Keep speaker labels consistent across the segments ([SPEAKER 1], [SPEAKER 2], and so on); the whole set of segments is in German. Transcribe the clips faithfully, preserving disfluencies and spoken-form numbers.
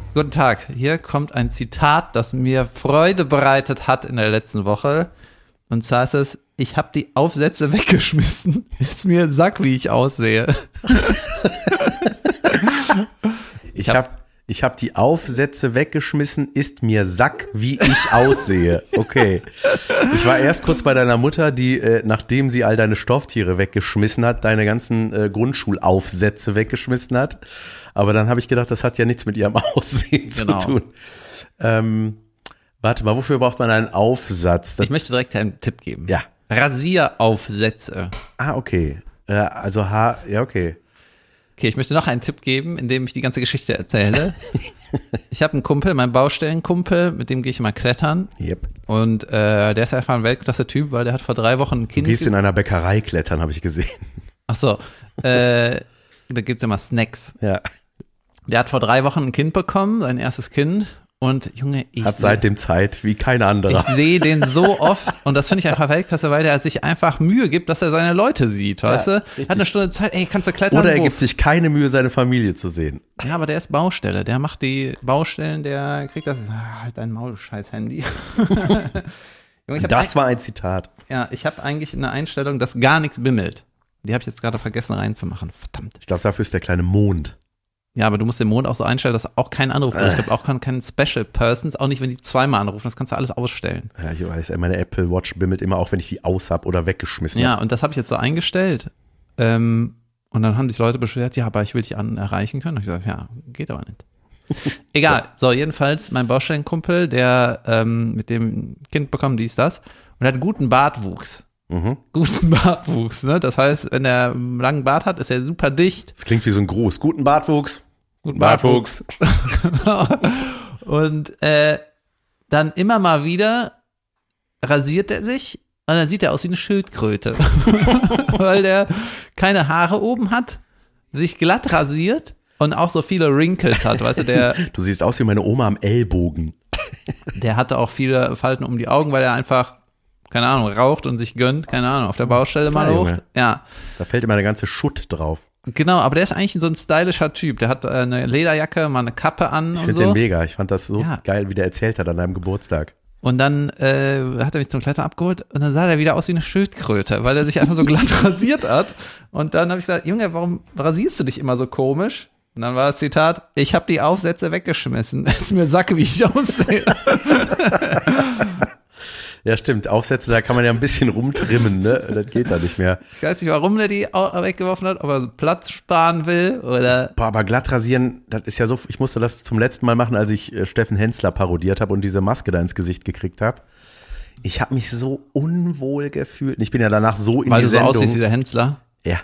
[SPEAKER 1] Guten Tag, hier kommt ein Zitat, das mir Freude bereitet hat in der letzten Woche. Und zwar ist es, ich habe die Aufsätze weggeschmissen, ist mir ein Sack, wie ich aussehe.
[SPEAKER 2] Ich habe ich hab die Aufsätze weggeschmissen, ist mir Sack, wie ich aussehe. Okay. Ich war erst kurz bei deiner Mutter, die, äh, nachdem sie all deine Stofftiere weggeschmissen hat, deine ganzen äh, Grundschulaufsätze weggeschmissen hat. Aber dann habe ich gedacht, das hat ja nichts mit ihrem Aussehen
[SPEAKER 1] Genau.
[SPEAKER 2] zu tun. Ähm, warte mal, wofür braucht man einen Aufsatz? Das,
[SPEAKER 1] Ich möchte direkt einen Tipp geben.
[SPEAKER 2] Ja.
[SPEAKER 1] Rasieraufsätze.
[SPEAKER 2] Ah, okay. Äh, also Haar, ja, okay.
[SPEAKER 1] Okay, ich möchte noch einen Tipp geben, indem ich die ganze Geschichte erzähle. Ich habe einen Kumpel, meinen Baustellenkumpel, mit dem gehe ich immer klettern.
[SPEAKER 2] Yep.
[SPEAKER 1] Und äh, der ist einfach ein Weltklasse-Typ, weil der hat vor drei Wochen ein Kind.
[SPEAKER 2] Du gehst in einer Bäckerei klettern, habe ich gesehen.
[SPEAKER 1] Ach so, äh, da gibt's immer Snacks.
[SPEAKER 2] Ja.
[SPEAKER 1] Der hat vor drei Wochen ein Kind bekommen, sein erstes Kind. Und Junge, ich
[SPEAKER 2] Hat
[SPEAKER 1] seh-
[SPEAKER 2] seitdem Zeit wie kein anderer.
[SPEAKER 1] ich sehe den so oft und das finde ich einfach Weltklasse, weil der sich einfach Mühe gibt, dass er seine Leute sieht, weißt
[SPEAKER 2] Ja,
[SPEAKER 1] du?
[SPEAKER 2] richtig.
[SPEAKER 1] Hat eine Stunde Zeit, ey, kannst du klettern?
[SPEAKER 2] Oder er
[SPEAKER 1] Wuff.
[SPEAKER 2] gibt sich keine Mühe, seine Familie zu sehen.
[SPEAKER 1] Ja, aber der ist Baustelle, der macht die Baustellen, der kriegt das, ah, halt dein Maul, scheiß Handy. Junge, ich hab
[SPEAKER 2] Das war ein Zitat.
[SPEAKER 1] Ja, ich habe eigentlich eine Einstellung, dass gar nichts bimmelt. Die habe ich jetzt gerade vergessen reinzumachen. Verdammt.
[SPEAKER 2] Ich glaube, dafür ist der kleine Mond.
[SPEAKER 1] Ja, aber du musst den Mond auch so einstellen, dass auch kein Anruf
[SPEAKER 2] Äh.
[SPEAKER 1] durchkommt. Auch keine Special Persons, auch nicht, wenn die zweimal anrufen. Das kannst du alles ausstellen.
[SPEAKER 2] Ja, ich weiß, meine Apple Watch bimmelt immer, auch wenn ich sie aus hab oder weggeschmissen
[SPEAKER 1] Ja,
[SPEAKER 2] habe.
[SPEAKER 1] und das habe ich jetzt so eingestellt. Ähm, und dann haben sich Leute beschwert, ja, aber ich will dich an erreichen können. Und ich sage, ja, geht aber nicht. Egal. So, jedenfalls mein Baustellenkumpel, der ähm, mit dem Kind bekommen, dies, das. Und hat guten Bartwuchs.
[SPEAKER 2] Mhm.
[SPEAKER 1] Guten Bartwuchs, ne? Das heißt, wenn er einen langen Bart hat, ist er super dicht.
[SPEAKER 2] Das klingt wie so ein Gruß. Guten Bartwuchs.
[SPEAKER 1] Guten
[SPEAKER 2] Bartwuchs.
[SPEAKER 1] Genau. Und äh, dann immer mal wieder rasiert er sich und dann sieht er aus wie eine Schildkröte. Weil der keine Haare oben hat, sich glatt rasiert und auch so viele Wrinkles hat. Weißt du, der,
[SPEAKER 2] Du siehst aus wie meine Oma am Ellbogen.
[SPEAKER 1] der hatte auch viele Falten um die Augen, weil er einfach, keine Ahnung, raucht und sich gönnt, keine Ahnung, auf der Baustelle mal
[SPEAKER 2] Klar,
[SPEAKER 1] hoch.
[SPEAKER 2] Junge.
[SPEAKER 1] Ja.
[SPEAKER 2] Da fällt immer der ganze Schutt drauf.
[SPEAKER 1] Genau, aber der ist eigentlich so ein stylischer Typ. Der hat äh, eine Lederjacke, mal eine Kappe an
[SPEAKER 2] Ich
[SPEAKER 1] und
[SPEAKER 2] finde
[SPEAKER 1] so.
[SPEAKER 2] den mega. Ich fand das so
[SPEAKER 1] Ja.
[SPEAKER 2] geil, wie der erzählt hat an deinem Geburtstag.
[SPEAKER 1] Und dann äh, hat er mich zum Klettern abgeholt und dann sah der wieder aus wie eine Schildkröte, weil er sich einfach so glatt rasiert hat. Und dann habe ich gesagt, Junge, warum rasierst du dich immer so komisch? Und dann war das Zitat, ich habe die Aufsätze weggeschmissen. Ist mir Sacke, wie ich aussehe.
[SPEAKER 2] Ja, stimmt. Aufsätze, da kann man ja ein bisschen rumtrimmen, ne? Das geht da nicht mehr.
[SPEAKER 1] Ich weiß nicht, warum der die au- weggeworfen hat, ob er Platz sparen will oder...
[SPEAKER 2] Boah, aber glatt rasieren, das ist ja so, ich musste das zum letzten Mal machen, als ich äh, Steffen Hensler parodiert habe und diese Maske da ins Gesicht gekriegt habe. Ich habe mich so unwohl gefühlt. Ich bin ja danach so in
[SPEAKER 1] Weil
[SPEAKER 2] die
[SPEAKER 1] du so
[SPEAKER 2] Sendung.
[SPEAKER 1] aussiehst wie der Hensler.
[SPEAKER 2] Ja.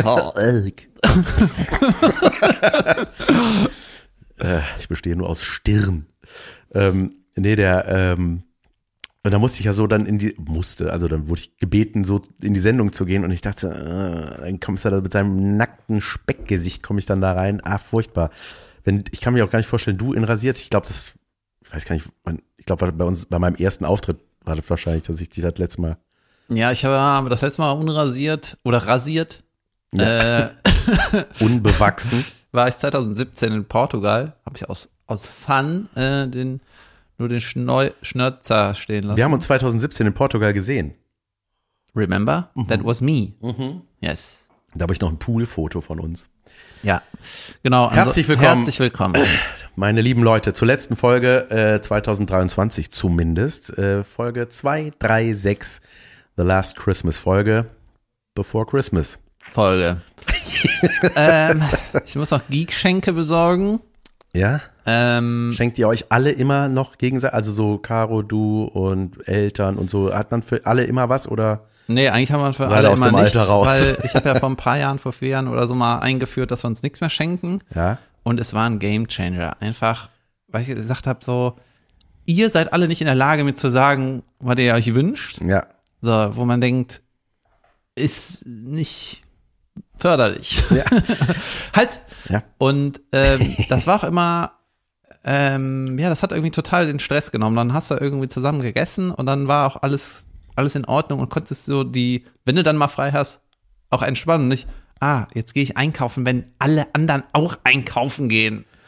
[SPEAKER 2] äh, ich bestehe nur aus Stirn. Ähm, nee, der, ähm, und da musste ich ja so dann in die, musste, also dann wurde ich gebeten, so in die Sendung zu gehen und ich dachte, äh, dann kommst du da mit seinem nackten Speckgesicht, komme ich dann da rein. Ah, furchtbar. Wenn, ich kann mir auch gar nicht vorstellen, du in rasiert, ich glaube, das, ich weiß gar nicht, man, ich glaube, bei uns, bei meinem ersten Auftritt war das wahrscheinlich, dass ich die das letzte Mal.
[SPEAKER 1] Ja, ich habe das letzte Mal unrasiert oder rasiert.
[SPEAKER 2] Ja.
[SPEAKER 1] Äh,
[SPEAKER 2] Unbewachsen.
[SPEAKER 1] war ich zwanzig siebzehn in Portugal, habe ich aus, aus Fun äh, den, nur den Schneu, Schnörzer stehen lassen.
[SPEAKER 2] Wir haben uns zwanzig siebzehn in Portugal gesehen.
[SPEAKER 1] Remember?
[SPEAKER 2] Mhm.
[SPEAKER 1] That was me. Yes.
[SPEAKER 2] Da habe ich noch ein Poolfoto von uns.
[SPEAKER 1] Ja, genau. Also,
[SPEAKER 2] Herzlich willkommen.
[SPEAKER 1] Herzlich willkommen.
[SPEAKER 2] Meine lieben Leute, zur letzten Folge äh, zwanzig dreiundzwanzig zumindest. Äh, Folge zwei drei sechs, The Last Christmas Folge, Before Christmas.
[SPEAKER 1] Folge. ähm, ich muss noch Geek-Schenke besorgen.
[SPEAKER 2] Ja?
[SPEAKER 1] Ähm,
[SPEAKER 2] Schenkt ihr euch alle immer noch gegenseitig, also so Caro, du und Eltern und so, hat man für alle immer was oder?
[SPEAKER 1] nee, eigentlich haben wir für
[SPEAKER 2] Seid
[SPEAKER 1] alle
[SPEAKER 2] aus
[SPEAKER 1] immer
[SPEAKER 2] dem
[SPEAKER 1] nichts,
[SPEAKER 2] Alter raus.
[SPEAKER 1] weil ich habe ja vor ein paar Jahren, vor vier Jahren oder so mal eingeführt, dass wir uns nichts mehr schenken.
[SPEAKER 2] Ja?
[SPEAKER 1] Und es war ein Gamechanger. Einfach, weil ich gesagt habe, so, ihr seid alle nicht in der Lage, mir zu sagen, was ihr euch wünscht.
[SPEAKER 2] Ja.
[SPEAKER 1] So, wo man denkt, ist nicht förderlich.
[SPEAKER 2] Ja.
[SPEAKER 1] halt.
[SPEAKER 2] Ja.
[SPEAKER 1] Und ähm, das war auch immer, ähm, ja, das hat irgendwie total den Stress genommen. Dann hast du irgendwie zusammen gegessen und dann war auch alles, alles in Ordnung und konntest so die, wenn du dann mal frei hast, auch entspannen. Nicht, ah, jetzt gehe ich einkaufen, wenn alle anderen auch einkaufen gehen.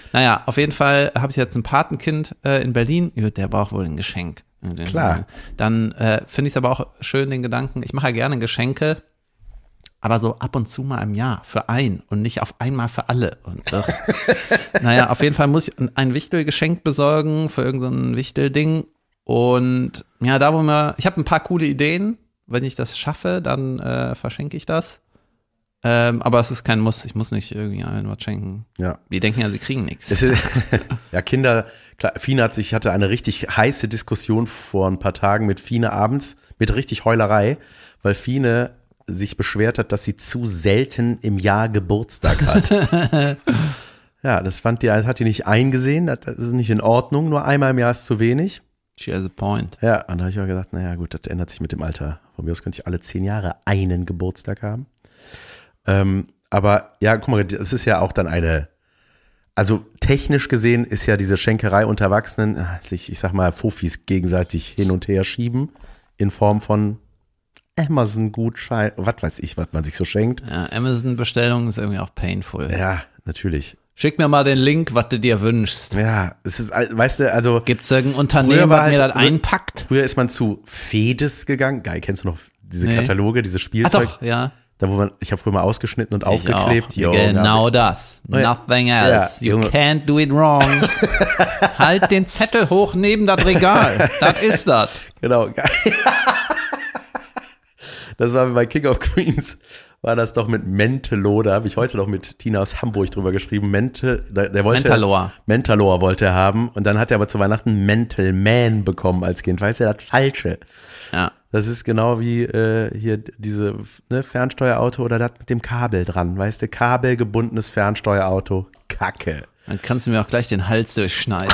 [SPEAKER 1] Naja, auf jeden Fall habe ich jetzt ein Patenkind äh, in Berlin. Der braucht wohl ein Geschenk.
[SPEAKER 2] Klar.
[SPEAKER 1] Dann äh, finde ich es aber auch schön, den Gedanken, ich mache ja gerne Geschenke, aber so ab und zu mal im Jahr für einen und nicht auf einmal für alle. Und, äh, naja, auf jeden Fall muss ich ein Wichtelgeschenk besorgen für irgendein so Wichtelding. Und ja, da wo wir, ich habe ein paar coole Ideen. Wenn ich das schaffe, dann äh, verschenke ich das. Ähm, aber es ist kein Muss. Ich muss nicht irgendwie allen was schenken.
[SPEAKER 2] Ja.
[SPEAKER 1] Die denken ja, sie kriegen nichts.
[SPEAKER 2] Ja, Kinder, klar, Fine hat sich, ich hatte eine richtig heiße Diskussion vor ein paar Tagen mit Fine abends, mit richtig Heulerei, weil Fine sich beschwert hat, dass sie zu selten im Jahr Geburtstag hat. Ja, das fand die, das hat die nicht eingesehen, das ist nicht in Ordnung, nur einmal im Jahr ist zu wenig.
[SPEAKER 1] She has a point.
[SPEAKER 2] Ja, und da habe ich auch gesagt, naja gut, das ändert sich mit dem Alter. Von mir aus könnte ich alle zehn Jahre einen Geburtstag haben. Ähm, aber ja, guck mal, das ist ja auch dann eine, also technisch gesehen ist ja diese Schenkerei unter Erwachsenen, sich, ich sag mal, Fofis gegenseitig hin und her schieben in Form von Amazon-Gutschein, was weiß ich, was man sich so schenkt.
[SPEAKER 1] Ja, Amazon-Bestellung ist irgendwie auch painful.
[SPEAKER 2] Ja, natürlich.
[SPEAKER 1] Schick mir mal den Link, was du dir wünschst.
[SPEAKER 2] Ja, es ist, weißt du, also.
[SPEAKER 1] Gibt's irgendein Unternehmen, was
[SPEAKER 2] halt,
[SPEAKER 1] mir das einpackt?
[SPEAKER 2] Früher ist man zu Fedes gegangen. Geil, kennst du noch diese nee. Kataloge, diese Spielzeug?
[SPEAKER 1] Ach doch, ja.
[SPEAKER 2] Da, wo man, ich habe früher mal ausgeschnitten und ich aufgeklebt.
[SPEAKER 1] Jo, genau das. Nothing else. Ja, you can't do it wrong. Halt den Zettel hoch neben das Regal. Das ist das.
[SPEAKER 2] Genau. Das war bei King of Queens. War das doch mit Mentelow, da habe ich heute noch mit Tina aus Hamburg drüber geschrieben. Mente, der, der wollte,
[SPEAKER 1] Mentalor.
[SPEAKER 2] Mentalor wollte er haben und dann hat er aber zu Weihnachten Mental Man bekommen als Kind. Weißt du, das Falsche.
[SPEAKER 1] Ja.
[SPEAKER 2] Das ist genau wie äh, hier diese ne, Fernsteuerauto oder das mit dem Kabel dran. Weißt du, kabelgebundenes Fernsteuerauto. Kacke.
[SPEAKER 1] Dann kannst du mir auch gleich den Hals durchschneiden.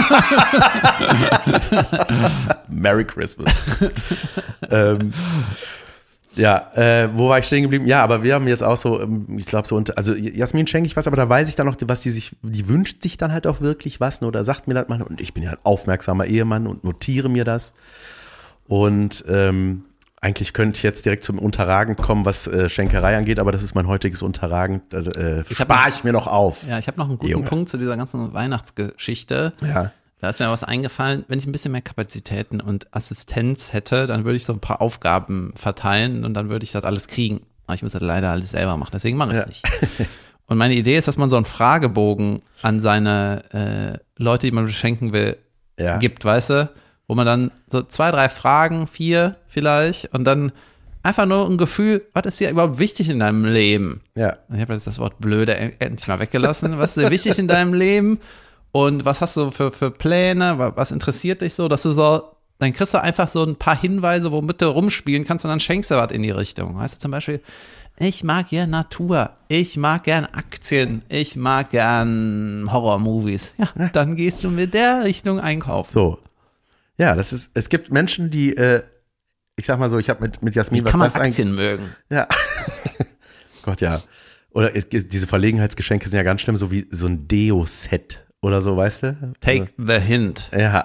[SPEAKER 2] Merry Christmas. ähm, Ja, äh, wo war ich stehen geblieben? Ja, aber wir haben jetzt auch so, ich glaube so, also Jasmin schenke ich was, aber da weiß ich dann noch, was die sich, die wünscht sich dann halt auch wirklich was, ne, oder sagt mir das mal und ich bin ja ein aufmerksamer Ehemann und notiere mir das und ähm, eigentlich könnte ich jetzt direkt zum Unterragen kommen, was äh, Schenkerei angeht, aber das ist mein heutiges Unterragen, äh, spare ich mir noch auf.
[SPEAKER 1] Ja, ich habe noch einen guten
[SPEAKER 2] Junge.
[SPEAKER 1] Punkt zu dieser ganzen Weihnachtsgeschichte.
[SPEAKER 2] Ja.
[SPEAKER 1] Da ist mir was eingefallen, wenn ich ein bisschen mehr Kapazitäten und Assistenz hätte, dann würde ich so ein paar Aufgaben verteilen und dann würde ich das alles kriegen. Aber ich muss das leider alles selber machen, deswegen mache ich es ja. nicht. Und meine Idee ist, dass man so einen Fragebogen an seine äh, Leute, die man beschenken will, ja. gibt, weißt du? Wo man dann so zwei, drei Fragen, vier vielleicht und dann einfach nur ein Gefühl, was ist dir überhaupt wichtig in deinem Leben?
[SPEAKER 2] Ja.
[SPEAKER 1] Ich habe jetzt das Wort blöde endlich mal weggelassen. Was ist dir wichtig in deinem Leben? Und was hast du für, für Pläne? Was interessiert dich so? Dass du so, dann kriegst du einfach so ein paar Hinweise, womit du rumspielen kannst und dann schenkst du was in die Richtung. Weißt du, zum Beispiel, ich mag gern Natur, ich mag gern Aktien, ich mag gern Horror-Movies. Ja, dann gehst du mit der Richtung einkaufen.
[SPEAKER 2] So. Ja, das ist, es gibt Menschen, die, äh, ich sag mal so, ich habe mit, mit Jasmin
[SPEAKER 1] Wie
[SPEAKER 2] was
[SPEAKER 1] kann man
[SPEAKER 2] das
[SPEAKER 1] Aktien
[SPEAKER 2] eigentlich,
[SPEAKER 1] mögen?
[SPEAKER 2] Ja. Gott, ja. Oder es, diese Verlegenheitsgeschenke sind ja ganz schlimm, so wie so ein Deo-Set. Oder so, weißt du?
[SPEAKER 1] Take the hint.
[SPEAKER 2] Ja.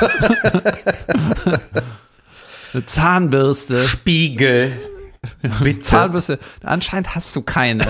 [SPEAKER 1] Eine Zahnbürste.
[SPEAKER 2] Spiegel.
[SPEAKER 1] Bitte. Zahnbürste. Anscheinend hast du keine.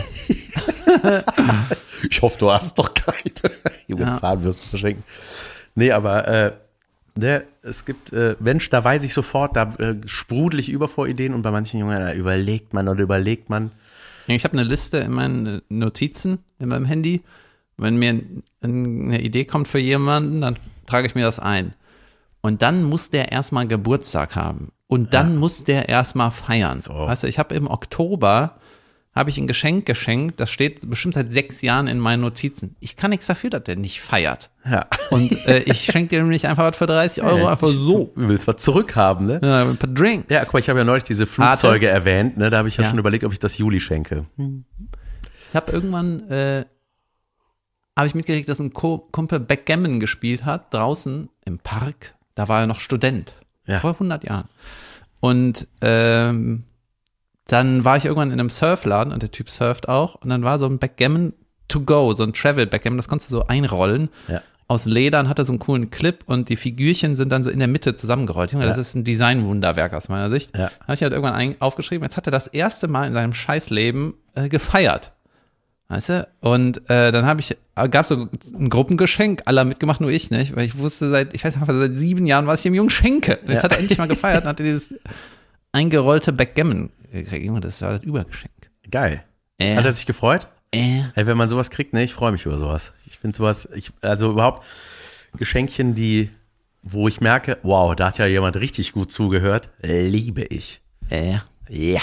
[SPEAKER 2] Ich hoffe, du hast noch keine. Junge ja. Zahnbürsten verschenken. Nee, aber äh, ne, es gibt, äh, Mensch, da weiß ich sofort, da äh, sprudel ich über vor Ideen und bei manchen Jungen, da überlegt man oder überlegt man.
[SPEAKER 1] Ich habe eine Liste in meinen Notizen, in meinem Handy. Wenn mir eine Idee kommt für jemanden, dann trage ich mir das ein. Und dann muss der erstmal Geburtstag haben. Und dann ja. muss der erstmal feiern. So. Weißt du, ich habe im Oktober, habe ich ein Geschenk geschenkt, das steht bestimmt seit sechs Jahren in meinen Notizen. Ich kann nichts dafür, dass der nicht feiert.
[SPEAKER 2] Ja.
[SPEAKER 1] Und äh, ich schenke dem nicht einfach was für dreißig Euro, ja, einfach so.
[SPEAKER 2] Du willst was zurückhaben, ne?
[SPEAKER 1] Ja, ein paar Drinks.
[SPEAKER 2] Ja, guck mal, ich habe ja neulich diese Flugzeuge Arte. erwähnt, ne? Da habe ich ja, ja schon überlegt, ob ich das Juli schenke.
[SPEAKER 1] Ich habe irgendwann äh, habe ich mitgekriegt, dass ein Kumpel Backgammon gespielt hat, draußen im Park. Da war er noch Student, ja. vor hundert Jahren. Und ähm, dann war ich irgendwann in einem Surfladen und der Typ surft auch. Und dann war so ein Backgammon to go, so ein Travel-Backgammon, das konntest du so einrollen. Ja. Aus Ledern, hatte so einen coolen Clip und die Figürchen sind dann so in der Mitte zusammengerollt. Junge, ja. Das ist ein Designwunderwerk aus meiner Sicht.
[SPEAKER 2] Ja.
[SPEAKER 1] Da habe ich halt irgendwann ein, aufgeschrieben, jetzt hat er das erste Mal in seinem Scheißleben äh, gefeiert. Weißt du? Und äh, dann habe ich, gab es so ein Gruppengeschenk, alle haben mitgemacht, nur ich nicht, weil ich wusste seit, ich weiß nicht, seit sieben Jahren, was ich dem Jungen schenke. Und jetzt
[SPEAKER 2] Ja.
[SPEAKER 1] hat er endlich mal gefeiert und hatte dieses eingerollte Backgammon gekriegt. Junge, das war das Übergeschenk.
[SPEAKER 2] Geil.
[SPEAKER 1] Äh,
[SPEAKER 2] Hat er sich gefreut?
[SPEAKER 1] äh.
[SPEAKER 2] Ey, wenn man sowas kriegt, ne, ich freue mich über sowas. Ich finde sowas, ich, also überhaupt Geschenkchen, die, wo ich merke, wow, da hat ja jemand richtig gut zugehört, liebe ich.
[SPEAKER 1] Äh.
[SPEAKER 2] Ja.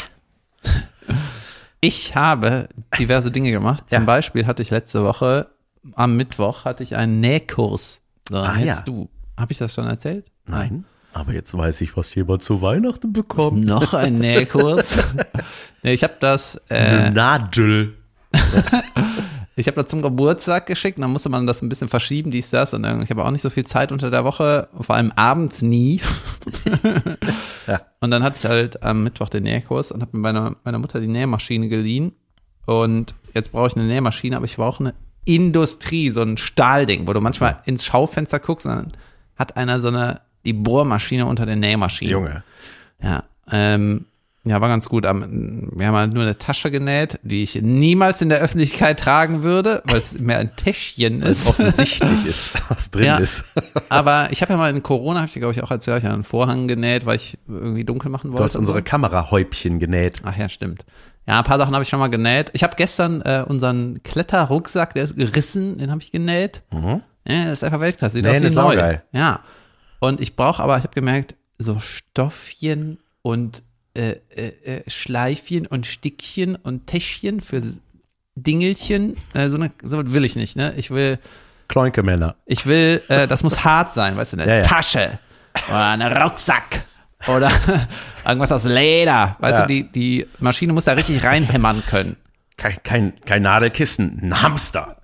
[SPEAKER 1] Ich habe diverse Dinge gemacht. Zum
[SPEAKER 2] Ja.
[SPEAKER 1] Beispiel hatte ich letzte Woche, am Mittwoch, hatte ich einen Nähkurs. So,
[SPEAKER 2] Ah,
[SPEAKER 1] jetzt
[SPEAKER 2] ja.
[SPEAKER 1] du. Habe ich das schon erzählt?
[SPEAKER 2] Nein, aber jetzt weiß ich, was jemand zu Weihnachten bekommt.
[SPEAKER 1] Noch ein Nähkurs. Nee, ich habe das, äh,
[SPEAKER 2] Eine Nadel.
[SPEAKER 1] ich habe das zum Geburtstag geschickt, dann musste man das ein bisschen verschieben, dies, das. Und ich habe auch nicht so viel Zeit unter der Woche, vor allem abends nie.
[SPEAKER 2] Ja.
[SPEAKER 1] Und dann hatte ich halt am Mittwoch den Nähkurs und habe mir meiner, meiner Mutter die Nähmaschine geliehen. Und jetzt brauche ich eine Nähmaschine, aber ich brauche eine Industrie, so ein Stahlding, wo du manchmal ins Schaufenster guckst und dann hat einer so eine, die Bohrmaschine unter der Nähmaschine.
[SPEAKER 2] Junge.
[SPEAKER 1] Ja, ähm, ja, war ganz gut. Am- Wir haben halt nur eine Tasche genäht, die ich niemals in der Öffentlichkeit tragen würde, weil es mehr ein Täschchen ist.
[SPEAKER 2] Offensichtlich ist, was drin
[SPEAKER 1] Ja.
[SPEAKER 2] ist.
[SPEAKER 1] Aber ich habe ja mal in Corona, habe ich dir, glaube ich, auch erzählt, ich habe einen Vorhang genäht, weil ich irgendwie dunkel machen wollte.
[SPEAKER 2] Du hast
[SPEAKER 1] und
[SPEAKER 2] unsere
[SPEAKER 1] so.
[SPEAKER 2] Kamerahäubchen genäht.
[SPEAKER 1] Ach ja, stimmt. Ja, ein paar Sachen habe ich schon mal genäht. Ich habe gestern äh, unseren Kletterrucksack, der ist gerissen, den habe ich genäht.
[SPEAKER 2] Mhm.
[SPEAKER 1] Ja, das ist einfach Weltklasse. Sieht
[SPEAKER 2] Nähen
[SPEAKER 1] aus wie
[SPEAKER 2] ist
[SPEAKER 1] neu.
[SPEAKER 2] saugeil.
[SPEAKER 1] Ja. Und ich brauche aber, ich habe gemerkt, so Stoffchen und äh, äh, äh, Schleifchen und Stickchen und Täschchen für S- Dingelchen. Äh, so, eine, so was will ich nicht, ne? Ich will,
[SPEAKER 2] Kloinke-Männer.
[SPEAKER 1] ich will, äh, das muss hart sein, weißt du, eine
[SPEAKER 2] Ja, ja.
[SPEAKER 1] Tasche oder ein Rucksack oder irgendwas aus Leder. Weißt
[SPEAKER 2] Ja.
[SPEAKER 1] du, die, die Maschine muss da richtig reinhämmern können.
[SPEAKER 2] Kein, kein, kein Nadelkissen, ein Hamster.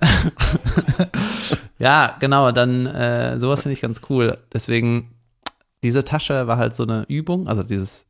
[SPEAKER 1] Ja, genau, dann äh, sowas finde ich ganz cool. Deswegen, diese Tasche war halt so eine Übung, also dieses,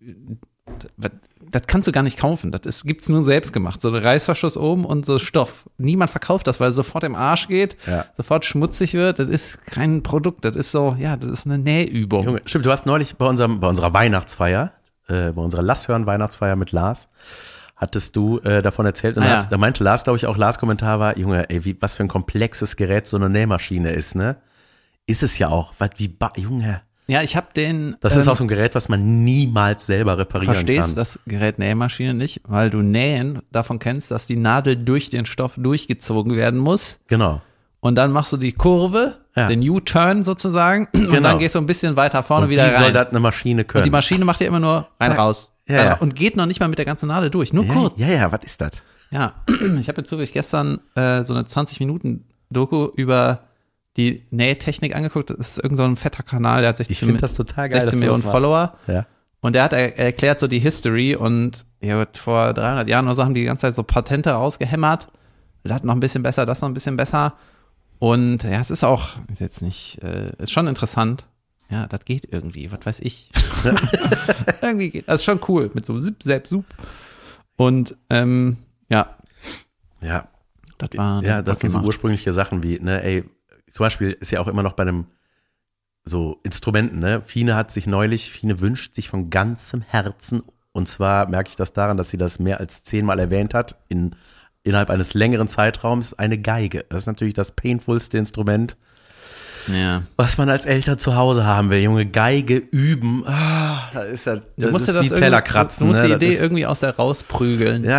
[SPEAKER 1] das, das kannst du gar nicht kaufen, das ist, gibt's nur selbst gemacht, so ein Reißverschluss oben und so Stoff. Niemand verkauft das, weil es sofort im Arsch geht,
[SPEAKER 2] Ja.
[SPEAKER 1] sofort schmutzig wird, das ist kein Produkt, das ist so, ja, das ist eine Nähübung.
[SPEAKER 2] Junge, stimmt, du hast neulich bei unserem, bei unserer Weihnachtsfeier, äh, bei unserer Lasshören-Weihnachtsfeier mit Lars, hattest du äh, davon erzählt und
[SPEAKER 1] Ah,
[SPEAKER 2] da,
[SPEAKER 1] ja.
[SPEAKER 2] hat, da meinte Lars, glaube ich, auch Lars Kommentar war, Junge, ey, wie, was für ein komplexes Gerät so eine Nähmaschine ist, ne? Ist es ja auch. Was, wie, ba- Junge.
[SPEAKER 1] Ja, ich habe den,
[SPEAKER 2] Das
[SPEAKER 1] ähm,
[SPEAKER 2] ist auch so ein Gerät, was man niemals selber reparieren
[SPEAKER 1] verstehst
[SPEAKER 2] kann.
[SPEAKER 1] das Gerät Nähmaschine nicht, weil du Nähen davon kennst, dass die Nadel durch den Stoff durchgezogen werden muss.
[SPEAKER 2] Genau.
[SPEAKER 1] Und dann machst du die Kurve,
[SPEAKER 2] Ja.
[SPEAKER 1] den U-Turn sozusagen, und
[SPEAKER 2] Genau.
[SPEAKER 1] dann gehst du ein bisschen weiter vorne
[SPEAKER 2] Und wie
[SPEAKER 1] wieder
[SPEAKER 2] soll
[SPEAKER 1] rein.
[SPEAKER 2] das eine Maschine können?
[SPEAKER 1] Und die Maschine macht ja immer nur rein,
[SPEAKER 2] Ja.
[SPEAKER 1] raus.
[SPEAKER 2] Ja,
[SPEAKER 1] rein,
[SPEAKER 2] ja.
[SPEAKER 1] raus. Und geht noch nicht mal mit der ganzen Nadel durch, nur
[SPEAKER 2] ja,
[SPEAKER 1] kurz.
[SPEAKER 2] ja, ja, was ist das?
[SPEAKER 1] Ja, ich habe jetzt wirklich gestern äh, so eine zwanzig Minuten Doku über die Nähtechnik angeguckt. Das ist irgend so ein fetter Kanal, der hat
[SPEAKER 2] Ich
[SPEAKER 1] sechzehn,
[SPEAKER 2] finde das total geil, dass
[SPEAKER 1] sechzehn
[SPEAKER 2] du das
[SPEAKER 1] Millionen
[SPEAKER 2] machst.
[SPEAKER 1] Follower.
[SPEAKER 2] Ja.
[SPEAKER 1] Und der hat er, erklärt so die History und ja, vor dreihundert Jahren oder so haben die die ganze Zeit so Patente rausgehämmert. Das noch ein bisschen besser, das noch ein bisschen besser. Und ja, es ist auch, ist jetzt nicht, äh, ist schon interessant. Ja, das geht irgendwie, was weiß ich. Irgendwie geht, das ist schon cool, mit so Zip, Zap, Sup. Und, ähm, ja,
[SPEAKER 2] Ja.
[SPEAKER 1] das war.
[SPEAKER 2] Ja, das sind so
[SPEAKER 1] gemacht.
[SPEAKER 2] ursprüngliche Sachen wie, ne, ey, zum Beispiel ist ja auch immer noch bei einem so Instrumenten, ne? Fine hat sich neulich, Fine wünscht sich von ganzem Herzen, und zwar merke ich das daran, dass sie das mehr als zehnmal erwähnt hat, in, innerhalb eines längeren Zeitraums, eine Geige. Das ist natürlich das painfulste Instrument,
[SPEAKER 1] Ja.
[SPEAKER 2] was man als Eltern zu Hause haben will. Junge, Geige üben, ah, da ist ja,
[SPEAKER 1] Du
[SPEAKER 2] das
[SPEAKER 1] musst
[SPEAKER 2] ist
[SPEAKER 1] dir das
[SPEAKER 2] wie
[SPEAKER 1] irgendwie-
[SPEAKER 2] Tellerkratzen.
[SPEAKER 1] Du musst
[SPEAKER 2] ne?
[SPEAKER 1] die
[SPEAKER 2] Das
[SPEAKER 1] Idee
[SPEAKER 2] ist,
[SPEAKER 1] irgendwie aus der rausprügeln.
[SPEAKER 2] ja,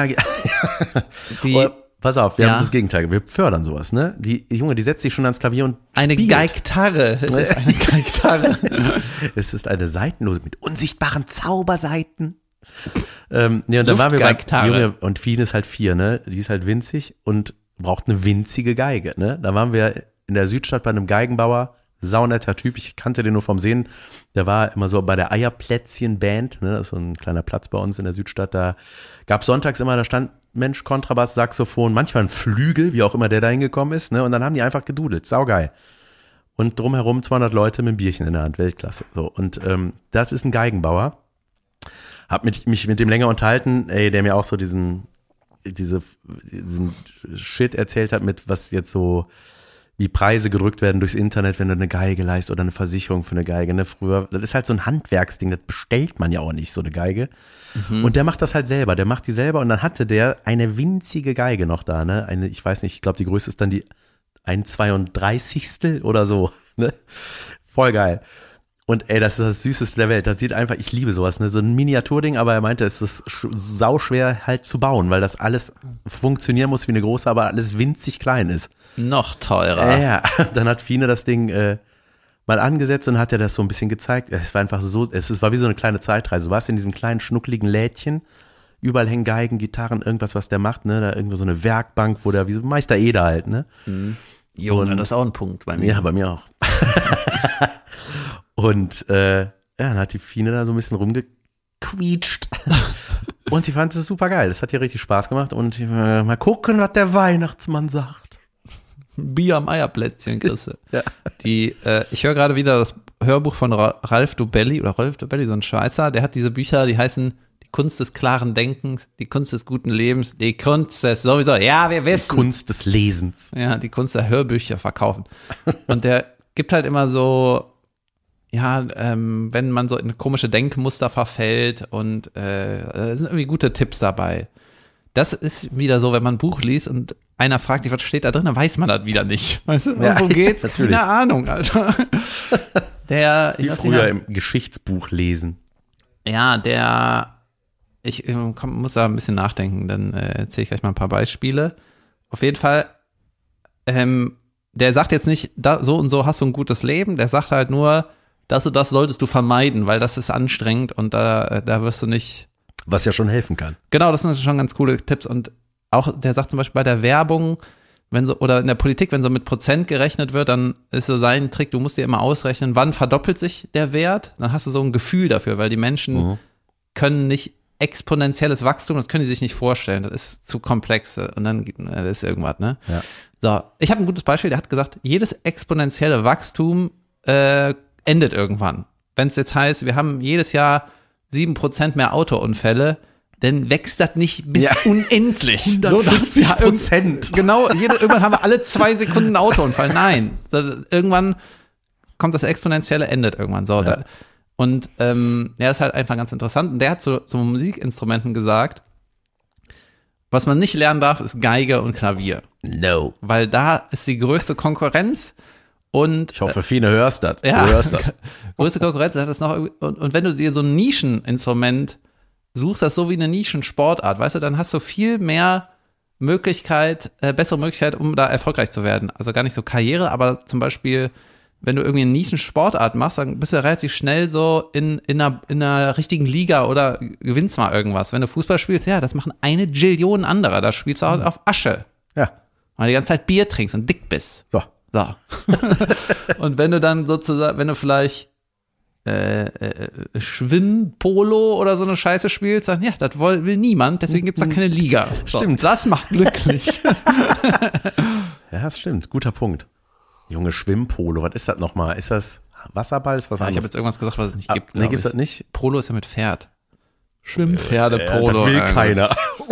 [SPEAKER 1] Die,
[SPEAKER 2] oh, pass auf, wir
[SPEAKER 1] Ja.
[SPEAKER 2] haben das Gegenteil, wir fördern sowas, ne? Die Junge, die setzt sich schon ans Klavier und
[SPEAKER 1] eine
[SPEAKER 2] spielt.
[SPEAKER 1] Geigtarre. Es ist eine Geigtarre.
[SPEAKER 2] Es ist eine Seitenlose mit unsichtbaren Zauberseiten. ähm, ja, und dann waren wir bei
[SPEAKER 1] Luftgeigtarre.
[SPEAKER 2] Junge, und Fien ist halt vier, ne? Die ist halt winzig und braucht eine winzige Geige, ne? Da waren wir in der Südstadt bei einem Geigenbauer, saunetter Typ, ich kannte den nur vom Sehen. Der war immer so bei der Eierplätzchen-Band, ne? Das ist so ein kleiner Platz bei uns in der Südstadt. Da gab sonntags immer, da stand Mensch, Kontrabass, Saxophon, manchmal ein Flügel, wie auch immer der da hingekommen ist, ne? Und dann haben die einfach gedudelt, saugeil. Und drumherum zweihundert Leute mit einem Bierchen in der Hand, Weltklasse. So, und ähm, das ist ein Geigenbauer. Hab mit, mich mit dem länger unterhalten, ey, der mir auch so diesen, diese, diesen Shit erzählt hat, mit was jetzt so wie Preise gedrückt werden durchs Internet, wenn du eine Geige leihst oder eine Versicherung für eine Geige. Ne? Früher, das ist halt so ein Handwerksding, das bestellt man ja auch nicht, so eine Geige. Mhm. Und der macht das halt selber, der macht die selber und dann hatte der eine winzige Geige noch da, ne? Eine, ich weiß nicht, ich glaube, die größte ist dann die ein zweiunddreißigstel oder so, ne? Voll geil. Und ey, das ist das Süßeste der Welt. Das sieht einfach, ich liebe sowas, ne? So ein Miniaturding, aber er meinte, es ist sauschwer halt zu bauen, weil das alles funktionieren muss wie eine große, aber alles winzig klein ist.
[SPEAKER 1] Noch teurer.
[SPEAKER 2] Ja, dann hat Fine das Ding äh, mal angesetzt und hat er das so ein bisschen gezeigt. Es war einfach so, es war wie so eine kleine Zeitreise. Du warst in diesem kleinen, schnuckligen Lädchen, überall hängen Geigen, Gitarren, irgendwas, was der macht, ne? Da irgendwo so eine Werkbank, wo der, wie so Meister Eder halt, ne?
[SPEAKER 1] Mhm. Junge, das ist auch ein Punkt bei mir.
[SPEAKER 2] Ja, bei mir auch. Und äh, ja, dann hat die Fine da so ein bisschen rumgequietscht. Und sie fand es super geil. Das hat ihr richtig Spaß gemacht. Und äh, mal gucken, was der Weihnachtsmann sagt.
[SPEAKER 1] Bier am Eierplätzchen, Chrisse.
[SPEAKER 2] Ja.
[SPEAKER 1] Die, äh, ich höre gerade wieder das Hörbuch von Ra- Ralf Dobelli oder Rolf Dobelli, so ein Schweizer. Der hat diese Bücher, die heißen Die Kunst des klaren Denkens, die Kunst des guten Lebens, die Kunst des sowieso, ja, wir wissen.
[SPEAKER 2] Die Kunst des Lesens.
[SPEAKER 1] Ja, die Kunst der Hörbücher verkaufen. Und der gibt halt immer so, ja, ähm, wenn man so in komische Denkmuster verfällt und äh, da sind irgendwie gute Tipps dabei. Das ist wieder so, wenn man ein Buch liest und einer fragt dich, was steht da drin, dann weiß man das wieder nicht. Weißt du,
[SPEAKER 2] ja,
[SPEAKER 1] wo geht's?
[SPEAKER 2] Natürlich.
[SPEAKER 1] Keine Ahnung, Alter. Der,
[SPEAKER 2] Wie
[SPEAKER 1] ich weiß
[SPEAKER 2] früher
[SPEAKER 1] nicht,
[SPEAKER 2] im Geschichtsbuch lesen.
[SPEAKER 1] ja, der, ich äh, komm, muss da ein bisschen nachdenken, dann äh, erzähle ich gleich mal ein paar Beispiele. Auf jeden Fall, ähm, der sagt jetzt nicht, da, so und so hast du ein gutes Leben, der sagt halt nur, das und das solltest du vermeiden, weil das ist anstrengend und da, da wirst du nicht.
[SPEAKER 2] Was ja schon helfen kann.
[SPEAKER 1] Genau, das sind schon ganz coole Tipps. Und auch, der sagt zum Beispiel bei der Werbung, wenn so, oder in der Politik, wenn so mit Prozent gerechnet wird, dann ist so sein Trick, du musst dir immer ausrechnen, wann verdoppelt sich der Wert, dann hast du so ein Gefühl dafür, weil die Menschen mhm. können nicht exponentielles Wachstum, das können die sich nicht vorstellen, das ist zu komplex und dann das ist irgendwas, ne?
[SPEAKER 2] Ja.
[SPEAKER 1] So, ich habe ein gutes Beispiel, der hat gesagt, jedes exponentielle Wachstum äh, endet irgendwann. Wenn es jetzt heißt, wir haben jedes Jahr sieben Prozent mehr Autounfälle, dann wächst das nicht bis
[SPEAKER 2] ja.
[SPEAKER 1] unendlich.
[SPEAKER 2] hundertfünfzig Prozent.
[SPEAKER 1] So, genau, jede, irgendwann haben wir alle zwei Sekunden einen Autounfall. Nein, irgendwann kommt das exponentielle, endet irgendwann. So, ja. da, und ähm, ja, das ist halt einfach ganz interessant. Und der hat zu, zu Musikinstrumenten gesagt, was man nicht lernen darf, ist Geige und Klavier.
[SPEAKER 2] No.
[SPEAKER 1] Weil da ist die größte Konkurrenz. Und,
[SPEAKER 2] ich hoffe, Fine hörst das.
[SPEAKER 1] Ja,
[SPEAKER 2] du hörst das.
[SPEAKER 1] Größte Konkurrenz hat das noch. Und, und wenn du dir so ein Nischeninstrument suchst, das so wie eine Nischensportart, weißt du, dann hast du viel mehr Möglichkeit, äh, bessere Möglichkeit, um da erfolgreich zu werden. Also gar nicht so Karriere, aber zum Beispiel, wenn du irgendwie eine Nischensportart machst, dann bist du relativ schnell so in, in, einer, in einer richtigen Liga oder gewinnst mal irgendwas. Wenn du Fußball spielst, ja, das machen eine Billion anderer. Da spielst du auch auf Asche.
[SPEAKER 2] Ja.
[SPEAKER 1] Weil du die ganze Zeit Bier trinkst und dick bist.
[SPEAKER 2] So.
[SPEAKER 1] So. Und wenn du dann sozusagen, wenn du vielleicht äh, äh, Schwimmpolo oder so eine Scheiße spielst, dann ja, das will, will niemand, deswegen gibt es da keine Liga. So,
[SPEAKER 2] stimmt.
[SPEAKER 1] Das macht glücklich.
[SPEAKER 2] Ja, das stimmt. Guter Punkt. Junge, Schwimmpolo, was ist das nochmal? Ist das Wasserball? Ist was
[SPEAKER 1] ja,
[SPEAKER 2] anderes?
[SPEAKER 1] ich habe jetzt irgendwas gesagt, was es nicht
[SPEAKER 2] ah,
[SPEAKER 1] gibt.
[SPEAKER 2] Nee, gibt's
[SPEAKER 1] ich.
[SPEAKER 2] das nicht?
[SPEAKER 1] Polo ist ja mit Pferd. Schwimmpferde-Polo.
[SPEAKER 2] Ja, das will keiner.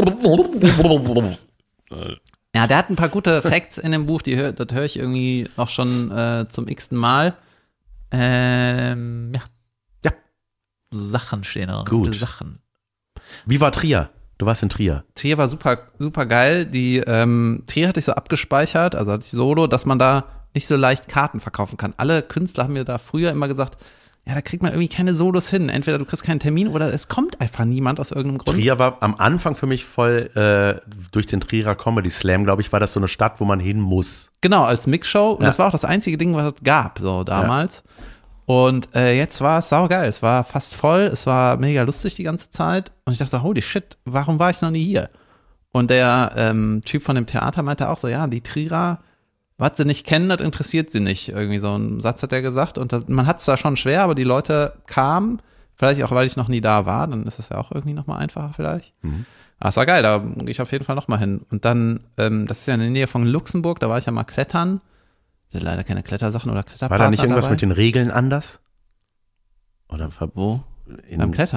[SPEAKER 1] Ja, der hat ein paar gute Facts in dem Buch, die hör, das höre ich irgendwie auch schon äh, zum x-ten Mal. Ähm, ja.
[SPEAKER 2] Ja.
[SPEAKER 1] Sachen stehen da.
[SPEAKER 2] Gut.
[SPEAKER 1] Gute Sachen.
[SPEAKER 2] Wie war Trier? Du warst in Trier.
[SPEAKER 1] Trier war super, super geil. Die ähm, Trier hatte ich so abgespeichert, also hatte ich Solo, dass man da nicht so leicht Karten verkaufen kann. Alle Künstler haben mir da früher immer gesagt, ja, da kriegt man irgendwie keine Solos hin. Entweder du kriegst keinen Termin oder es kommt einfach niemand aus irgendeinem Grund.
[SPEAKER 2] Trier war am Anfang für mich voll, äh, durch den Trierer Comedy Slam, glaube ich, war das so eine Stadt, wo man hin muss.
[SPEAKER 1] Genau, als Mixshow. Und
[SPEAKER 2] ja.
[SPEAKER 1] das war auch das einzige Ding, was es gab, so damals. Ja. Und äh, jetzt war es saugeil. Es war fast voll. Es war mega lustig die ganze Zeit. Und ich dachte, holy shit, warum war ich noch nie hier? Und der ähm, Typ von dem Theater meinte auch so, ja, die Trierer, was sie nicht kennen, das interessiert sie nicht. Irgendwie so einen Satz hat er gesagt. Und das, man hat es da schon schwer, aber die Leute kamen, vielleicht auch, weil ich noch nie da war, dann ist das ja auch irgendwie nochmal einfacher vielleicht. Mhm. Aber es war geil, da gehe ich auf jeden Fall nochmal hin. Und dann, ähm, das ist ja in der Nähe von Luxemburg, da war ich ja mal klettern. Sind leider keine Klettersachen oder Kletterpartner
[SPEAKER 2] War da nicht irgendwas
[SPEAKER 1] dabei?
[SPEAKER 2] mit den Regeln anders? Oder
[SPEAKER 1] Wo?
[SPEAKER 2] In,
[SPEAKER 1] Beim Klettern?
[SPEAKER 2] Ja.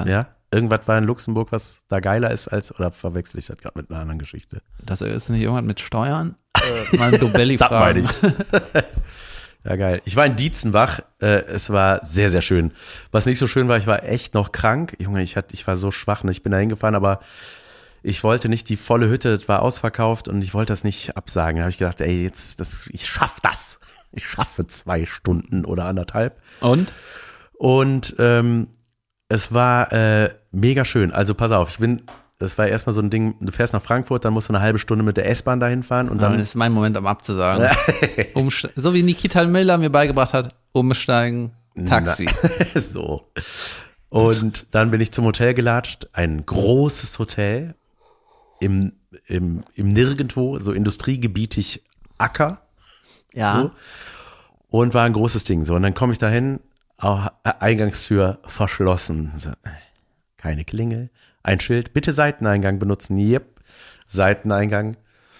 [SPEAKER 2] irgendwas war in Luxemburg, was da geiler ist als, oder verwechsel ich das gerade mit einer anderen Geschichte?
[SPEAKER 1] Das ist nicht irgendwas mit Steuern? Äh, mal ein Dobelli
[SPEAKER 2] Das meine
[SPEAKER 1] fragen.
[SPEAKER 2] ich. Ja, geil. Ich war in Dietzenbach, äh, es war sehr, sehr schön. Was nicht so schön war, ich war echt noch krank. Junge, ich, hatte, ich war so schwach, ne? Ich bin da hingefahren, aber ich wollte nicht die volle Hütte, es war ausverkauft und ich wollte das nicht absagen. Da habe ich gedacht, ey, jetzt, das, ich schaff das. Ich schaffe zwei Stunden oder anderthalb.
[SPEAKER 1] Und?
[SPEAKER 2] Und ähm, es war äh, mega schön. Also pass auf, ich bin, das war erstmal so ein Ding, du fährst nach Frankfurt, dann musst du eine halbe Stunde mit der S-Bahn dahin fahren und
[SPEAKER 1] Dann
[SPEAKER 2] dann
[SPEAKER 1] ist mein Moment, um abzusagen. Umste- so wie Nikita Miller mir beigebracht hat, umsteigen, Taxi.
[SPEAKER 2] so. Und dann bin ich zum Hotel gelatscht, ein großes Hotel im, im, im Nirgendwo, so industriegebietig Acker.
[SPEAKER 1] Ja.
[SPEAKER 2] So. Und war ein großes Ding. So, und dann komme ich dahin, auch Eingangstür verschlossen. So, keine Klingel. Ein Schild, bitte Seiteneingang benutzen. Yep. Seiteneingang.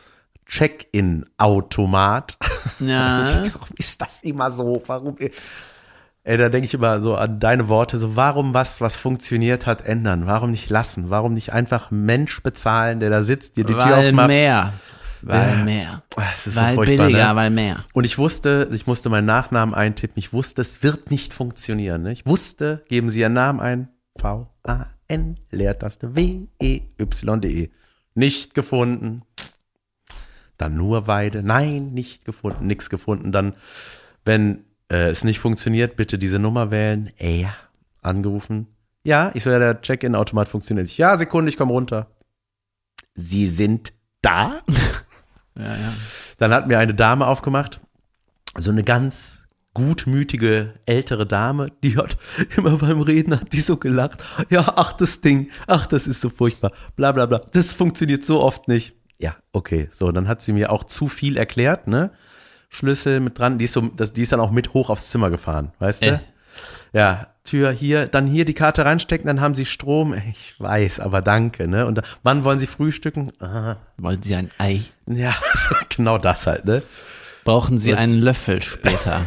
[SPEAKER 2] Check-in-Automat.
[SPEAKER 1] Ja.
[SPEAKER 2] Warum ist das immer so? Warum? Ey, da denke ich immer so an deine Worte, so warum was, was funktioniert hat, ändern? Warum nicht lassen? Warum nicht einfach einen Mensch bezahlen, der da sitzt, dir die Tür
[SPEAKER 1] Weil
[SPEAKER 2] aufmacht?
[SPEAKER 1] mehr. Weil
[SPEAKER 2] Ja.
[SPEAKER 1] mehr.
[SPEAKER 2] Es ist so
[SPEAKER 1] Weil
[SPEAKER 2] furchtbar,
[SPEAKER 1] billiger,
[SPEAKER 2] ne?
[SPEAKER 1] weil mehr.
[SPEAKER 2] Und ich wusste, ich musste meinen Nachnamen eintippen, ich wusste, es wird nicht funktionieren. Ne? Ich wusste, geben Sie Ihren Namen ein, V A N, Leertaste W E Y D E. Nicht gefunden. Dann nur Weide, nein, nicht gefunden, nichts gefunden. Dann, wenn äh, es nicht funktioniert, bitte diese Nummer wählen. Äh, ja, angerufen. Ja, ich soll ja, der Check-in-Automat funktioniert nicht. Ja, Sekunde, ich komme runter. Sie sind da?
[SPEAKER 1] Ja, ja.
[SPEAKER 2] Dann hat mir eine Dame aufgemacht, so eine ganz gutmütige ältere Dame, die hat immer beim Reden hat die so gelacht. Ja, ach das Ding, ach das ist so furchtbar, bla bla bla. Das funktioniert so oft nicht. Ja, okay, so, dann hat sie mir auch zu viel erklärt, ne? Schlüssel mit dran, die ist so, das, die ist dann auch mit hoch aufs Zimmer gefahren, weißt
[SPEAKER 1] Äh.
[SPEAKER 2] du? Ja, Tür hier, dann hier die Karte reinstecken, dann haben sie Strom. Ich weiß, aber danke, ne? Und da, wann wollen sie frühstücken? Ah,
[SPEAKER 1] Wollen Sie ein Ei?
[SPEAKER 2] ja, genau das halt, ne?
[SPEAKER 1] Brauchen Sie
[SPEAKER 2] Was?
[SPEAKER 1] einen Löffel später?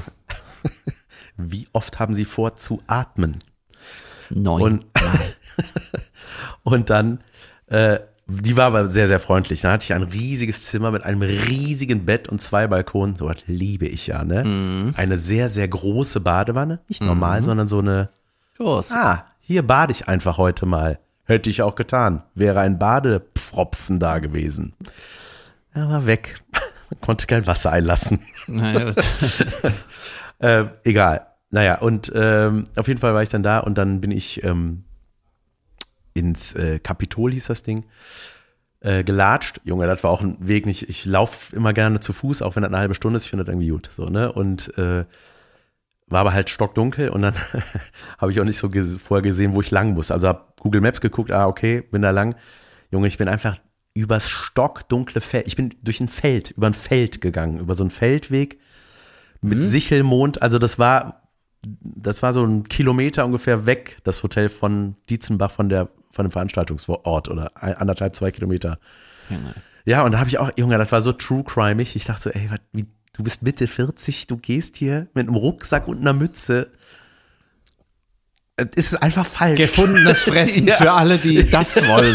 [SPEAKER 2] Wie oft haben sie vor zu atmen?
[SPEAKER 1] Neun.
[SPEAKER 2] Und, und dann, äh, die war aber sehr, sehr freundlich. Dann hatte ich ein riesiges Zimmer mit einem riesigen Bett und zwei Balkonen. So was liebe ich ja, ne?
[SPEAKER 1] Mhm.
[SPEAKER 2] Eine sehr, sehr große Badewanne. Nicht normal, sondern so eine,
[SPEAKER 1] Los.
[SPEAKER 2] ah, hier bade ich einfach heute mal. Hätte ich auch getan. Wäre ein Badepfropfen da gewesen. Er war weg. Konnte kein Wasser einlassen.
[SPEAKER 1] Na gut.
[SPEAKER 2] Äh, egal. Naja, und ähm, auf jeden Fall war ich dann da und dann bin ich ähm, ins äh, Kapitol, hieß das Ding, äh, gelatscht. Junge, das war auch ein Weg nicht. Ich laufe immer gerne zu Fuß, auch wenn das eine halbe Stunde ist. Ich finde das irgendwie gut. So, ne? Und äh, war aber halt stockdunkel und dann habe ich auch nicht so ges- vorher gesehen, wo ich lang muss. Also habe Google Maps geguckt, ah, okay, bin da lang. Junge, ich bin einfach übers stockdunkle Feld. Ich bin durch ein Feld, über ein Feld gegangen, über so einen Feldweg mit
[SPEAKER 1] Mhm.
[SPEAKER 2] Sichelmond. Also das war, das war so ein Kilometer ungefähr weg, das Hotel von Dietzenbach, von der, von dem Veranstaltungsort oder ein, anderthalb, zwei Kilometer.
[SPEAKER 1] Junge.
[SPEAKER 2] Ja, und da habe ich auch, Junge, das war so true crimeig. Ich dachte so, ey, was, wie, du bist Mitte vierzig, du gehst hier mit einem Rucksack und einer Mütze. Es ist einfach falsch.
[SPEAKER 1] Gefundenes Fressen
[SPEAKER 2] Ja.
[SPEAKER 1] für alle, die das wollen.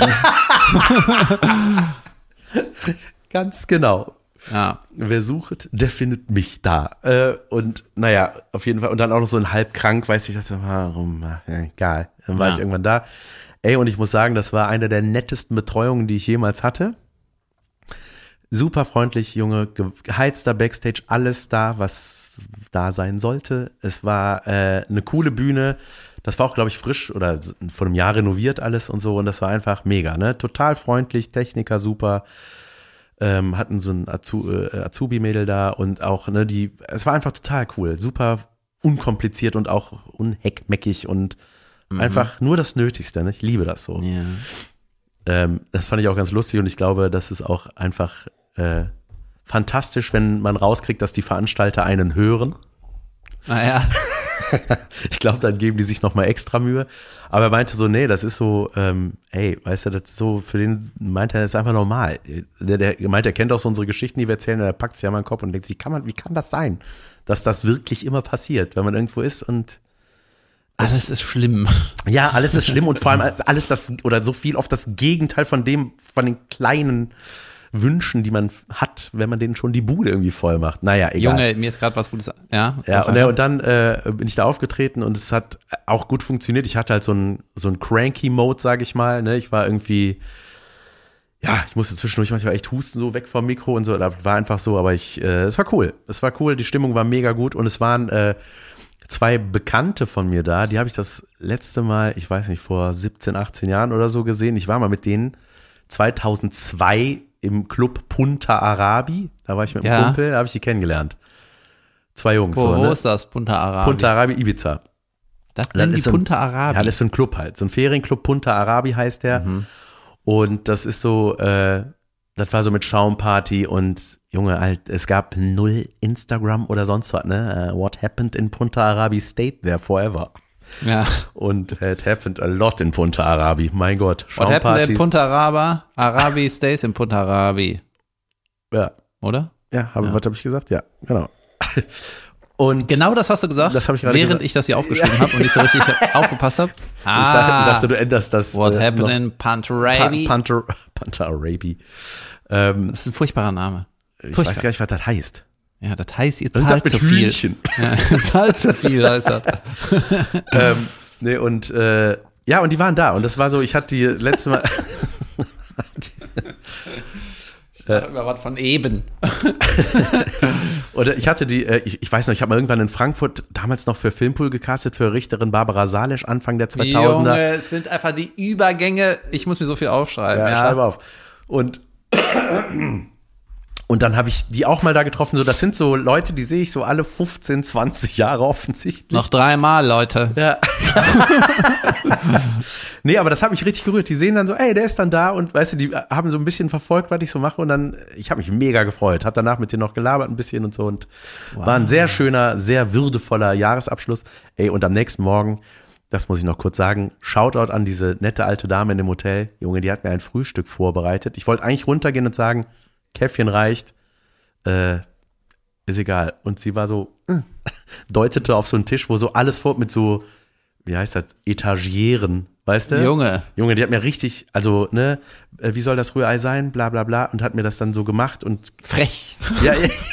[SPEAKER 2] Ganz genau.
[SPEAKER 1] Ja.
[SPEAKER 2] Wer sucht, der findet mich da. Äh, und naja, auf jeden Fall. Und dann auch noch so ein halb krank, weiß ich, dachte, warum? Ja, egal. Dann war
[SPEAKER 1] Ja.
[SPEAKER 2] ich irgendwann da. Ey, und ich muss sagen, das war eine der nettesten Betreuungen, die ich jemals hatte. Super freundlich, Junge, geheizter Backstage, alles da, was da sein sollte. Es war äh, eine coole Bühne. Das war auch, glaube ich, frisch oder vor einem Jahr renoviert alles und so. Und das war einfach mega, ne? Total freundlich, Techniker super. Ähm, hatten so ein Azu, äh, Azubi-Mädel da und auch, ne, die, es war einfach total cool. Super unkompliziert und auch unheckmeckig und
[SPEAKER 1] Mhm.
[SPEAKER 2] einfach nur das Nötigste, ne? Ich liebe das so.
[SPEAKER 1] Ja.
[SPEAKER 2] Ähm, das fand ich auch ganz lustig und ich glaube, das ist auch einfach äh, fantastisch, wenn man rauskriegt, dass die Veranstalter einen hören.
[SPEAKER 1] Naja.
[SPEAKER 2] Ich glaube, dann geben die sich nochmal extra Mühe. Aber er meinte so, nee, das ist so, ähm, ey, weißt du, das ist so, für den meint er, das ist einfach normal. Der, der meint, er kennt auch so unsere Geschichten, die wir erzählen, und er packt sich ja mal in den Kopf und denkt, wie kann man, wie kann das sein, dass das wirklich immer passiert, wenn man irgendwo ist und
[SPEAKER 1] Alles ist schlimm.
[SPEAKER 2] Ja, alles ist schlimm und vor allem alles das, oder so viel oft das Gegenteil von dem, von den kleinen Wünschen, die man hat, wenn man denen schon die Bude irgendwie voll macht. Naja, egal.
[SPEAKER 1] Junge, mir ist gerade was Gutes. Ja,
[SPEAKER 2] ja und, und dann äh, bin ich da aufgetreten und es hat auch gut funktioniert. Ich hatte halt so einen so einen Cranky-Mode, sage ich mal. Ne? Ich war irgendwie, ja, ich musste zwischendurch manchmal echt husten, so weg vom Mikro und so. Das war einfach so, aber ich, äh, es war cool. Es war cool, die Stimmung war mega gut und es waren äh, zwei Bekannte von mir da, die habe ich das letzte Mal, ich weiß nicht, vor siebzehn, achtzehn Jahren oder so gesehen. Ich war mal mit denen zweitausendzwei im Club Punta Arabi, da war ich mit einem
[SPEAKER 1] ja.
[SPEAKER 2] Kumpel, da habe ich die kennengelernt. Zwei Jungs.
[SPEAKER 1] Wo,
[SPEAKER 2] so,
[SPEAKER 1] wo
[SPEAKER 2] ne?
[SPEAKER 1] ist das, Punta Arabi?
[SPEAKER 2] Punta Arabi, Ibiza.
[SPEAKER 1] Das nennen die
[SPEAKER 2] so ein,
[SPEAKER 1] Punta Arabi?
[SPEAKER 2] Ja, das ist so ein Club halt, so ein Ferienclub, Punta Arabi heißt der. Mhm. Und das ist so, äh, das war so mit Schaumparty und Junge, halt, es gab null Instagram oder sonst was, ne? Uh, what happened in Punta Arabi stayed there forever.
[SPEAKER 1] Ja.
[SPEAKER 2] Und it happened a lot in Punta Arabi. Mein Gott.
[SPEAKER 1] What happened in Punta Arabi? Arabi stays in Punta Arabi.
[SPEAKER 2] Ja.
[SPEAKER 1] Oder?
[SPEAKER 2] Ja, hab,
[SPEAKER 1] ja.
[SPEAKER 2] was habe ich gesagt? Ja, genau. Und
[SPEAKER 1] genau das hast du gesagt,
[SPEAKER 2] das hab ich gerade
[SPEAKER 1] während
[SPEAKER 2] gesagt.
[SPEAKER 1] ich das hier aufgeschrieben habe und nicht so richtig aufgepasst habe.
[SPEAKER 2] Ah, ich dachte, ich dachte, du änderst das.
[SPEAKER 1] What
[SPEAKER 2] äh,
[SPEAKER 1] happened in Punta Arabi?
[SPEAKER 2] Pa- Punta, Punta Arabi. Ähm,
[SPEAKER 1] das ist ein furchtbarer Name.
[SPEAKER 2] Ich
[SPEAKER 1] Furchtbar.
[SPEAKER 2] weiß gar nicht, was das heißt.
[SPEAKER 1] Ja, das heißt, ihr
[SPEAKER 2] Und
[SPEAKER 1] zahlt
[SPEAKER 2] das
[SPEAKER 1] zu
[SPEAKER 2] mit
[SPEAKER 1] viel.
[SPEAKER 2] Hühnchen.
[SPEAKER 1] Ja, ihr zahlt zu viel, heißt das.
[SPEAKER 2] ähm, nee, und äh, ja, und die waren da. Und das war so, ich hatte die letzte Mal.
[SPEAKER 1] äh, über was von eben.
[SPEAKER 2] Oder ich hatte die, äh, ich, ich weiß noch, ich habe mal irgendwann in Frankfurt damals noch für Filmpool gecastet, für Richterin Barbara Salisch, Anfang der zweitausender.
[SPEAKER 1] Junge, es sind einfach die Übergänge. Ich muss mir so viel aufschreiben.
[SPEAKER 2] Ja,
[SPEAKER 1] ja.
[SPEAKER 2] schreibe auf. Und Und dann habe ich die auch mal da getroffen. So, das sind so Leute, die sehe ich so alle fünfzehn, zwanzig Jahre offensichtlich.
[SPEAKER 1] Noch dreimal, Leute.
[SPEAKER 2] Ja. Nee, aber das hat mich richtig gerührt. Die sehen dann so, ey, der ist dann da und weißt du, die haben so ein bisschen verfolgt, was ich so mache und dann, ich habe mich mega gefreut. Hab danach mit denen noch gelabert ein bisschen und so und wow. War ein sehr schöner, sehr würdevoller Jahresabschluss. Ey, und am nächsten Morgen, das muss ich noch kurz sagen, Shoutout an diese nette alte Dame in dem Hotel. Junge, die hat mir ein Frühstück vorbereitet. Ich wollte eigentlich runtergehen und sagen, Käffchen reicht, äh, ist egal. Und sie war so, äh, deutete auf so einen Tisch, wo so alles vor mit so, wie heißt das, Etagieren, weißt du?
[SPEAKER 1] Junge.
[SPEAKER 2] Junge, die hat mir richtig, also, ne, äh, wie soll das Rührei sein, bla bla bla, und hat mir das dann so gemacht und
[SPEAKER 1] frech.
[SPEAKER 2] Ja,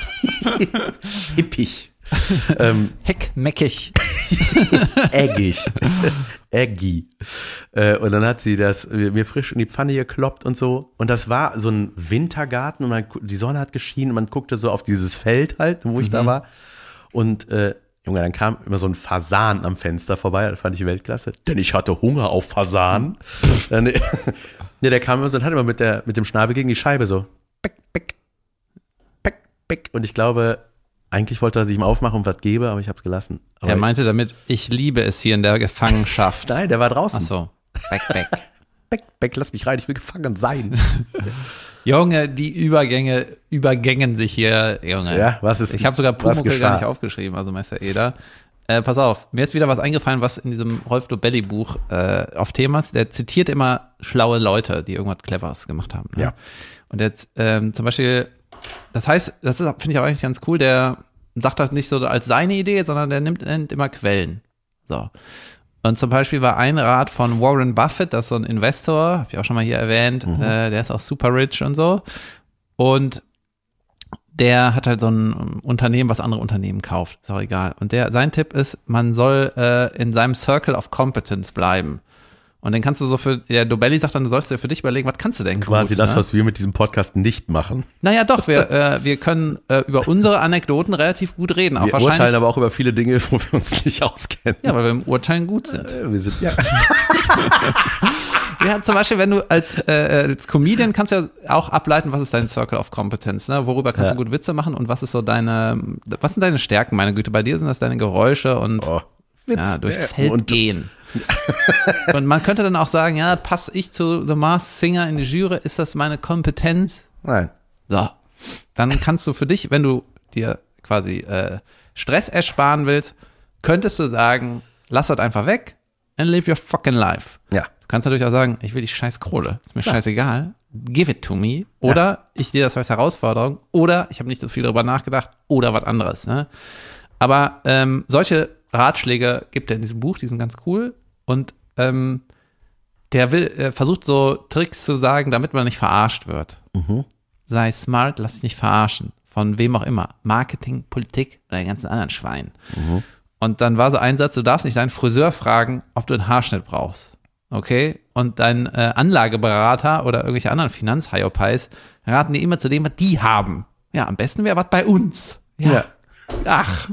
[SPEAKER 2] hippig. ähm,
[SPEAKER 1] Heckmeckig.
[SPEAKER 2] Eggig. Eggy. Äh, und dann hat sie das mir frisch in die Pfanne gekloppt und so. Und das war so ein Wintergarten und man, die Sonne hat geschienen und man guckte so auf dieses Feld halt, wo ich mhm. da war. Und äh, Junge, dann kam immer so ein Fasan am Fenster vorbei. Das fand ich Weltklasse. Denn ich hatte Hunger auf Fasan. Dann, ne, der kam immer so und hat immer mit, der, mit dem Schnabel gegen die Scheibe so. Beck, beck, beck, beck. Und ich glaube, eigentlich wollte er, dass ich ihm aufmache und was gebe, aber ich habe es gelassen. Aber
[SPEAKER 1] er meinte damit, ich liebe es hier in der Gefangenschaft.
[SPEAKER 2] Nein, der war draußen.
[SPEAKER 1] Ach so. Beck, beck.
[SPEAKER 2] Beck, beck, lass mich rein, ich will gefangen sein.
[SPEAKER 1] Junge, die Übergänge übergängen sich hier, Junge.
[SPEAKER 2] Ja, was ist
[SPEAKER 1] Ich habe sogar Pumuckl gar nicht aufgeschrieben, also Meister Eder. Äh, pass auf, mir ist wieder was eingefallen, was in diesem Rolf Dobelli Buch äh, auf Themas, der zitiert immer schlaue Leute, die irgendwas Cleveres gemacht haben. Ne?
[SPEAKER 2] Ja.
[SPEAKER 1] Und jetzt ähm, zum Beispiel, das heißt, das ist, finde ich auch eigentlich ganz cool, der sagt das nicht so als seine Idee, sondern der nimmt, nennt immer Quellen. So. Und zum Beispiel war ein Rat von Warren Buffett, das ist so ein Investor, habe ich auch schon mal hier erwähnt, mhm. äh, der ist auch super rich und so. Und der hat halt so ein Unternehmen, was andere Unternehmen kauft, ist auch egal. Und der, sein Tipp ist, man soll äh, in seinem Circle of Competence bleiben. Und dann kannst du so für, der Dobelli sagt dann, du sollst dir für dich überlegen, was kannst du denn
[SPEAKER 2] Quasi
[SPEAKER 1] gut,
[SPEAKER 2] das,
[SPEAKER 1] ne?
[SPEAKER 2] was wir mit diesem Podcast nicht machen.
[SPEAKER 1] Naja, doch, wir, äh, wir können äh, über unsere Anekdoten relativ gut reden. Auch
[SPEAKER 2] wir
[SPEAKER 1] wahrscheinlich,
[SPEAKER 2] urteilen aber auch über viele Dinge, wo wir uns nicht auskennen.
[SPEAKER 1] Ja, weil wir im Urteilen gut sind.
[SPEAKER 2] Äh, wir sind, ja.
[SPEAKER 1] Ja, zum Beispiel, wenn du als, äh, als Comedian kannst du ja auch ableiten, was ist dein Circle of Competence, ne? Worüber kannst
[SPEAKER 2] ja.
[SPEAKER 1] du gut Witze machen und was ist so deine, was sind deine Stärken, meine Güte? Bei dir sind das deine Geräusche und
[SPEAKER 2] oh, Witz,
[SPEAKER 1] ja, durchs
[SPEAKER 2] äh,
[SPEAKER 1] Feld
[SPEAKER 2] und,
[SPEAKER 1] gehen. Und man könnte dann auch sagen, ja, passe ich zu The Masked Singer in die Jury? Ist das meine Kompetenz?
[SPEAKER 2] Nein.
[SPEAKER 1] So. Dann kannst du für dich, wenn du dir quasi äh, Stress ersparen willst, könntest du sagen, lass das einfach weg and live your fucking life.
[SPEAKER 2] Ja.
[SPEAKER 1] Du kannst natürlich auch sagen, ich will die scheiß Kohle. Ist mir Klar. scheißegal. Give it to me. Oder ja. ich sehe das als Herausforderung. Oder ich habe nicht so viel darüber nachgedacht. Oder was anderes. Ne? Aber ähm, solche Ratschläge gibt er in diesem Buch, die sind ganz cool. Und ähm, der will, äh, versucht so Tricks zu sagen, damit man nicht verarscht wird.
[SPEAKER 2] Mhm.
[SPEAKER 1] Sei smart, lass dich nicht verarschen. Von wem auch immer. Marketing, Politik oder den ganzen anderen Schweinen.
[SPEAKER 2] Mhm.
[SPEAKER 1] Und dann war so ein Satz, du darfst nicht deinen Friseur fragen, ob du einen Haarschnitt brauchst. Okay? Und dein äh, Anlageberater oder irgendwelche anderen Finanzhyopies raten dir immer zu dem, was die haben. Ja, am besten wäre was bei uns. Ja.
[SPEAKER 2] Ja.
[SPEAKER 1] Ach.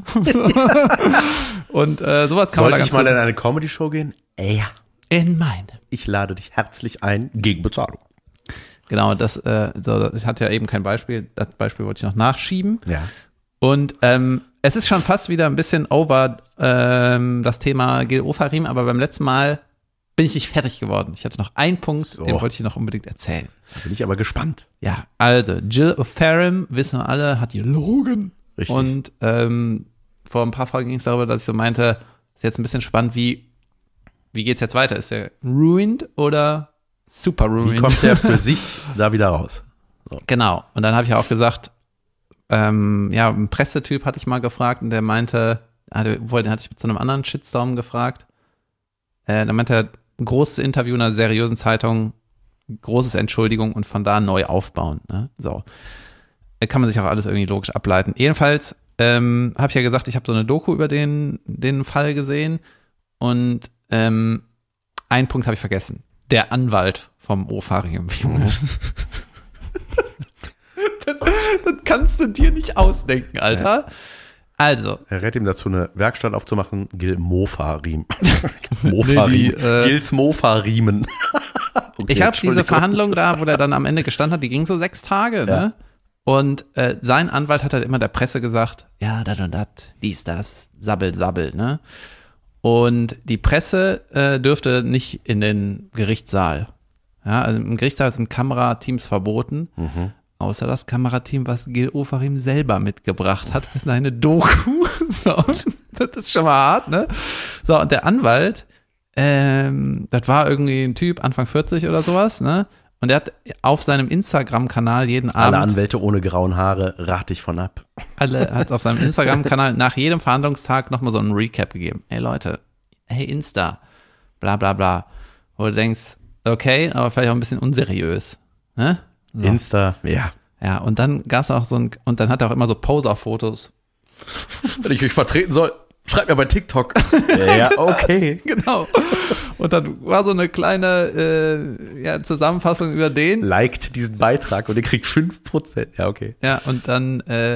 [SPEAKER 1] Und äh, sowas kann man da
[SPEAKER 2] Sollte
[SPEAKER 1] ganz
[SPEAKER 2] ich mal
[SPEAKER 1] gut-
[SPEAKER 2] in eine Comedy-Show gehen? Ja.
[SPEAKER 1] in meine.
[SPEAKER 2] Ich lade dich herzlich ein, gegen Bezahlung.
[SPEAKER 1] Genau, das, äh, so, das hat ja eben kein Beispiel. Das Beispiel wollte ich noch nachschieben.
[SPEAKER 2] Ja.
[SPEAKER 1] Und ähm, es ist schon fast wieder ein bisschen over ähm, das Thema Gil Ofarim, aber beim letzten Mal bin ich nicht fertig geworden. Ich hatte noch einen Punkt,
[SPEAKER 2] So.
[SPEAKER 1] den wollte ich noch unbedingt erzählen.
[SPEAKER 2] Da bin ich aber gespannt.
[SPEAKER 1] Ja, also Jill O'Farrill, wissen wir alle, hat gelogen.
[SPEAKER 2] Richtig.
[SPEAKER 1] Und ähm, vor ein paar Folgen ging es darüber, dass ich so meinte, ist jetzt ein bisschen spannend, wie, wie geht's jetzt weiter? Ist der ruined oder super ruined?
[SPEAKER 2] Wie kommt der für sich da wieder raus?
[SPEAKER 1] Genau. Und dann habe ich auch gesagt, ähm, ja, ein Pressetyp hatte ich mal gefragt und der meinte, hatte, wohl, den hatte ich mit so einem anderen Shitstorm gefragt. Äh, da meinte er, ein großes Interview in einer seriösen Zeitung, großes Entschuldigung und von da neu aufbauen. Ne? So. Da kann man sich auch alles irgendwie logisch ableiten. Jedenfalls ähm, habe ich ja gesagt, ich habe so eine Doku über den, den Fall gesehen und ähm, einen Punkt habe ich vergessen. Der Anwalt vom Ofarim. Das, das kannst du dir nicht ausdenken, Alter. Also.
[SPEAKER 2] Er rät ihm dazu, eine Werkstatt aufzumachen, Gil Mofa-Riemen.
[SPEAKER 1] Nee,
[SPEAKER 2] Mofa-Riemen.
[SPEAKER 1] die, äh,
[SPEAKER 2] Gils Mofa-Riemen. Okay,
[SPEAKER 1] Ich habe diese
[SPEAKER 2] Entschuldigung.
[SPEAKER 1] Verhandlung da, wo der dann am Ende gestanden hat, die ging so sechs Tage, ne?
[SPEAKER 2] Ja.
[SPEAKER 1] Und äh, sein Anwalt hat halt immer der Presse gesagt, ja, dat und dat, dies, das, sabbel, sabbel, ne? Und die Presse äh, dürfte nicht in den Gerichtssaal. Ja, also im Gerichtssaal sind Kamerateams verboten.
[SPEAKER 2] Mhm.
[SPEAKER 1] Außer das Kamerateam, was Gil Ofarim selber mitgebracht hat, für seine Doku. So, das ist schon mal hart, ne? So, und der Anwalt, ähm, das war irgendwie ein Typ, Anfang vierzig oder sowas, ne? Und der hat auf seinem Instagram-Kanal jeden
[SPEAKER 2] Alle
[SPEAKER 1] Abend,
[SPEAKER 2] Anwälte ohne grauen Haare, rate ich von ab.
[SPEAKER 1] alle, hat auf seinem Instagram-Kanal nach jedem Verhandlungstag nochmal so einen Recap gegeben. Hey Leute, hey Insta, bla bla bla. Wo du denkst, okay, aber vielleicht auch ein bisschen unseriös, ne? So.
[SPEAKER 2] Insta, ja.
[SPEAKER 1] Ja, und dann gab's auch so ein, und dann hat er auch immer so Poser-Fotos.
[SPEAKER 2] Wenn ich euch vertreten soll, schreibt mir bei TikTok. Ja, okay.
[SPEAKER 1] Genau. Und dann war so eine kleine äh, ja, Zusammenfassung über den.
[SPEAKER 2] Liked diesen Beitrag und ihr kriegt fünf Prozent. Ja, okay.
[SPEAKER 1] Ja, und dann äh,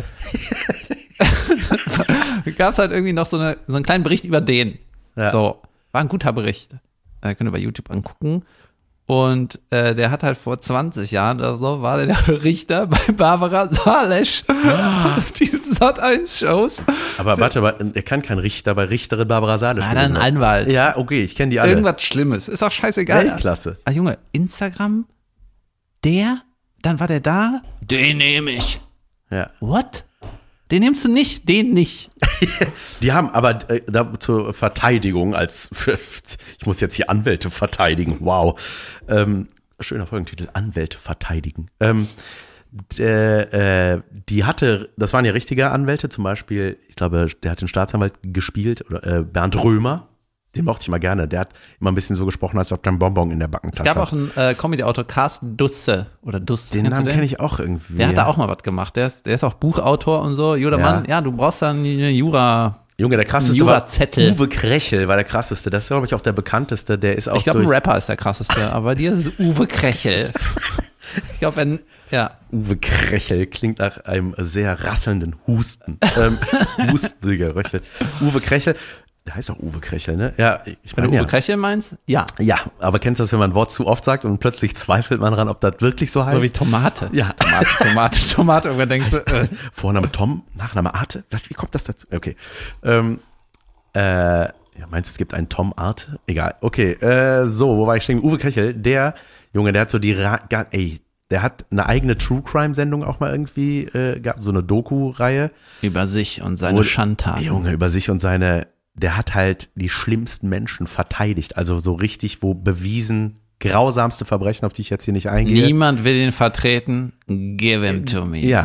[SPEAKER 1] gab's halt irgendwie noch so, eine, so einen kleinen Bericht über den.
[SPEAKER 2] Ja.
[SPEAKER 1] So, war ein guter Bericht. Äh, könnt ihr bei YouTube angucken. Und äh, der hat halt vor zwanzig Jahren oder so, war der, der Richter bei Barbara Salesch auf diesen Sat eins Shows.
[SPEAKER 2] Aber warte mal, er kann kein Richter bei Richterin Barbara Salisch
[SPEAKER 1] War dann ein Anwalt.
[SPEAKER 2] Ja, okay, ich kenne die alle.
[SPEAKER 1] Irgendwas Schlimmes. Ist auch scheißegal.
[SPEAKER 2] Weltklasse.
[SPEAKER 1] Ah, Junge, Instagram, der, dann war der da, den nehme ich.
[SPEAKER 2] Ja.
[SPEAKER 1] What? Den nimmst du nicht, den nicht.
[SPEAKER 2] Die haben aber äh, da zur Verteidigung als, ich muss jetzt hier Anwälte verteidigen, wow. Ähm, schöner Folgentitel, Anwälte verteidigen. Ähm, äh, äh, die hatte, das waren ja richtige Anwälte, zum Beispiel, ich glaube, der hat den Staatsanwalt gespielt, oder äh, Bernd Römer, den mochte ich mal gerne, der hat immer ein bisschen so gesprochen, als ob da ein Bonbon in der Backentasche.
[SPEAKER 1] Es gab auch einen äh, Comedy-Autor, Carsten Dusse, oder Duss.
[SPEAKER 2] Den
[SPEAKER 1] kennst du
[SPEAKER 2] Namen kenne ich auch irgendwie.
[SPEAKER 1] Der hat da auch mal was gemacht. Der ist, der ist auch Buchautor und so. Juder
[SPEAKER 2] Ja.
[SPEAKER 1] Mann, ja, du brauchst dann eine Jura.
[SPEAKER 2] Junge, der krasseste
[SPEAKER 1] Jura-Zettel.
[SPEAKER 2] war Uwe Krechel, war der krasseste. Das ist, glaube ich, auch der bekannteste. Der ist auch
[SPEAKER 1] Ich glaube, ein
[SPEAKER 2] durch
[SPEAKER 1] Rapper ist der krasseste, aber bei dir ist es Uwe Krechel. Ich glaube, wenn, ja.
[SPEAKER 2] Uwe Krechel klingt nach einem sehr rasselnden Husten. ähm, Hustiger Röchel. Uwe Krechel, der heißt doch Uwe Krechel, ne? Ja, ich
[SPEAKER 1] Wenn
[SPEAKER 2] meine
[SPEAKER 1] du Uwe
[SPEAKER 2] ja.
[SPEAKER 1] Krechel meinst? Ja.
[SPEAKER 2] Ja, aber kennst du das, wenn man ein Wort zu oft sagt und plötzlich zweifelt man dran, ob das wirklich so heißt?
[SPEAKER 1] So wie Tomate.
[SPEAKER 2] Ja.
[SPEAKER 1] Tomate, Tomate, Tomate. Irgendwann denkst du, äh,
[SPEAKER 2] Vorname Tom, Nachname Arte? Was, wie kommt das dazu? Okay. Ähm, äh, ja, meinst du, es gibt einen Tom Arte? Egal. Okay, äh, so, wo war ich stehen? Uwe Krechel, der, Junge, der hat so die, Ra ga- ey, der hat eine eigene True Crime Sendung auch mal irgendwie, äh, gab so eine Doku-Reihe.
[SPEAKER 1] über sich und seine
[SPEAKER 2] Wo-
[SPEAKER 1] Schandtaten.
[SPEAKER 2] Junge, über sich und seine, der hat halt die schlimmsten Menschen verteidigt. Also so richtig, wo bewiesen, grausamste Verbrechen, auf die ich jetzt hier nicht eingehe.
[SPEAKER 1] Niemand will ihn vertreten. Give him to me.
[SPEAKER 2] Ja,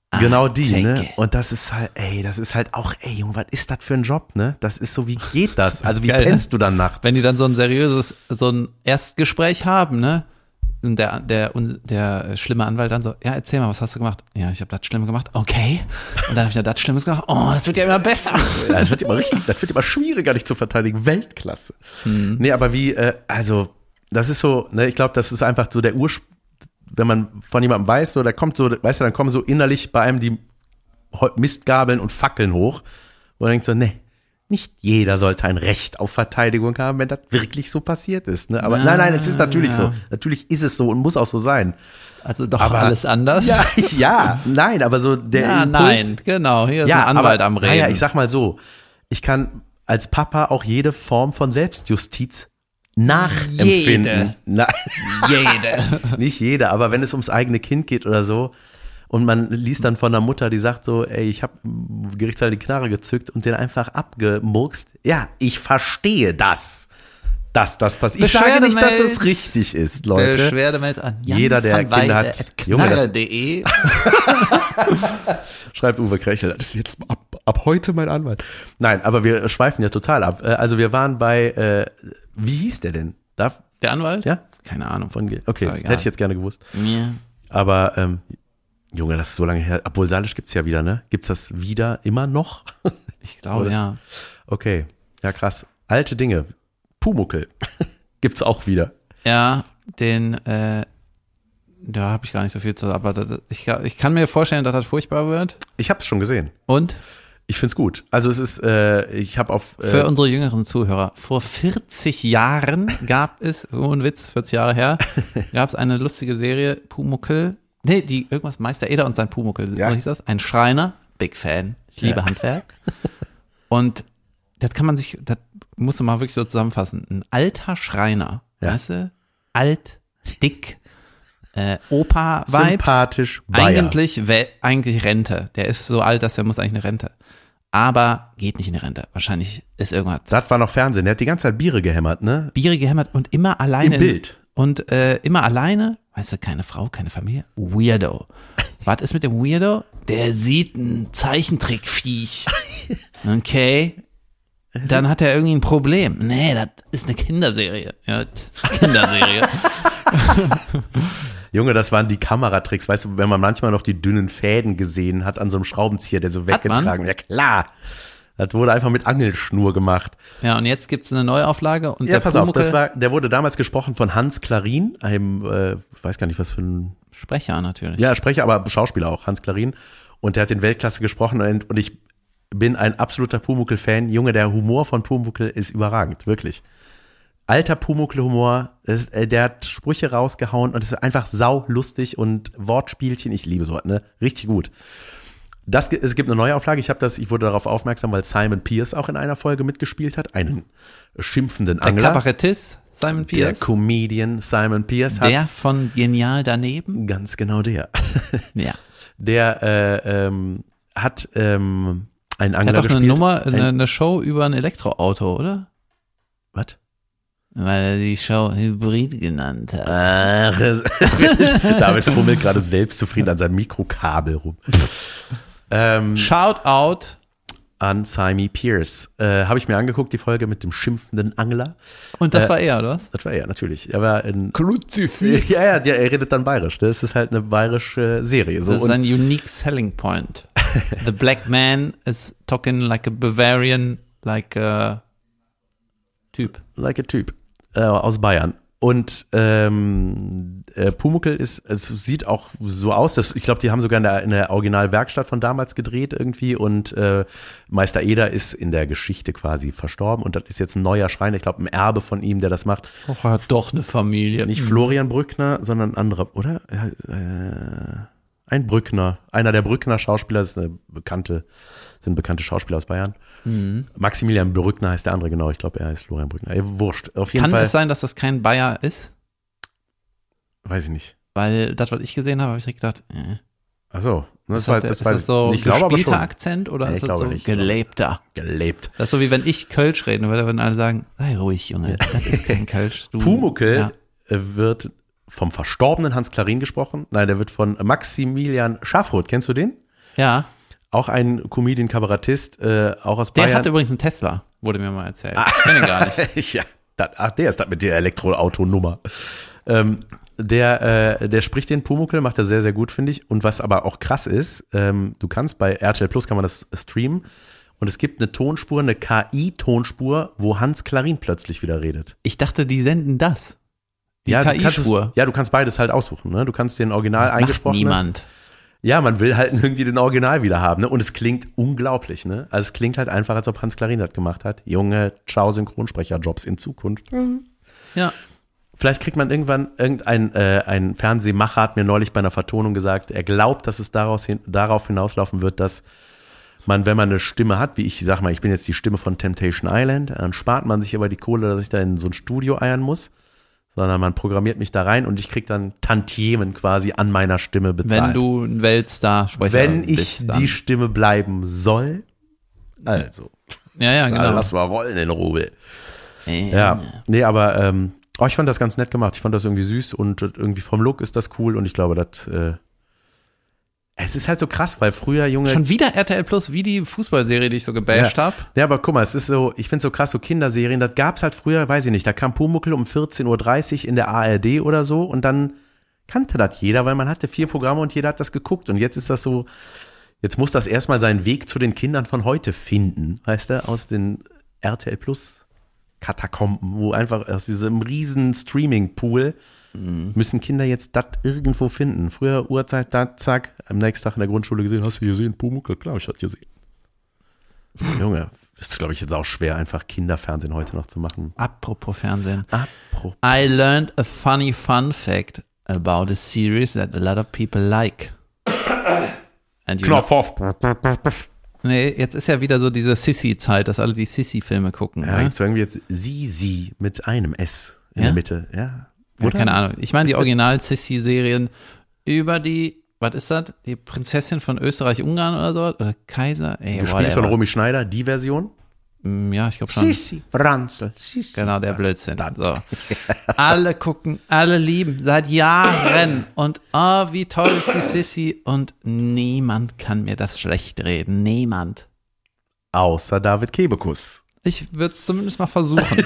[SPEAKER 2] Genau die,
[SPEAKER 1] take
[SPEAKER 2] ne?
[SPEAKER 1] it.
[SPEAKER 2] Und das ist halt, ey, das ist halt auch, ey, Junge, was ist das für ein Job, ne? Das ist so, wie geht das? Also wie
[SPEAKER 1] Geil,
[SPEAKER 2] pennst du dann nachts?
[SPEAKER 1] Wenn die dann so ein seriöses, so ein Erstgespräch haben, ne? Und der, der, der schlimme Anwalt dann so, ja, erzähl mal, was hast du gemacht? Ja, ich habe das Schlimme gemacht. Okay. Und dann habe ich noch das Schlimmes gemacht. Oh, das wird ja immer besser.
[SPEAKER 2] Ja, das wird immer richtig, das wird immer schwieriger, dich zu verteidigen. Weltklasse. Hm. Nee, aber wie, äh, also, das ist so, ne, ich glaube, das ist einfach so der Ursprung, wenn man von jemandem weiß, so, da kommt so, weißt du, dann kommen so innerlich bei einem die Mistgabeln und Fackeln hoch. Und man denkt so, nee, nicht jeder sollte ein Recht auf Verteidigung haben, wenn das wirklich so passiert ist. Ne? Aber
[SPEAKER 1] Na,
[SPEAKER 2] nein, nein, es ist natürlich
[SPEAKER 1] ja.
[SPEAKER 2] so. Natürlich ist es so und muss auch so sein.
[SPEAKER 1] Also doch
[SPEAKER 2] Aber-
[SPEAKER 1] alles anders.
[SPEAKER 2] Ja, ja, nein, aber so der
[SPEAKER 1] Ja,
[SPEAKER 2] Impuls,
[SPEAKER 1] nein, genau. Hier ist
[SPEAKER 2] ja,
[SPEAKER 1] ein Anwalt
[SPEAKER 2] aber,
[SPEAKER 1] am Reden.
[SPEAKER 2] Naja, ich sag mal so, ich kann als Papa auch jede Form von Selbstjustiz nachempfinden.
[SPEAKER 1] Jede.
[SPEAKER 2] Na,
[SPEAKER 1] Jede.
[SPEAKER 2] nicht jede, aber wenn es ums eigene Kind geht oder so und man liest dann von einer Mutter, die sagt so, ey, ich habe Gerichtssaal die Knarre gezückt und den einfach abgemurkst. Ja, ich verstehe das, dass das passiert. Ich sage nicht, dass es richtig ist, Leute.
[SPEAKER 1] Beschwerdemail an Jan
[SPEAKER 2] Jeder, der
[SPEAKER 1] van
[SPEAKER 2] Kinder
[SPEAKER 1] Weide
[SPEAKER 2] hat,
[SPEAKER 1] at
[SPEAKER 2] Junge, das-
[SPEAKER 1] knarre punkt de.
[SPEAKER 2] Schreibt Uwe Krechel, das ist jetzt ab, ab heute mein Anwalt. Nein, aber wir schweifen ja total ab. Äh, Also wir waren bei, äh, wie hieß der denn? Darf,
[SPEAKER 1] Der Anwalt?
[SPEAKER 2] ja?
[SPEAKER 1] Keine Ahnung.
[SPEAKER 2] Von, Ge- okay,
[SPEAKER 1] Ist doch
[SPEAKER 2] das
[SPEAKER 1] egal.
[SPEAKER 2] hätte ich jetzt gerne gewusst.
[SPEAKER 1] Ja.
[SPEAKER 2] Aber, ähm, Junge, das ist so lange her. Obwohl, Salisch gibt's ja wieder, ne? Gibt's das wieder immer noch?
[SPEAKER 1] Ich glaube,
[SPEAKER 2] Oder?
[SPEAKER 1] ja.
[SPEAKER 2] Okay, ja krass. Alte Dinge. Pumuckel gibt's auch wieder.
[SPEAKER 1] Ja, den, äh, da habe ich gar nicht so viel zu, aber das, ich, ich kann mir vorstellen, dass das furchtbar wird.
[SPEAKER 2] Ich habe es schon gesehen.
[SPEAKER 1] Und
[SPEAKER 2] Ich find's gut. Also es ist, äh, ich habe auf äh,
[SPEAKER 1] für unsere jüngeren Zuhörer, vor vierzig Jahren gab es, oh ein Witz, vierzig Jahre her, gab es eine lustige Serie, Pumuckel, nee, die, irgendwas, Meister Eder und sein Pumuckel,
[SPEAKER 2] Ja.
[SPEAKER 1] so hieß das, ein Schreiner, Big Fan, ich liebe
[SPEAKER 2] Ja.
[SPEAKER 1] Handwerk. Und das kann man sich, das musst du mal wirklich so zusammenfassen, ein alter Schreiner,
[SPEAKER 2] Ja.
[SPEAKER 1] weißt du, alt, dick, äh, Opa-Vibes,
[SPEAKER 2] sympathisch Bayer.
[SPEAKER 1] eigentlich, we- eigentlich Rente, der ist so alt, dass er muss eigentlich eine Rente. Aber geht nicht in die Rente. Wahrscheinlich ist irgendwas.
[SPEAKER 2] Das war noch Fernsehen. Der hat die ganze Zeit Biere gehämmert, ne?
[SPEAKER 1] Biere gehämmert und immer alleine.
[SPEAKER 2] Im Bild.
[SPEAKER 1] Und äh, immer alleine, weißt du, keine Frau, keine Familie. Weirdo. Was ist mit dem Weirdo? Der sieht ein Zeichentrickviech. Okay. Dann hat er irgendwie ein Problem. Nee, das ist eine Kinderserie. Ja, Kinderserie.
[SPEAKER 2] Junge, das waren die Kameratricks. Weißt du, wenn man manchmal noch die dünnen Fäden gesehen hat an so einem Schraubenzieher, der so
[SPEAKER 1] Hat man?
[SPEAKER 2] weggetragen wird. Ja, klar. Das wurde einfach mit Angelschnur gemacht.
[SPEAKER 1] Ja, und jetzt gibt's eine Neuauflage. Und
[SPEAKER 2] Ja,
[SPEAKER 1] der
[SPEAKER 2] pass auf, das
[SPEAKER 1] Pumuckl-
[SPEAKER 2] war, der wurde damals gesprochen von Hans Klarin, einem, äh, ich weiß gar nicht, was für ein,
[SPEAKER 1] Sprecher natürlich.
[SPEAKER 2] ja, Sprecher, aber Schauspieler auch, Hans Klarin. Und der hat in Weltklasse gesprochen und, und ich bin ein absoluter Pumuckl-Fan. Junge, der Humor von Pumuckl ist überragend, wirklich. Alter Pumuckl-Humor, das ist, äh, der hat Sprüche rausgehauen und es ist einfach saulustig und Wortspielchen, ich liebe sowas, ne? Richtig gut. Das, es gibt eine neue Auflage, ich habe das, ich wurde darauf aufmerksam, weil Simon Pierce auch in einer Folge mitgespielt hat, einen schimpfenden
[SPEAKER 1] Der
[SPEAKER 2] Angler.
[SPEAKER 1] Kabarettist Simon
[SPEAKER 2] Der
[SPEAKER 1] Pierce.
[SPEAKER 2] Comedian Simon Pierce hat,
[SPEAKER 1] Der von Genial daneben.
[SPEAKER 2] ganz genau der,
[SPEAKER 1] Ja.
[SPEAKER 2] der äh, ähm, hat ähm, einen
[SPEAKER 1] Der
[SPEAKER 2] Angler
[SPEAKER 1] hat doch eine
[SPEAKER 2] gespielt.
[SPEAKER 1] Nummer, eine,
[SPEAKER 2] Ein,
[SPEAKER 1] eine Show über ein Elektroauto, oder?
[SPEAKER 2] was?
[SPEAKER 1] Weil er die Show Hybrid genannt hat.
[SPEAKER 2] Ach, es- David fummelt gerade selbstzufrieden an seinem Mikrokabel rum. ähm,
[SPEAKER 1] Shout out.
[SPEAKER 2] an Simon Pierce. Äh, Habe ich mir angeguckt, die Folge mit dem schimpfenden Angler.
[SPEAKER 1] Und das
[SPEAKER 2] Äh,
[SPEAKER 1] war er, oder was?
[SPEAKER 2] Das war er, natürlich. Er war in.
[SPEAKER 1] Kruzifix.
[SPEAKER 2] Ja, ja, ja, er redet dann bayerisch. Das ist halt eine bayerische Serie. So.
[SPEAKER 1] Das ist
[SPEAKER 2] Und
[SPEAKER 1] ein unique selling point. The black man is talking like a Bavarian, like a Typ.
[SPEAKER 2] like a Typ äh, aus Bayern. Und ähm, äh, Pumuckl ist, es sieht auch so aus, dass, ich glaube, die haben sogar in der, in der Originalwerkstatt von damals gedreht irgendwie und äh, Meister Eder ist in der Geschichte quasi verstorben und das ist jetzt ein neuer Schreiner, ich glaube, ein Erbe von ihm, der das macht.
[SPEAKER 1] Och, er hat doch eine Familie.
[SPEAKER 2] Nicht Florian Brückner, sondern ein anderer, oder? Ja, äh, ein Brückner, einer der Brückner Schauspieler, das ist eine bekannte, sind bekannte Schauspieler aus Bayern.
[SPEAKER 1] Mhm.
[SPEAKER 2] Maximilian Brückner heißt der andere, genau, ich glaube, er heißt Florian Brückner. Ey, wurscht, auf jeden
[SPEAKER 1] Kann
[SPEAKER 2] Fall.
[SPEAKER 1] es sein, dass das kein Bayer ist?
[SPEAKER 2] Weiß ich nicht.
[SPEAKER 1] Weil das, was ich gesehen habe, habe ich direkt gedacht, äh.
[SPEAKER 2] Ach so, das
[SPEAKER 1] Ist
[SPEAKER 2] war,
[SPEAKER 1] das,
[SPEAKER 2] das
[SPEAKER 1] ist
[SPEAKER 2] weiß
[SPEAKER 1] das so
[SPEAKER 2] ich. Ich glaube aber
[SPEAKER 1] gespielter
[SPEAKER 2] schon.
[SPEAKER 1] Akzent oder
[SPEAKER 2] Nee,
[SPEAKER 1] ist
[SPEAKER 2] ich
[SPEAKER 1] das
[SPEAKER 2] glaube
[SPEAKER 1] so
[SPEAKER 2] nicht.
[SPEAKER 1] gelebter?
[SPEAKER 2] Gelebt.
[SPEAKER 1] Das ist so wie wenn ich Kölsch reden würde, wenn alle sagen, sei ruhig, Junge, das ist kein Kölsch. Du,
[SPEAKER 2] Pumuckl
[SPEAKER 1] ja.
[SPEAKER 2] äh, wird vom verstorbenen Hans Klarin gesprochen. Nein, der wird von Maximilian Schafroth. Kennst du den?
[SPEAKER 1] Ja.
[SPEAKER 2] Auch ein Comedian, Kabarettist, äh, auch aus
[SPEAKER 1] Der
[SPEAKER 2] Bayern.
[SPEAKER 1] hat übrigens einen Tesla, wurde mir mal erzählt. Ich kenne ihn gar nicht.
[SPEAKER 2] ja, dat, ach, der ist das mit der Elektroautonummer. Ähm, der, äh, der spricht den Pumuckl, macht er sehr, sehr gut, finde ich. Und was aber auch krass ist, ähm, du kannst bei R T L Plus kann man das streamen und es gibt eine Tonspur, eine K I-Tonspur, wo Hans Klarin plötzlich wieder redet.
[SPEAKER 1] Ich dachte, die senden das. Die
[SPEAKER 2] ja, du kannst
[SPEAKER 1] K I-Spur.
[SPEAKER 2] es, ja, du kannst beides halt aussuchen. Ne? Du kannst den Original eingesprochen.
[SPEAKER 1] Niemand.
[SPEAKER 2] Ja, man will halt irgendwie den Original wieder haben, ne? Und es klingt unglaublich, ne? Also es klingt halt einfach, als ob Hans Klarin das gemacht hat. Junge, ciao Synchronsprecherjobs in Zukunft.
[SPEAKER 1] Mhm. Ja.
[SPEAKER 2] Vielleicht kriegt man irgendwann, irgendein äh, ein Fernsehmacher hat mir neulich bei einer Vertonung gesagt, er glaubt, dass es daraus hin, darauf hinauslaufen wird, dass man, wenn man eine Stimme hat, wie ich sag mal, ich bin jetzt die Stimme von Temptation Island, dann spart man sich aber die Kohle, dass ich da in so ein Studio eiern muss, sondern man programmiert mich da rein und ich krieg dann Tantiemen quasi an meiner Stimme bezahlt.
[SPEAKER 1] Wenn du ein Weltstar-Sprecher
[SPEAKER 2] Wenn ich
[SPEAKER 1] bist, dann.
[SPEAKER 2] die Stimme bleiben soll, also.
[SPEAKER 1] Ja, ja, genau.
[SPEAKER 2] Na, lass mal rollen in Rubel.
[SPEAKER 1] Äh,
[SPEAKER 2] Ja, nee, aber ähm, oh, ich fand das ganz nett gemacht. Ich fand das irgendwie süß und irgendwie vom Look ist das cool und ich glaube, das äh, es ist halt so krass, weil früher Junge.
[SPEAKER 1] Schon wieder R T L Plus, wie die Fußballserie, die ich so gebasht
[SPEAKER 2] ja.
[SPEAKER 1] habe.
[SPEAKER 2] Ja, aber guck mal, es ist so, ich finde so krass, so Kinderserien, das gab's halt früher, weiß ich nicht, da kam Pumuckl um vierzehn Uhr dreißig in der A R D oder so und dann kannte das jeder, weil man hatte vier Programme und jeder hat das geguckt und jetzt ist das so, jetzt muss das erstmal seinen Weg zu den Kindern von heute finden, weißt du, aus den R T L Plus Katakomben, wo einfach aus diesem riesen Streaming-Pool mhm. müssen Kinder jetzt das irgendwo finden. Früher Uhrzeit, da, zack, am nächsten Tag in der Grundschule gesehen, hast du gesehen, Pumuckl? Klar, ich hatte gesehen. Junge, ist glaube ich jetzt auch schwer, einfach Kinderfernsehen heute noch zu machen.
[SPEAKER 1] Apropos Fernsehen.
[SPEAKER 2] Apropos.
[SPEAKER 1] I learned a funny fun fact about a series that a lot of people like. And you
[SPEAKER 2] Knopf auf.
[SPEAKER 1] Nee, jetzt ist ja wieder so diese Sissy-Zeit, dass alle die Sissy-Filme gucken.
[SPEAKER 2] Ja,
[SPEAKER 1] ne?
[SPEAKER 2] gibt's irgendwie jetzt Sisi mit einem S in
[SPEAKER 1] Ja?
[SPEAKER 2] der Mitte. Ja.
[SPEAKER 1] Ja, keine Ahnung. Ich meine die Original-Sissy-Serien über die, was ist das? Die Prinzessin von Österreich-Ungarn oder so? Oder Kaiser? Ey,
[SPEAKER 2] Gespielt
[SPEAKER 1] whatever.
[SPEAKER 2] von Romy Schneider, die Version.
[SPEAKER 1] Mm, Ja, ich glaube schon.
[SPEAKER 2] Sissi, Franzl, Sissi.
[SPEAKER 1] Genau, der Blödsinn. So. Alle gucken, alle lieben, seit Jahren. Und oh, wie toll ist die Sissy. Und niemand kann mir das schlecht reden. Niemand.
[SPEAKER 2] Außer David Kebekus.
[SPEAKER 1] Ich würde es zumindest mal versuchen.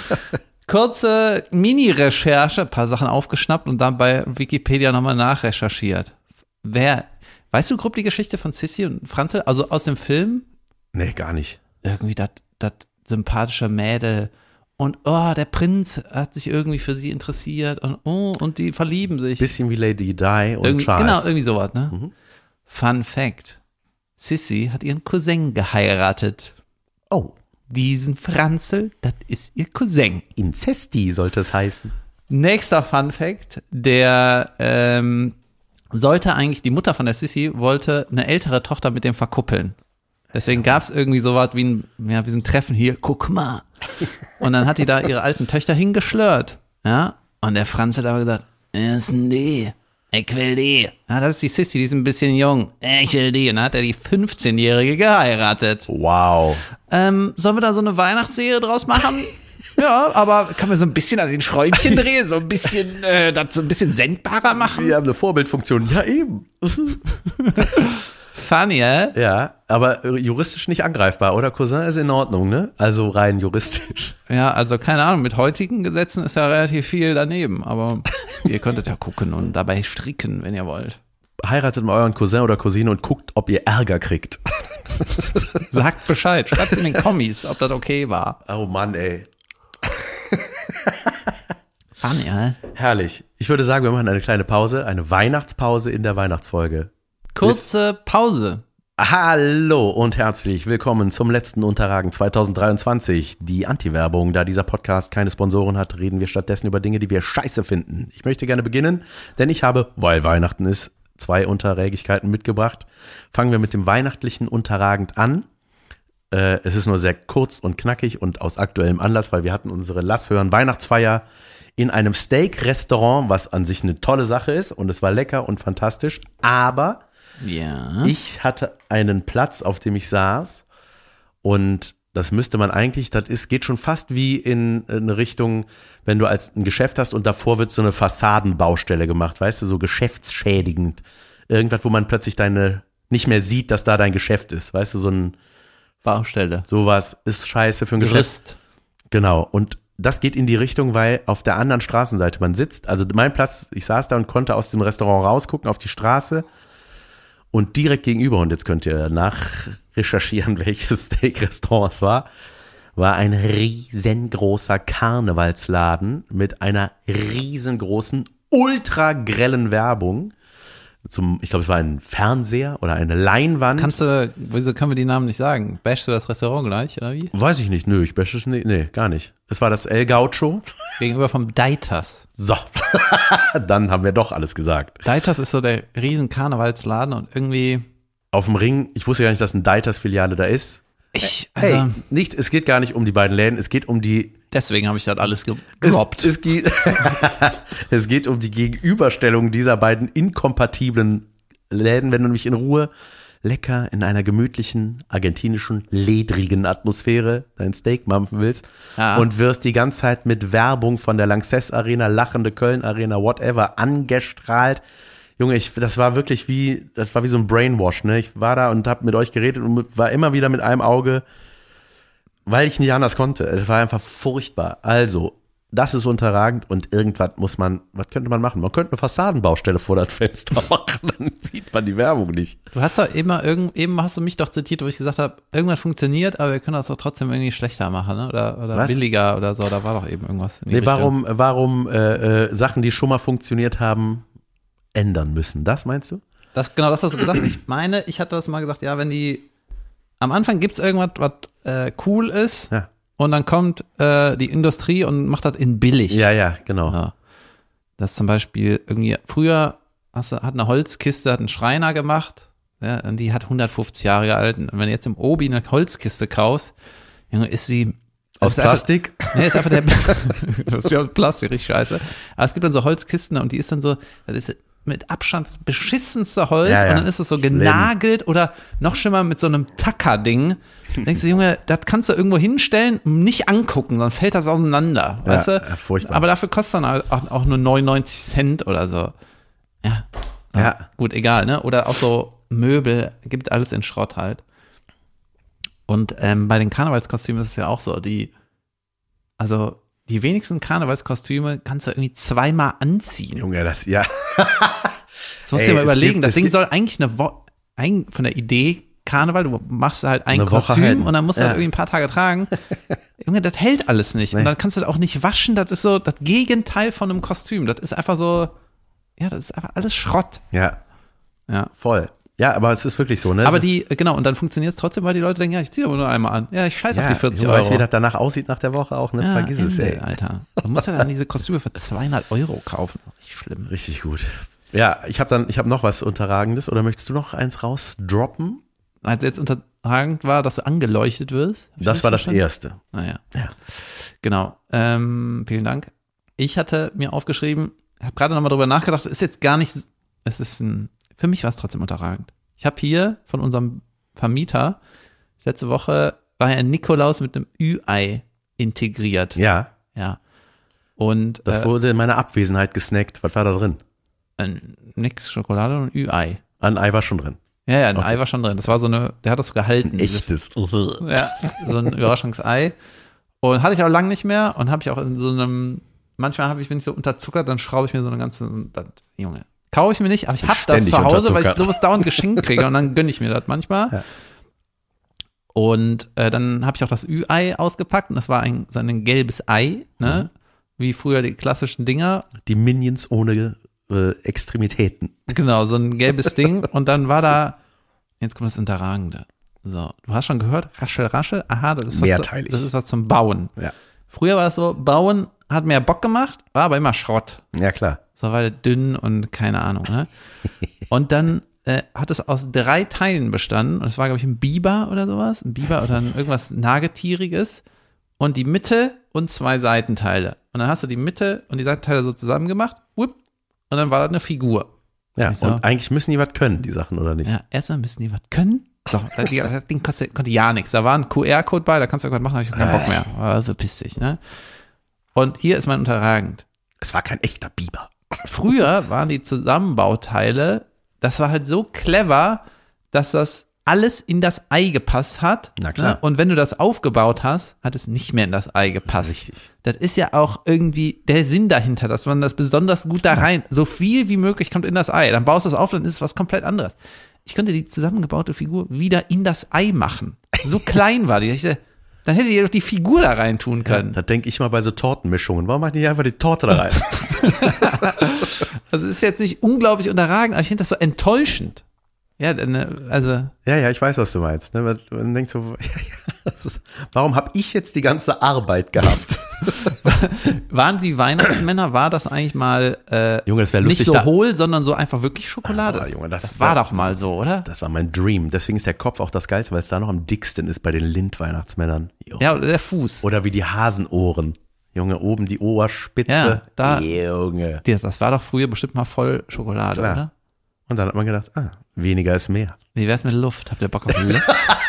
[SPEAKER 1] Kurze Mini-Recherche, ein paar Sachen aufgeschnappt und dann bei Wikipedia nochmal nachrecherchiert. Wer, weißt du grob die Geschichte von Sissy und Franzl? Also aus dem Film?
[SPEAKER 2] Nee, gar nicht.
[SPEAKER 1] Irgendwie das sympathische Mädel und oh, der Prinz hat sich irgendwie für sie interessiert und oh, und die verlieben sich.
[SPEAKER 2] Bisschen wie Lady Di und
[SPEAKER 1] Irgendwie,
[SPEAKER 2] Charles.
[SPEAKER 1] genau, irgendwie sowas, ne?
[SPEAKER 2] Mhm.
[SPEAKER 1] Fun Fact. Sissy hat ihren Cousin geheiratet.
[SPEAKER 2] Oh,
[SPEAKER 1] Diesen Franzl, das ist ihr Cousin.
[SPEAKER 2] Inzesti sollte es heißen.
[SPEAKER 1] Nächster Fun Fact, der ähm, sollte eigentlich, die Mutter von der Sissy wollte eine ältere Tochter mit dem verkuppeln. Deswegen gab es irgendwie sowas wie ein, ja, wie so ein Treffen hier, guck mal. Und dann hat die da ihre alten Töchter hingeschlört. Ja, und der Franz hat aber gesagt, wer ist denn die? Ich will die. Ja, das ist die Sissy, die ist ein bisschen jung. Ich will die. Und dann hat er die fünfzehnjährige geheiratet.
[SPEAKER 2] Wow.
[SPEAKER 1] Ähm, sollen wir da so eine Weihnachtsserie draus machen? Ja, aber kann man so ein bisschen an den Schräubchen drehen, so ein bisschen, äh, das so ein bisschen sendbarer machen?
[SPEAKER 2] Wir haben eine Vorbildfunktion. Ja, eben.
[SPEAKER 1] Funny, äh?
[SPEAKER 2] Ja, aber juristisch nicht angreifbar, oder? Cousin ist in Ordnung, ne? Also rein juristisch.
[SPEAKER 1] Ja, also keine Ahnung, mit heutigen Gesetzen ist ja relativ viel daneben, aber ihr könntet ja gucken und dabei stricken, wenn ihr wollt.
[SPEAKER 2] Heiratet mal euren Cousin oder Cousine und guckt, ob ihr Ärger kriegt.
[SPEAKER 1] Sagt Bescheid, schreibt in den Kommis, ob das okay war.
[SPEAKER 2] Oh Mann, ey.
[SPEAKER 1] Funny, äh?
[SPEAKER 2] Herrlich. Ich würde sagen, wir machen eine kleine Pause, eine Weihnachtspause in der Weihnachtsfolge.
[SPEAKER 1] Kurze Pause.
[SPEAKER 2] Hallo und herzlich willkommen zum letzten Unterragen zwanzig dreiundzwanzig. Die Anti-Werbung, da dieser Podcast keine Sponsoren hat, reden wir stattdessen über Dinge, die wir scheiße finden. Ich möchte gerne beginnen, denn ich habe, weil Weihnachten ist, zwei Unterrägigkeiten mitgebracht. Fangen wir mit dem weihnachtlichen Unterragend an. Äh, es ist nur sehr kurz und knackig und aus aktuellem Anlass, weil wir hatten unsere Lass hören Weihnachtsfeier in einem Steak-Restaurant, was an sich eine tolle Sache ist und es war lecker und fantastisch, aber
[SPEAKER 1] Ja.
[SPEAKER 2] ich hatte einen Platz, auf dem ich saß und das müsste man eigentlich, das ist, geht schon fast wie in eine Richtung, wenn du als ein Geschäft hast und davor wird so eine Fassadenbaustelle gemacht, weißt du, so geschäftsschädigend. Irgendwas, wo man plötzlich deine nicht mehr sieht, dass da dein Geschäft ist. Weißt du, so ein
[SPEAKER 1] Baustelle.
[SPEAKER 2] Sowas ist scheiße für ein Geschäft.
[SPEAKER 1] Gerüst.
[SPEAKER 2] Genau. Und das geht in die Richtung, weil auf der anderen Straßenseite man sitzt. Also mein Platz, ich saß da und konnte aus dem Restaurant rausgucken auf die Straße und direkt gegenüber, und jetzt könnt ihr nachrecherchieren, welches Steak-Restaurant es war, war ein riesengroßer Karnevalsladen mit einer riesengroßen, ultra grellen Werbung. Zum, ich glaube, es war ein Fernseher oder eine Leinwand.
[SPEAKER 1] Kannst du, wieso können wir die Namen nicht sagen? Bashst du das Restaurant gleich, oder wie?
[SPEAKER 2] Weiß ich nicht, nö, ich bash es nicht, nee, gar nicht. Es war das El Gaucho.
[SPEAKER 1] Gegenüber vom Deitas.
[SPEAKER 2] So, dann haben wir doch alles gesagt.
[SPEAKER 1] Deitas ist so der riesen Karnevalsladen und irgendwie.
[SPEAKER 2] Auf dem Ring, ich wusste gar nicht, dass eine Deitas-Filiale da ist.
[SPEAKER 1] Ich, also.
[SPEAKER 2] Hey, nicht, es geht gar nicht um die beiden Läden, es geht um die.
[SPEAKER 1] Deswegen habe ich das alles gedroppt.
[SPEAKER 2] Es, es, geht, es geht um die Gegenüberstellung dieser beiden inkompatiblen Läden, wenn du nämlich in Ruhe lecker in einer gemütlichen, argentinischen, ledrigen Atmosphäre dein Steak mampfen willst
[SPEAKER 1] Ja.
[SPEAKER 2] und wirst die ganze Zeit mit Werbung von der Lanxess Arena, lachende Köln Arena, whatever, angestrahlt. Junge, ich, das war wirklich wie, das war wie so ein Brainwash, ne? Ich war da und hab mit euch geredet und war immer wieder mit einem Auge, weil ich nicht anders konnte. Es war einfach furchtbar. Also, das ist unterragend und irgendwas muss man, was könnte man machen? Man könnte eine Fassadenbaustelle vor das Fenster machen, dann sieht man die Werbung nicht.
[SPEAKER 1] Du hast doch immer irgend, eben hast du mich doch zitiert, wo ich gesagt habe, irgendwas funktioniert, aber wir können das doch trotzdem irgendwie schlechter machen, ne? Oder, oder
[SPEAKER 2] Was?
[SPEAKER 1] billiger oder so. Da war doch eben irgendwas in die
[SPEAKER 2] Nee,
[SPEAKER 1] Richtung.
[SPEAKER 2] warum, warum äh, äh, Sachen, die schon mal funktioniert haben, ändern müssen? Das meinst du?
[SPEAKER 1] Das, genau, das hast du gesagt. Ich meine, ich hatte das mal gesagt, ja, wenn die, am Anfang gibt's irgendwas, was äh, cool ist,
[SPEAKER 2] Ja.
[SPEAKER 1] und dann kommt äh, die Industrie und macht das in billig.
[SPEAKER 2] Ja, ja, genau.
[SPEAKER 1] Ja. Das zum Beispiel irgendwie, früher hast du, hat eine Holzkiste, hat ein Schreiner gemacht, ja, und die hat hundertfünfzig Jahre gehalten. Und wenn du jetzt im Obi eine Holzkiste kaufst, Junge, ist sie
[SPEAKER 2] Aus
[SPEAKER 1] ist einfach-
[SPEAKER 2] Plastik?
[SPEAKER 1] Nee, ist einfach der, das ist ja aus Plastik, richtig scheiße. Aber es gibt dann so Holzkisten und die ist dann so, das ist mit Abstand das beschissenste Holz
[SPEAKER 2] Ja, ja.
[SPEAKER 1] und dann ist es so
[SPEAKER 2] Schlimm.
[SPEAKER 1] genagelt oder noch schlimmer mit so einem Tacker-Ding. Denkst du, Junge, das kannst du irgendwo hinstellen, nicht angucken, sonst fällt das auseinander,
[SPEAKER 2] Ja,
[SPEAKER 1] weißt du?
[SPEAKER 2] ja, furchtbar.
[SPEAKER 1] Aber dafür kostet dann auch, auch nur neunundneunzig Cent oder so. Ja.
[SPEAKER 2] Ja.
[SPEAKER 1] Gut, egal, ne? Oder auch so Möbel, gibt alles in Schrott halt. Und ähm, bei den Karnevalskostümen ist es ja auch so, die, also die wenigsten Karnevalskostüme kannst du irgendwie zweimal anziehen.
[SPEAKER 2] Junge, das, ja.
[SPEAKER 1] Das musst du
[SPEAKER 2] Ey,
[SPEAKER 1] dir mal
[SPEAKER 2] es
[SPEAKER 1] überlegen.
[SPEAKER 2] gibt-
[SPEAKER 1] das
[SPEAKER 2] es
[SPEAKER 1] Ding
[SPEAKER 2] gibt-
[SPEAKER 1] soll eigentlich eine Woche, von der Idee Karneval, du machst halt ein
[SPEAKER 2] Eine Woche
[SPEAKER 1] Kostüm
[SPEAKER 2] halten.
[SPEAKER 1] und dann musst du
[SPEAKER 2] Ja.
[SPEAKER 1] halt irgendwie ein paar Tage tragen. Junge, das hält alles nicht. Und
[SPEAKER 2] Nee.
[SPEAKER 1] dann kannst du das auch nicht waschen. Das ist so das Gegenteil von einem Kostüm. Das ist einfach so, ja, das ist einfach alles Schrott.
[SPEAKER 2] Ja,
[SPEAKER 1] Ja.
[SPEAKER 2] voll. Ja, aber es ist wirklich so, ne?
[SPEAKER 1] Aber
[SPEAKER 2] Es-
[SPEAKER 1] die, genau, und dann funktioniert es trotzdem, weil die Leute denken, ja, ich ziehe aber nur einmal an. Ja, ich scheiß
[SPEAKER 2] ja,
[SPEAKER 1] auf die vierzig
[SPEAKER 2] Junge,
[SPEAKER 1] Euro.
[SPEAKER 2] weißt du, wie das danach aussieht nach der Woche auch, ne?
[SPEAKER 1] ja,
[SPEAKER 2] Vergiss es,
[SPEAKER 1] Ende,
[SPEAKER 2] ey.
[SPEAKER 1] Alter. Man muss ja dann diese Kostüme für zweihundert Euro kaufen. Richtig schlimm.
[SPEAKER 2] Richtig gut. Ja, ich habe dann, ich habe noch was Unterragendes, oder möchtest du noch eins rausdroppen?
[SPEAKER 1] Als jetzt unterragend war, dass du angeleuchtet wirst. Hab ich
[SPEAKER 2] Das war das
[SPEAKER 1] verstanden?
[SPEAKER 2] Erste.
[SPEAKER 1] Naja.
[SPEAKER 2] Ja.
[SPEAKER 1] Genau. Ähm, vielen Dank. Ich hatte mir aufgeschrieben, habe gerade nochmal drüber nachgedacht, ist jetzt gar nicht, es ist ein, für mich war es trotzdem unterragend. Ich habe hier von unserem Vermieter, letzte Woche war ja ein Nikolaus mit einem Ü-Ei integriert.
[SPEAKER 2] Ja,
[SPEAKER 1] Ja. Und
[SPEAKER 2] das
[SPEAKER 1] äh,
[SPEAKER 2] wurde in meiner Abwesenheit gesnackt. Was war da drin?
[SPEAKER 1] ein, nix Schokolade und Ü-Ei.
[SPEAKER 2] Ein Ei war schon drin.
[SPEAKER 1] Ja, ja, ein
[SPEAKER 2] Okay.
[SPEAKER 1] Ei war schon drin. Das war so eine, der hat das so gehalten.
[SPEAKER 2] Echtes.
[SPEAKER 1] Ja, so ein Überraschungsei. Und hatte ich auch lange nicht mehr und habe ich auch in so einem, manchmal habe ich, bin ich so unterzuckert, dann schraube ich mir so eine ganze, das, Junge, kaufe ich mir nicht, aber ich habe das
[SPEAKER 2] Ständig
[SPEAKER 1] zu Hause, weil ich
[SPEAKER 2] unterzuckert.
[SPEAKER 1] sowas dauernd geschenkt kriege und dann gönne ich mir das manchmal.
[SPEAKER 2] Ja.
[SPEAKER 1] Und äh, dann habe ich auch das Ü-Ei ausgepackt und das war ein, so ein gelbes Ei, ne?
[SPEAKER 2] Mhm.
[SPEAKER 1] Wie früher die klassischen Dinger.
[SPEAKER 2] Die Minions ohne äh, Extremitäten.
[SPEAKER 1] Genau, so ein gelbes Ding. Und dann war da, jetzt kommt das Unterragende. So, du hast schon gehört, raschel, raschel, aha, das ist was,
[SPEAKER 2] Mehrteilig.
[SPEAKER 1] zu, das ist was zum Bauen.
[SPEAKER 2] Ja.
[SPEAKER 1] Früher war es so, Bauen hat mehr Bock gemacht, war aber immer Schrott.
[SPEAKER 2] Ja, klar.
[SPEAKER 1] So, weil dünn und keine Ahnung. Ne? Und dann äh, hat es aus drei Teilen bestanden. Und es war, glaube ich, ein Biber oder sowas. Ein Biber oder ein, irgendwas Nagetieriges. Und die Mitte und zwei Seitenteile. Und dann hast du die Mitte und die Seitenteile so zusammen gemacht. Whip, und dann war das eine Figur.
[SPEAKER 2] Ja,
[SPEAKER 1] Ich so.
[SPEAKER 2] und eigentlich müssen die was können, die Sachen, oder nicht?
[SPEAKER 1] Ja, erstmal müssen die was können. So, das Ding- das Ding konnte, konnte ja nichts. Da war ein Q R-Code bei, da kannst du irgendwas machen, da habe ich keinen Bock mehr. Oh, verpiss dich, ne? Und hier ist mein Unterragend.
[SPEAKER 2] Es war kein echter Biber.
[SPEAKER 1] Früher waren die Zusammenbauteile, das war halt so clever, dass das alles in das Ei gepasst hat.
[SPEAKER 2] Na klar.
[SPEAKER 1] Ne? Und wenn du das aufgebaut hast, hat es nicht mehr in das Ei gepasst.
[SPEAKER 2] Richtig.
[SPEAKER 1] Das ist ja auch irgendwie der Sinn dahinter, dass man das besonders gut da rein, so viel wie möglich kommt in das Ei. Dann baust du es auf, dann ist es was komplett anderes. Ich könnte die zusammengebaute Figur wieder in das Ei machen. So klein war die. Ich dachte, dann hätte ihr doch die Figur da rein tun können.
[SPEAKER 2] Ja, da denke ich mal bei so Tortenmischungen. Warum macht ihr nicht einfach die Torte da rein?
[SPEAKER 1] Also es ist jetzt nicht unglaublich unterragend, aber ich finde das so enttäuschend. Ja, also.
[SPEAKER 2] Ja, ja, ich weiß, was du meinst. Ne? Man denkt so, ja, ja, das ist, warum habe ich jetzt die ganze Arbeit gehabt?
[SPEAKER 1] Waren die Weihnachtsmänner, war das eigentlich mal äh,
[SPEAKER 2] Junge, das wäre lustig,
[SPEAKER 1] nicht so
[SPEAKER 2] da,
[SPEAKER 1] hohl, sondern so einfach wirklich Schokolade?
[SPEAKER 2] Ah, Junge, das,
[SPEAKER 1] das war doch mal so, oder?
[SPEAKER 2] Das war mein Dream. Deswegen ist der Kopf auch das Geilste, weil es da noch am dicksten ist bei den Lind-Weihnachtsmännern.
[SPEAKER 1] Ja, oder der Fuß.
[SPEAKER 2] Oder wie die Hasenohren. Junge, oben die Ohrspitze.
[SPEAKER 1] Ja, da,
[SPEAKER 2] Junge.
[SPEAKER 1] Das war doch früher bestimmt mal voll Schokolade,
[SPEAKER 2] Klar.
[SPEAKER 1] oder?
[SPEAKER 2] Und dann hat man gedacht, ah, weniger ist mehr.
[SPEAKER 1] Wie wär's mit Luft? Habt ihr Bock auf Luft?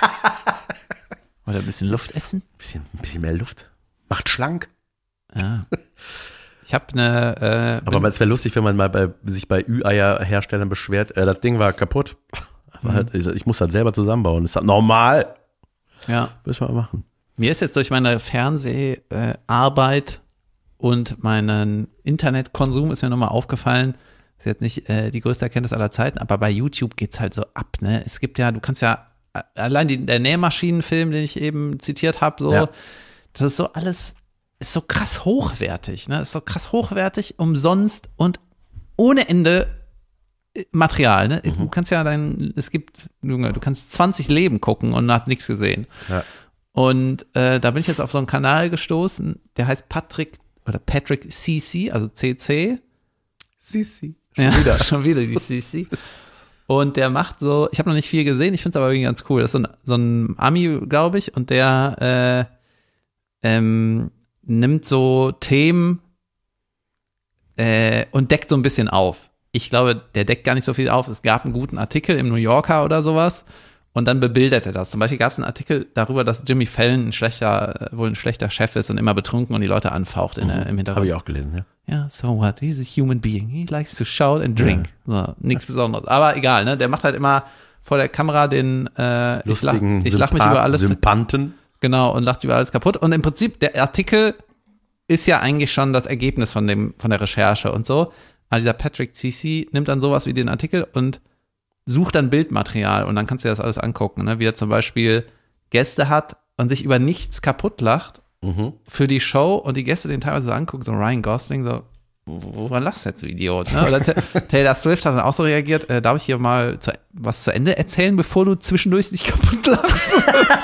[SPEAKER 1] Oder ein bisschen Luft essen?
[SPEAKER 2] Ein bisschen, ein bisschen mehr Luft. Macht schlank.
[SPEAKER 1] Ja. Ich habe eine. Äh,
[SPEAKER 2] Aber es wäre lustig, wenn man mal bei, sich bei Ü-Eier-Herstellern beschwert, äh, das Ding war kaputt. Aber
[SPEAKER 1] Mhm.
[SPEAKER 2] halt, ich, ich muss halt selber zusammenbauen. Das ist halt normal.
[SPEAKER 1] Ja.
[SPEAKER 2] Müssen wir mal machen.
[SPEAKER 1] Mir ist jetzt durch meine Fernseharbeit und meinen Internetkonsum ist mir nochmal aufgefallen, ist jetzt nicht äh, die größte Erkenntnis aller Zeiten, aber bei YouTube geht's halt so ab, ne? Es gibt ja, du kannst ja, allein die, der Nähmaschinenfilm, den ich eben zitiert habe, so,
[SPEAKER 2] Ja.
[SPEAKER 1] das ist so alles, ist so krass hochwertig, ne? Ist so krass hochwertig, umsonst und ohne Ende Material, ne? Du kannst ja dein, es gibt, Junge, du kannst zwanzig Leben gucken und hast nichts gesehen.
[SPEAKER 2] Ja.
[SPEAKER 1] Und äh, da bin ich jetzt auf so einen Kanal gestoßen, der heißt Patrick oder Patrick C C, also C C.
[SPEAKER 2] Sisi.
[SPEAKER 1] Schon ja, wieder. Schon wieder die C C. Und der macht so, ich habe noch nicht viel gesehen, ich finde es aber irgendwie ganz cool. Das ist so ein, so ein Ami, glaube ich, und der äh, ähm, nimmt so Themen äh, und deckt so ein bisschen auf. Ich glaube, der deckt gar nicht so viel auf. Es gab einen guten Artikel im New Yorker oder sowas. Und dann bebildert er das. Zum Beispiel gab es einen Artikel darüber, dass Jimmy Fallon ein schlechter, wohl ein schlechter Chef ist und immer betrunken und die Leute anfaucht in, mhm. im Hintergrund.
[SPEAKER 2] Habe ich auch gelesen, ja.
[SPEAKER 1] Ja, so what? He's a human being. He likes to shout and drink. Ja. So, nichts Besonderes. Aber egal, ne? Der macht halt immer vor der Kamera den äh,
[SPEAKER 2] lustigen,
[SPEAKER 1] ich lach, ich lach mich über alles.
[SPEAKER 2] Sympanten.
[SPEAKER 1] Genau, und lacht über alles kaputt. Und im Prinzip, der Artikel ist ja eigentlich schon das Ergebnis von dem, von der Recherche und so. Aber dieser Patrick C C nimmt dann sowas wie den Artikel und sucht dann Bildmaterial und dann kannst du dir das alles angucken, ne? Wie er zum Beispiel Gäste hat und sich über nichts kaputt lacht
[SPEAKER 2] mhm.
[SPEAKER 1] für die Show und die Gäste den teilweise so angucken, so Ryan Gosling, so, woran lachst du jetzt, du Idiot? Ne? Oder Taylor Swift hat dann auch so reagiert, äh, darf ich hier mal zu, was zu Ende erzählen, bevor du zwischendurch dich kaputt lachst?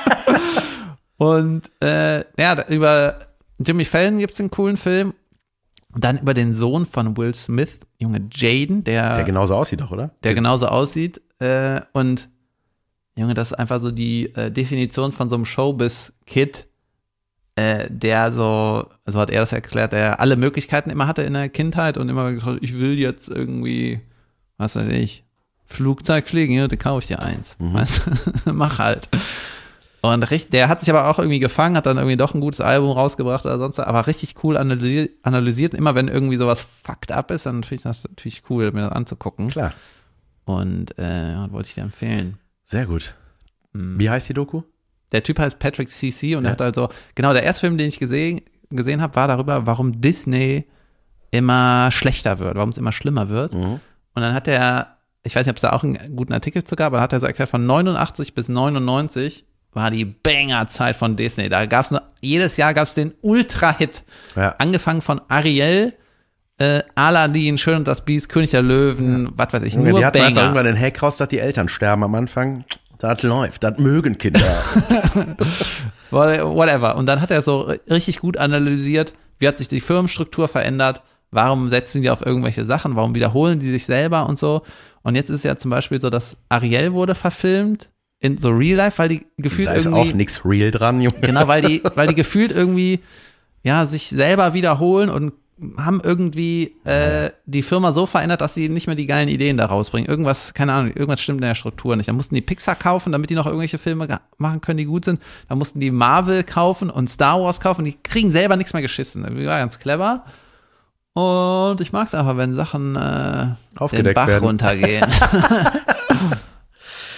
[SPEAKER 1] Und äh, ja, über Jimmy Fallon gibt es einen coolen Film. Und dann über den Sohn von Will Smith, Junge Jaden, der
[SPEAKER 2] Der genauso aussieht doch, oder?
[SPEAKER 1] Der genauso aussieht. Äh, und Junge, das ist einfach so die äh, Definition von so einem Showbiz-Kid, äh, der so, so hat er das erklärt, der alle Möglichkeiten immer hatte in der Kindheit und immer gesagt, ich will jetzt irgendwie, was weiß ich, Flugzeug fliegen, ja, da kaufe ich dir eins. Mhm. Weißt du? Mach halt. Und richtig, der hat sich aber auch irgendwie gefangen, hat dann irgendwie doch ein gutes Album rausgebracht oder sonst, aber richtig cool analysiert, analysiert. Immer wenn irgendwie sowas fucked up ist, dann finde ich das natürlich cool, mir das anzugucken.
[SPEAKER 2] Klar.
[SPEAKER 1] Und äh, ja, wollte ich dir empfehlen.
[SPEAKER 2] Sehr gut. Wie heißt die Doku?
[SPEAKER 1] Der Typ heißt Patrick C C und
[SPEAKER 2] ja.
[SPEAKER 1] er hat also, genau, der erste Film, den ich gesehen, gesehen habe, war darüber, warum Disney immer schlechter wird, warum es immer schlimmer wird. Mhm. Und dann hat er, ich weiß nicht, ob es da auch einen guten Artikel zu gab, aber hat er so erklärt, von neunundachtzig bis neunundneunzig war die Banger-Zeit von Disney. Da gab es jedes Jahr gab es den Ultra-Hit. Ja. Angefangen von Ariel, äh, Aladdin, Schön und das Biest, König der Löwen, ja. was weiß ich, nur
[SPEAKER 2] die hatten
[SPEAKER 1] Banger.
[SPEAKER 2] einfach irgendwann den Hack raus, dass die Eltern sterben am Anfang. Das läuft, das mögen Kinder.
[SPEAKER 1] Whatever. Und dann hat er so richtig gut analysiert, wie hat sich die Firmenstruktur verändert, warum setzen die auf irgendwelche Sachen, warum wiederholen die sich selber und so. Und jetzt ist es ja zum Beispiel so, dass Ariel wurde verfilmt, in so Real Life, weil die gefühlt
[SPEAKER 2] da ist
[SPEAKER 1] irgendwie
[SPEAKER 2] auch nichts real dran, Junge.
[SPEAKER 1] Genau, weil die, weil die gefühlt irgendwie ja sich selber wiederholen und haben irgendwie äh, die Firma so verändert, dass sie nicht mehr die geilen Ideen da rausbringen. Irgendwas, keine Ahnung, irgendwas stimmt in der Struktur nicht. Da mussten die Pixar kaufen, damit die noch irgendwelche Filme ge- machen können, die gut sind. Da mussten die Marvel kaufen und Star Wars kaufen. Die kriegen selber nichts mehr geschissen. Das war ganz clever. Und ich mag es einfach, wenn Sachen äh, den Bach
[SPEAKER 2] werden.
[SPEAKER 1] runtergehen.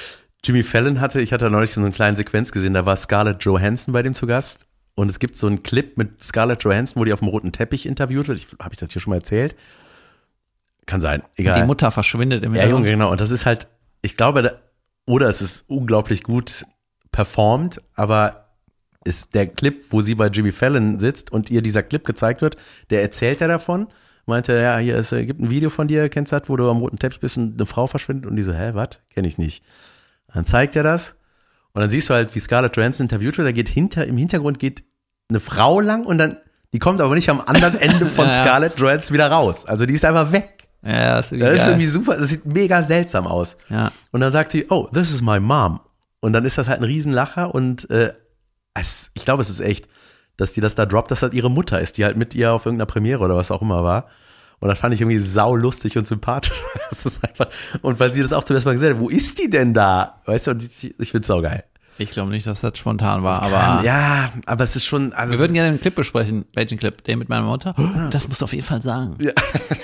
[SPEAKER 2] Jimmy Fallon hatte, ich hatte neulich so eine kleine Sequenz gesehen, da war Scarlett Johansson bei dem zu Gast. Und es gibt so einen Clip mit Scarlett Johansson, wo die auf dem roten Teppich interviewt wird. Habe ich das hier schon mal erzählt? Kann sein, egal.
[SPEAKER 1] Die Mutter verschwindet im
[SPEAKER 2] Ja, Junge, genau. Und das ist halt, ich glaube, da, oder es ist unglaublich gut performt, aber ist der Clip, wo sie bei Jimmy Fallon sitzt und ihr dieser Clip gezeigt wird, der erzählt ja davon, meinte, ja, hier ist, gibt ein Video von dir, kennst du das, wo du am roten Teppich bist und eine Frau verschwindet und die so, hä, was? Kenn ich nicht. Dann zeigt er das und dann siehst du halt, wie Scarlett Johansson interviewt wird, da geht hinter, im Hintergrund geht eine Frau lang und dann, die kommt aber nicht am anderen Ende von
[SPEAKER 1] ja, ja.
[SPEAKER 2] Scarlett Johansson wieder raus. Also die ist einfach weg.
[SPEAKER 1] Ja, das ist irgendwie,
[SPEAKER 2] das ist
[SPEAKER 1] geil.
[SPEAKER 2] irgendwie super, das sieht mega seltsam aus.
[SPEAKER 1] Ja.
[SPEAKER 2] Und dann sagt sie, oh, this is my mom. Und dann ist das halt ein Riesenlacher und äh, es, ich glaube, es ist echt, dass die das da droppt, dass das ihre Mutter ist, die halt mit ihr auf irgendeiner Premiere oder was auch immer war. Und das fand ich irgendwie saulustig und sympathisch. Das ist einfach, und weil sie das auch zum ersten Mal gesehen hat, wo ist die denn da? Weißt du, und ich, ich find's saugeil.
[SPEAKER 1] Ich glaube nicht, dass das spontan war, aber.
[SPEAKER 2] Kann, ja, aber es ist schon. Also
[SPEAKER 1] wir würden gerne einen Clip besprechen. Welchen Clip? Den mit meiner Mutter? Das musst du auf jeden Fall sagen.
[SPEAKER 2] Ja,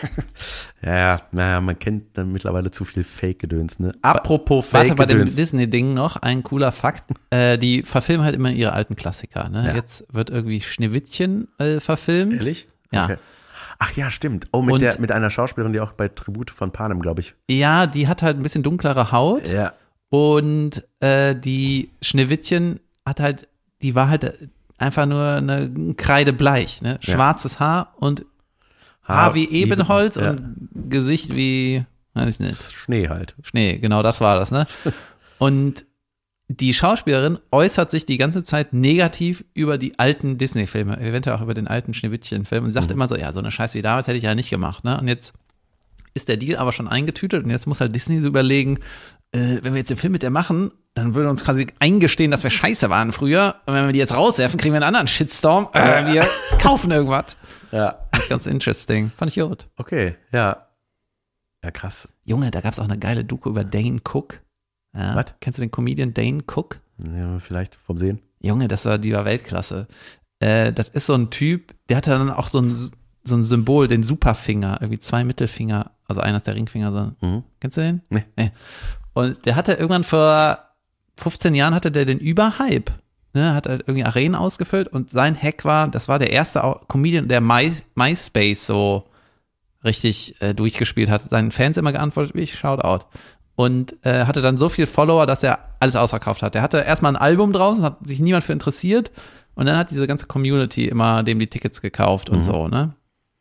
[SPEAKER 2] ja, naja, man kennt dann mittlerweile zu viel Fake-Gedöns, ne? Apropos
[SPEAKER 1] Fake-Gedöns. Warte, bei dem Disney-Ding noch ein cooler Fakt. äh, die verfilmen halt immer ihre alten Klassiker, ne? Ja. Jetzt wird irgendwie Schneewittchen äh, verfilmt.
[SPEAKER 2] Ehrlich?
[SPEAKER 1] Ja.
[SPEAKER 2] Okay. Ach ja, stimmt. Oh, mit, und, der, mit einer Schauspielerin, die auch bei Tribute von Panem, glaube ich.
[SPEAKER 1] Ja, die hat halt ein bisschen dunklere Haut.
[SPEAKER 2] Ja.
[SPEAKER 1] Und äh, die Schneewittchen hat halt, die war halt einfach nur eine Kreidebleich, ne? Schwarzes ja. Haar und Haar, Haar wie Ebenholz ja. und Gesicht wie, weiß ich nicht.
[SPEAKER 2] Schnee halt.
[SPEAKER 1] Schnee, genau, das war das, ne? Und die Schauspielerin äußert sich die ganze Zeit negativ über die alten Disney-Filme, eventuell auch über den alten Schneewittchen-Film und sagt mhm. immer so, ja, so eine Scheiße wie damals hätte ich ja nicht gemacht, ne? Und jetzt ist der Deal aber schon eingetütet und jetzt muss halt Disney so überlegen, äh, wenn wir jetzt den Film mit der machen, dann würde uns quasi eingestehen, dass wir scheiße waren früher. Und wenn wir die jetzt rauswerfen, kriegen wir einen anderen Shitstorm. Äh, wir kaufen irgendwas.
[SPEAKER 2] Ja.
[SPEAKER 1] Das ist ganz interesting. Fand ich gut.
[SPEAKER 2] Okay, ja. Ja, krass.
[SPEAKER 1] Junge, da gab es auch eine geile Doku über Dane Cook. Ja.
[SPEAKER 2] Was?
[SPEAKER 1] Kennst du den Comedian Dane Cook?
[SPEAKER 2] Ja, vielleicht vom Sehen.
[SPEAKER 1] Junge, das war, die war Weltklasse. Äh, das ist so ein Typ, der hatte dann auch so ein, so ein Symbol, den Superfinger, irgendwie zwei Mittelfinger, also einer ist der Ringfinger. So. Mhm. Kennst du den?
[SPEAKER 2] Nee.
[SPEAKER 1] Nee. Und der hatte irgendwann vor fünfzehn Jahren hatte der den Überhype. Ne, hat halt irgendwie Arenen ausgefüllt und sein Hack war, das war der erste Comedian, der My, MySpace so richtig äh, durchgespielt hat. Seinen Fans immer geantwortet, wie ich Shoutout. Und äh, hatte dann so viel Follower, dass er alles ausverkauft hat. Der hatte erstmal ein Album draußen, hat sich niemand für interessiert und dann hat diese ganze Community immer dem die Tickets gekauft und mhm. so, ne?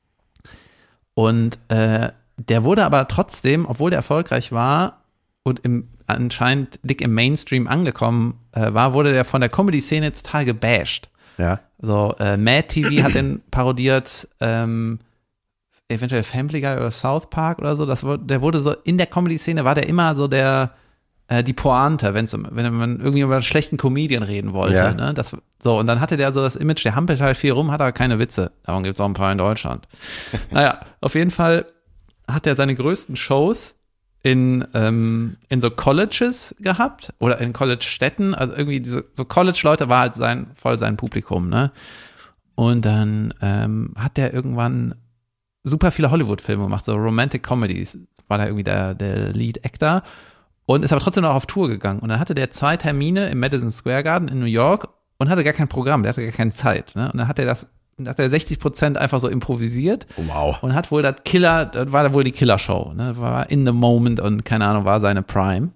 [SPEAKER 1] Und äh, der wurde aber trotzdem, obwohl der erfolgreich war, und im, anscheinend dick im Mainstream angekommen äh, war, wurde der von der Comedy-Szene total gebasht.
[SPEAKER 2] Ja.
[SPEAKER 1] So, äh, Mad T V hat den parodiert, ähm, eventuell Family Guy oder South Park oder so. Das, der wurde so, in der Comedy-Szene war der immer so der, äh, die Pointe, wenn's, wenn man irgendwie über einen schlechten Comedian reden wollte.
[SPEAKER 2] Ja.
[SPEAKER 1] Ne? Das, so, und dann hatte der so das Image, der hampelt halt viel rum, hat aber keine Witze. Davon gibt's auch ein paar in Deutschland. Naja, auf jeden Fall hat er seine größten Shows in, ähm, in so Colleges gehabt oder in College-Städten, also irgendwie diese, so College-Leute war halt sein, voll sein Publikum, ne? Und dann ähm, hat der irgendwann super viele Hollywood-Filme gemacht, so Romantic Comedies, war da irgendwie der, der Lead-Actor und ist aber trotzdem noch auf Tour gegangen. Und dann hatte der zwei Termine im Madison Square Garden in New York und hatte gar kein Programm, der hatte gar keine Zeit, ne? Und dann hat er das Dann hat er sechzig Prozent einfach so improvisiert.
[SPEAKER 2] Oh, wow.
[SPEAKER 1] Und hat wohl das Killer, das war da wohl die Killer-Show, ne? War in the moment und keine Ahnung, war seine Prime.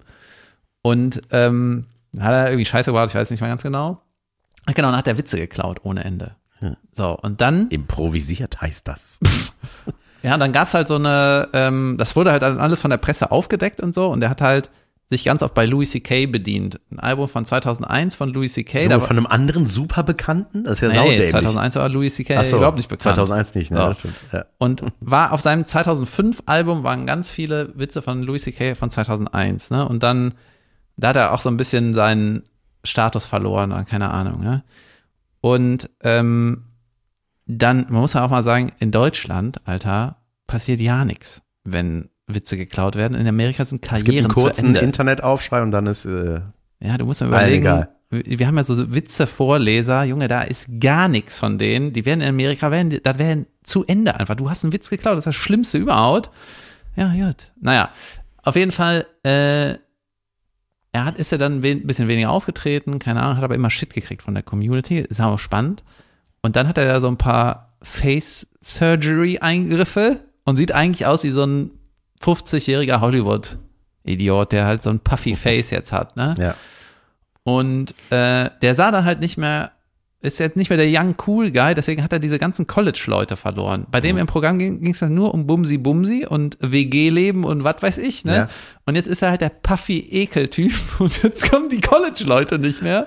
[SPEAKER 1] Und ähm, hat er irgendwie Scheiße gemacht, ich weiß nicht mehr ganz genau. Ach genau, dann hat er Witze geklaut ohne Ende. Hm. So, und dann.
[SPEAKER 2] Improvisiert heißt das.
[SPEAKER 1] Ja, dann gab's halt so eine, ähm, das wurde halt alles von der Presse aufgedeckt und so. Und er hat halt sich ganz oft bei Louis C K bedient. Ein Album von zweitausendeins von Louis C K.
[SPEAKER 2] Da von einem anderen super Bekannten? Das ist ja
[SPEAKER 1] nee,
[SPEAKER 2] saudämlich.
[SPEAKER 1] zweitausendeins war Louis C K
[SPEAKER 2] Ach so,
[SPEAKER 1] überhaupt nicht bekannt.
[SPEAKER 2] zweitausendeins nicht, ne?
[SPEAKER 1] So. Ja. Und war auf seinem zweitausendfünf Album waren ganz viele Witze von Louis C K von zweitausendeins, ne? Und dann, da hat er auch so ein bisschen seinen Status verloren oder keine Ahnung, ne? Und ähm, dann, man muss ja auch mal sagen, in Deutschland, Alter, passiert ja nichts, wenn Witze geklaut werden. In Amerika sind Karrieren zu Ende.
[SPEAKER 2] Es gibt einen kurzen Internetaufschrei und dann ist äh,
[SPEAKER 1] ja, du musst mir überlegen,
[SPEAKER 2] egal.
[SPEAKER 1] Wir haben ja so Witze-Vorleser, Junge, da ist gar nichts von denen. Die werden in Amerika, werden, das wäre zu Ende einfach. Du hast einen Witz geklaut, das ist das Schlimmste überhaupt. Ja, gut. Naja, auf jeden Fall, äh, er hat, ist ja dann ein bisschen weniger aufgetreten, keine Ahnung, hat aber immer Shit gekriegt von der Community, ist auch spannend. Und dann hat er da so ein paar Face-Surgery-Eingriffe und sieht eigentlich aus wie so ein fünfzigjähriger Hollywood-Idiot, der halt so ein puffy Face jetzt hat, ne?
[SPEAKER 2] Ja.
[SPEAKER 1] Und äh, der sah dann halt nicht mehr, ist jetzt nicht mehr der young cool Guy, deswegen hat er diese ganzen College-Leute verloren. Bei dem
[SPEAKER 2] Mhm.
[SPEAKER 1] im Programm ging es dann nur um Bumsi Bumsi und W G-Leben und was weiß ich, ne?
[SPEAKER 2] Ja.
[SPEAKER 1] Und jetzt ist er halt der Puffy-Ekel-Typ und jetzt kommen die College-Leute nicht mehr.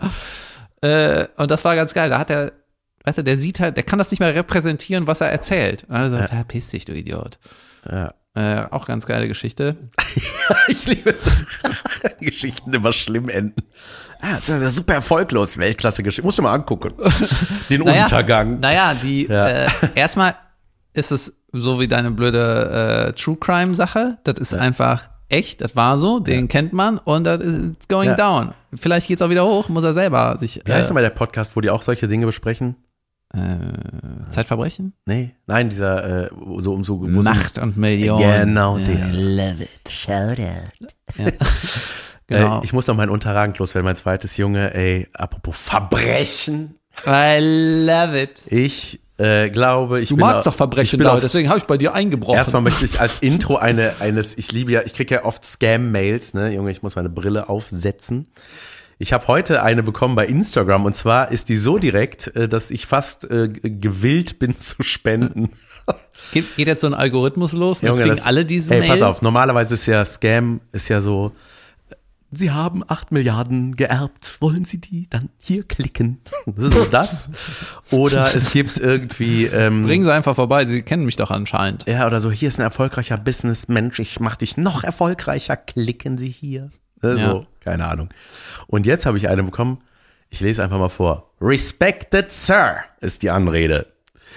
[SPEAKER 1] Äh, und das war ganz geil. Da hat er, weißt du, der sieht halt, der kann das nicht mehr repräsentieren, was er erzählt. Und er sagt, ja. Piss dich, du Idiot.
[SPEAKER 2] Ja.
[SPEAKER 1] Äh, auch ganz geile Geschichte.
[SPEAKER 2] Ich liebe es. Die Geschichten immer schlimm enden. Ah, das ist ja super erfolglos. Weltklasse-Geschichte. Musst du mal angucken. Den
[SPEAKER 1] naja,
[SPEAKER 2] Untergang.
[SPEAKER 1] Naja, die,
[SPEAKER 2] Ja.
[SPEAKER 1] äh, erstmal ist es so wie deine blöde äh, True Crime Sache. Das ist
[SPEAKER 2] Ja.
[SPEAKER 1] einfach echt. Das war so. Den
[SPEAKER 2] Ja.
[SPEAKER 1] kennt man und das ist going
[SPEAKER 2] Ja.
[SPEAKER 1] down. Vielleicht geht's auch wieder hoch. Muss er selber sich.
[SPEAKER 2] Wie heißt
[SPEAKER 1] äh,
[SPEAKER 2] nochmal der Podcast, wo die auch solche Dinge besprechen?
[SPEAKER 1] äh, Zeitverbrechen?
[SPEAKER 2] Nee, nein, dieser, äh, wo so um so. wo so-
[SPEAKER 1] Macht und Millionen.
[SPEAKER 2] Genau,
[SPEAKER 1] ja,
[SPEAKER 2] der.
[SPEAKER 1] love it. Shout out. Ja. Genau.
[SPEAKER 2] Äh, ich muss noch meinen Unterragend loswerden, mein zweites Junge, ey, apropos Verbrechen.
[SPEAKER 1] I love it.
[SPEAKER 2] Ich äh, glaube, ich
[SPEAKER 1] Du
[SPEAKER 2] bin
[SPEAKER 1] magst
[SPEAKER 2] au-
[SPEAKER 1] doch Verbrechen,
[SPEAKER 2] ich bin
[SPEAKER 1] Leute,
[SPEAKER 2] auf-
[SPEAKER 1] deswegen habe ich bei dir eingebrochen.
[SPEAKER 2] Erstmal möchte ich als Intro eine, eines, ich liebe ja, ich kriege ja oft Scam-Mails, ne, Junge, ich muss meine Brille aufsetzen. Ich habe heute eine bekommen bei Instagram und zwar ist die so direkt, äh, dass ich fast äh, g- gewillt bin zu spenden.
[SPEAKER 1] Geht, geht jetzt so ein Algorithmus los? Und jetzt
[SPEAKER 2] Junge,
[SPEAKER 1] kriegen
[SPEAKER 2] das-
[SPEAKER 1] alle diese
[SPEAKER 2] Ey,
[SPEAKER 1] Mail?
[SPEAKER 2] pass auf, normalerweise ist ja Scam, ist ja so, Sie haben acht Milliarden geerbt, wollen Sie die? Dann hier klicken. Das ist so das. Oder es gibt irgendwie ähm,
[SPEAKER 1] Bringen Sie einfach vorbei, Sie kennen mich doch anscheinend.
[SPEAKER 2] ja, oder so, hier ist ein erfolgreicher Businessmensch, ich mach dich noch erfolgreicher, klicken Sie hier. Äh,
[SPEAKER 1] Ja.
[SPEAKER 2] So, keine Ahnung. Und jetzt habe ich eine bekommen, ich lese einfach mal vor. Respected Sir ist die Anrede.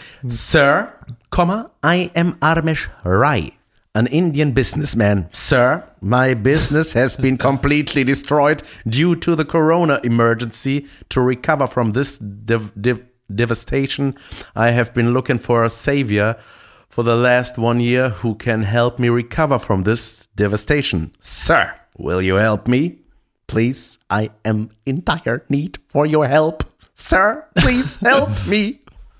[SPEAKER 2] Sir, comma, I am Armesh Rai, an Indian businessman. Sir, my business has been completely destroyed due to the corona emergency. To recover from this dev- dev- devastation, I have been looking for a savior for the last one year who can help me recover from this devastation. Sir, will you help me? Please, I am in dire need for your help. Sir, please help me.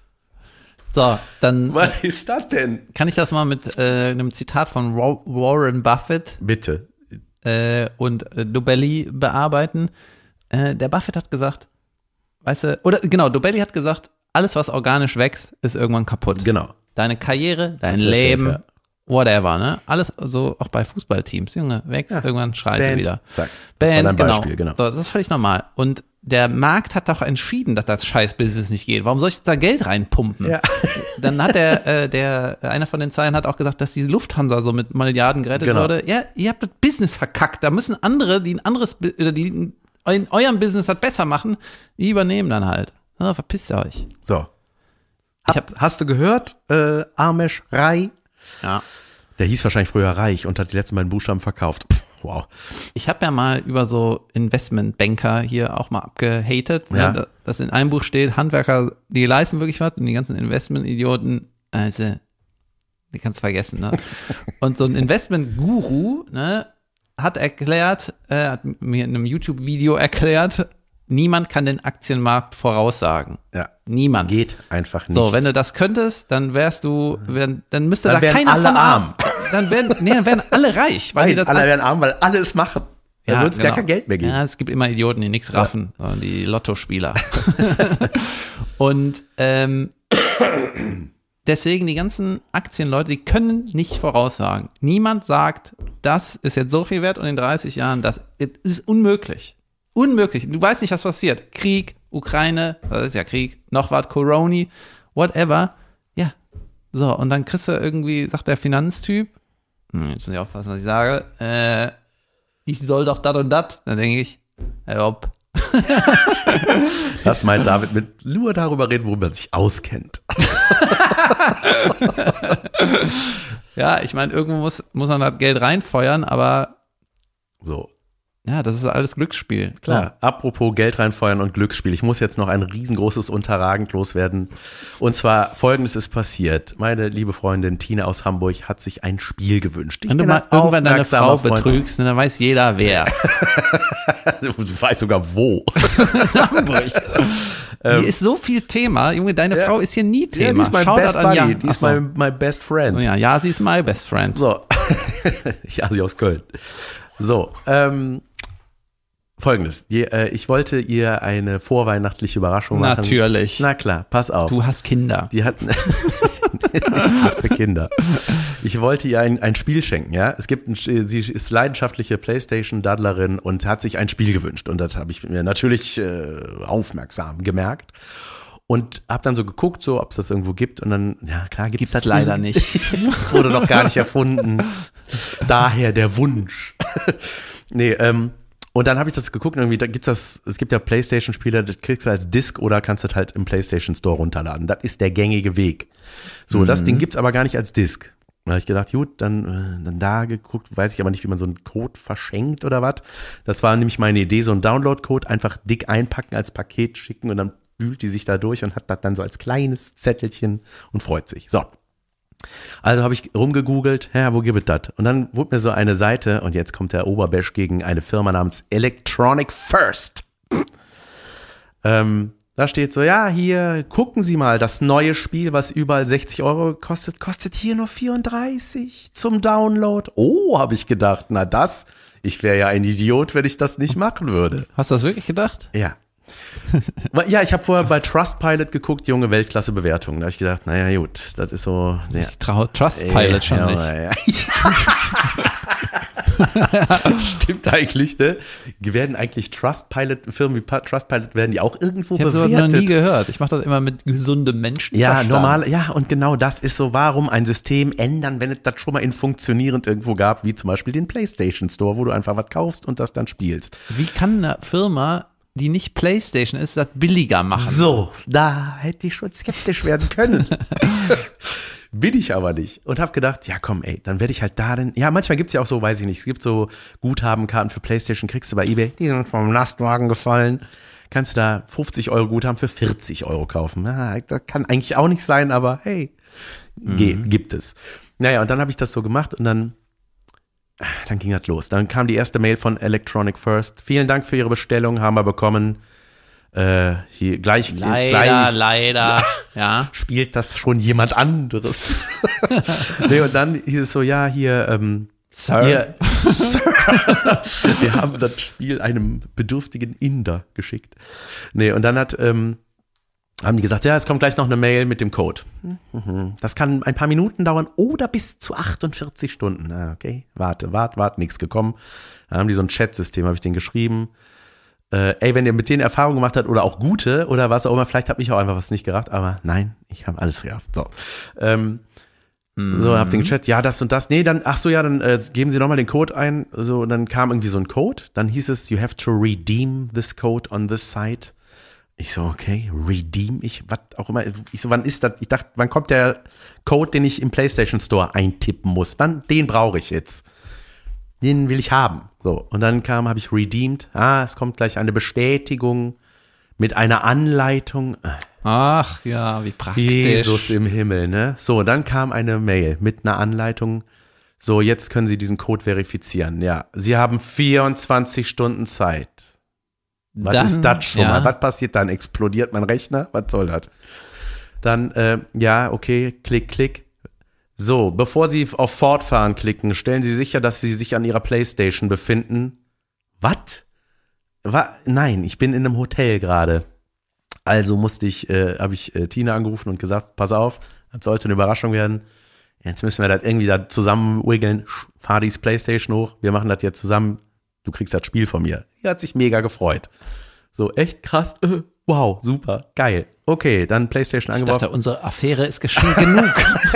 [SPEAKER 1] So, dann
[SPEAKER 2] Was ist das denn?
[SPEAKER 1] kann ich das mal mit äh, einem Zitat von Wa- Warren Buffett
[SPEAKER 2] Bitte.
[SPEAKER 1] äh, und äh, Dobelli bearbeiten. Äh, der Buffett hat gesagt, weißt du, oder genau, Dobelli hat gesagt, alles, was organisch wächst, ist irgendwann kaputt.
[SPEAKER 2] Genau.
[SPEAKER 1] Deine Karriere, dein
[SPEAKER 2] Hat's erzählt,
[SPEAKER 1] Leben,
[SPEAKER 2] ja.
[SPEAKER 1] whatever, ne? Alles so auch bei Fußballteams. Junge, wächst,
[SPEAKER 2] Ja.
[SPEAKER 1] irgendwann scheiße
[SPEAKER 2] Band.
[SPEAKER 1] wieder.
[SPEAKER 2] Zack. Das war dein Beispiel, genau.
[SPEAKER 1] So, das ist völlig normal. Und der Markt hat doch entschieden, dass das Scheiß-Business nicht geht. Warum soll ich jetzt da Geld reinpumpen?
[SPEAKER 2] Ja.
[SPEAKER 1] Dann hat der, äh, der, einer von den Zeilen hat auch gesagt, dass die Lufthansa so mit Milliarden gerettet
[SPEAKER 2] Genau.
[SPEAKER 1] wurde. Ja, ihr habt das Business verkackt. Da müssen andere, die ein anderes, Bu- oder die in eu- eurem Business das besser machen, die übernehmen dann halt. Ja, verpisst ihr euch.
[SPEAKER 2] So.
[SPEAKER 1] Ich
[SPEAKER 2] Hab,
[SPEAKER 1] hab-
[SPEAKER 2] hast du gehört, äh, Armesh Rai?
[SPEAKER 1] Ja.
[SPEAKER 2] Der hieß wahrscheinlich früher Reich und hat die letzten beiden Buchstaben verkauft. Pff, wow.
[SPEAKER 1] Ich habe ja mal über so Investmentbanker hier auch mal abgehatet,
[SPEAKER 2] Ja.
[SPEAKER 1] ne, dass in einem Buch steht, Handwerker, die leisten wirklich was und die ganzen Investment-Idioten, also, die kannst du vergessen, ne? Und so ein Investment-Guru, ne, hat erklärt, äh, hat mir in einem YouTube-Video erklärt, niemand kann den Aktienmarkt voraussagen.
[SPEAKER 2] Ja.
[SPEAKER 1] Niemand.
[SPEAKER 2] Geht einfach nicht.
[SPEAKER 1] So, wenn du das könntest, dann wärst du, wär, dann müsste
[SPEAKER 2] Dann
[SPEAKER 1] da
[SPEAKER 2] wären
[SPEAKER 1] keiner
[SPEAKER 2] alle
[SPEAKER 1] von
[SPEAKER 2] arm.
[SPEAKER 1] Dann wären, nee, dann wären alle reich, weil die
[SPEAKER 2] Nein,
[SPEAKER 1] das
[SPEAKER 2] alle werden arm, weil alle es machen. Dann
[SPEAKER 1] Ja,
[SPEAKER 2] würde es
[SPEAKER 1] genau.
[SPEAKER 2] gar kein Geld mehr geben.
[SPEAKER 1] Ja, es gibt immer Idioten, die nichts raffen, sondern die Lottospieler. Und ähm, deswegen die ganzen Aktienleute, die können nicht voraussagen. Niemand sagt, das ist jetzt so viel wert und in dreißig Jahren, das ist unmöglich. Unmöglich. Du weißt nicht, was passiert. Krieg, Ukraine, das ist ja Krieg, noch was, Corona, whatever. Ja. So, und dann kriegst du irgendwie, sagt der Finanztyp, hm, jetzt muss ich aufpassen, was ich sage, äh, ich soll doch dat und dat. Dann denke ich, ja, ob.
[SPEAKER 2] Das meint David mit nur darüber reden, worüber man sich auskennt.
[SPEAKER 1] Ja, ich meine, irgendwo muss, muss man das Geld reinfeuern, aber
[SPEAKER 2] So.
[SPEAKER 1] Ja, das ist alles Glücksspiel.
[SPEAKER 2] Klar.
[SPEAKER 1] Klar.
[SPEAKER 2] Apropos Geld reinfeuern und Glücksspiel. Ich muss jetzt noch ein riesengroßes Unterragend loswerden. Und zwar Folgendes ist passiert. Meine liebe Freundin Tina aus Hamburg hat sich ein Spiel gewünscht. Ich
[SPEAKER 1] Wenn du
[SPEAKER 2] bin
[SPEAKER 1] mal
[SPEAKER 2] ein
[SPEAKER 1] irgendwann deine Frau
[SPEAKER 2] aufmerksamer Freund.
[SPEAKER 1] betrügst, dann weiß jeder wer.
[SPEAKER 2] Du weißt sogar wo.
[SPEAKER 1] Hamburg. Hier ist so viel Thema. Junge, deine
[SPEAKER 2] Ja.
[SPEAKER 1] Frau ist hier nie
[SPEAKER 2] Ja,
[SPEAKER 1] Thema.
[SPEAKER 2] die ist mein
[SPEAKER 1] Shoutout
[SPEAKER 2] Best
[SPEAKER 1] an
[SPEAKER 2] Buddy.
[SPEAKER 1] Jan.
[SPEAKER 2] Die ist
[SPEAKER 1] Ach so.
[SPEAKER 2] mein, my best friend.
[SPEAKER 1] Oh ja, ja, sie ist my best friend.
[SPEAKER 2] So. Ja, sie aus Köln. So, ähm, Folgendes. Je, äh, ich wollte ihr eine vorweihnachtliche Überraschung machen.
[SPEAKER 1] Natürlich.
[SPEAKER 2] Na klar, pass auf.
[SPEAKER 1] Du hast Kinder.
[SPEAKER 2] Die hatten, ich hasse Kinder. Ich wollte ihr ein, ein Spiel schenken, ja. Es gibt, ein, sie ist leidenschaftliche Playstation-Daddlerin und hat sich ein Spiel gewünscht. Und das habe ich mir natürlich äh, aufmerksam gemerkt. Und habe dann so geguckt, so, ob es das irgendwo gibt. Und dann, ja klar, gibt es das
[SPEAKER 1] leider nicht.
[SPEAKER 2] Das wurde noch gar nicht erfunden. Daher der Wunsch. Nee, ähm, und dann habe ich das geguckt und irgendwie, da gibt's das, es gibt ja PlayStation-Spiele, das kriegst du als Disc oder kannst du halt im PlayStation Store runterladen. Das ist der gängige Weg. So,
[SPEAKER 1] Mhm.
[SPEAKER 2] das Ding gibt's aber gar nicht als Disc. Da habe ich gedacht, gut, dann, äh, dann da geguckt, weiß ich aber nicht, wie man so einen Code verschenkt oder was. Das war nämlich meine Idee, so einen Download-Code einfach dick einpacken, als Paket schicken und dann wühlt die sich da durch und hat das dann so als kleines Zettelchen und freut sich. So. Also habe ich rumgegoogelt, ja, wo gibt es das? Und dann wurde mir so eine Seite, und jetzt kommt der Oberbash gegen eine Firma namens Electronic First. ähm, da steht so, ja, hier, gucken Sie mal, das neue Spiel, was überall sechzig Euro kostet, kostet hier nur vierunddreißig zum Download. Oh, habe ich gedacht, na das, ich wäre ja ein Idiot, wenn ich das nicht machen würde.
[SPEAKER 1] Hast du das wirklich gedacht?
[SPEAKER 2] Ja. Ja, ich habe vorher bei Trustpilot geguckt, junge Weltklasse-Bewertungen. Da habe ich gedacht, naja gut, das ist so. Ja.
[SPEAKER 1] Ich traue Trustpilot schon
[SPEAKER 2] ja,
[SPEAKER 1] nicht.
[SPEAKER 2] Ja. Stimmt eigentlich, ne? Werden eigentlich Trustpilot, Firmen wie Trustpilot, werden die auch irgendwo
[SPEAKER 1] Ich habe sowas
[SPEAKER 2] bewertet?
[SPEAKER 1] noch nie gehört. Ich mache das immer mit gesundem Menschenverstand.
[SPEAKER 2] Ja, normal, ja, und genau das ist so, warum ein System ändern, wenn es das schon mal in funktionierend irgendwo gab, wie zum Beispiel den PlayStation Store, wo du einfach was kaufst und das dann spielst.
[SPEAKER 1] Wie kann eine Firma, die nicht PlayStation ist, das billiger machen?
[SPEAKER 2] So, da hätte ich schon skeptisch werden können. Bin ich aber nicht. Und habe gedacht, ja komm, ey, dann werde ich halt da denn, ja, manchmal gibt's ja auch so, weiß ich nicht, es gibt so Guthabenkarten für PlayStation, kriegst du bei eBay, die sind vom Lastwagen gefallen, kannst du da fünfzig Euro Guthaben für vierzig Euro kaufen. Na, das kann eigentlich auch nicht sein, aber hey, ge-
[SPEAKER 1] Mhm.
[SPEAKER 2] gibt es. Naja, und dann habe ich das so gemacht und dann Dann ging das los. Dann kam die erste Mail von Electronic First. Vielen Dank für Ihre Bestellung, haben wir bekommen. Äh, hier gleich,
[SPEAKER 1] Leider,
[SPEAKER 2] gleich
[SPEAKER 1] leider, ja.
[SPEAKER 2] spielt das schon jemand anderes. Nee, und dann hieß es so, ja, hier, ähm,
[SPEAKER 1] Sir.
[SPEAKER 2] hier, Sir. Wir haben das Spiel einem bedürftigen Inder geschickt. Nee, und dann hat, ähm, haben die gesagt, ja, es kommt gleich noch eine Mail mit dem Code. Das kann ein paar Minuten dauern oder bis zu achtundvierzig Stunden. Ah, okay, warte, warte, warte, nichts gekommen. Dann haben die so ein Chat-System, habe ich denen geschrieben. Äh, ey, wenn ihr mit denen Erfahrung gemacht habt oder auch gute oder was auch immer, vielleicht hat mich auch einfach was nicht gerafft, aber nein, ich habe alles gerafft. So, ähm,
[SPEAKER 1] Mhm.
[SPEAKER 2] so, hab den Chat, ja, das und das. Nee, dann, ach so, ja, dann äh, geben Sie nochmal den Code ein. So, und dann kam irgendwie so ein Code. Dann hieß es, you have to redeem this code on this site. Ich so, okay, redeem ich, was auch immer. Ich so, wann ist das? Ich dachte, wann kommt der Code, den ich im PlayStation Store eintippen muss? Wann? Den brauche ich jetzt. Den will ich haben. So, und dann kam, habe ich redeemed. Ah, es kommt gleich eine Bestätigung mit einer Anleitung.
[SPEAKER 1] Ach ja, wie praktisch.
[SPEAKER 2] Jesus im Himmel, ne? So, dann kam eine Mail mit einer Anleitung. So, jetzt können Sie diesen Code verifizieren. Ja, Sie haben vierundzwanzig Stunden Zeit. Was
[SPEAKER 1] Dann,
[SPEAKER 2] ist das schon
[SPEAKER 1] ja.
[SPEAKER 2] mal? Was passiert dann? Explodiert mein Rechner? Was soll das? Dann, äh, ja, okay, klick, klick. So, bevor Sie auf Fortfahren klicken, stellen Sie sicher, dass Sie sich an Ihrer Playstation befinden. Was? Wa- Nein, ich bin in einem Hotel gerade. Also musste ich, äh, habe ich äh, Tina angerufen und gesagt, pass auf, das sollte eine Überraschung werden. Jetzt müssen wir das irgendwie da zusammen wiggeln. Fahr dies Playstation hoch, wir machen das jetzt zusammen. Du kriegst das Spiel von mir. Die hat sich mega gefreut. So, echt krass. Äh, wow, super, geil. Okay, dann Playstation
[SPEAKER 1] Ich
[SPEAKER 2] angeworfen.
[SPEAKER 1] dachte, unsere Affäre ist geschenkt genug.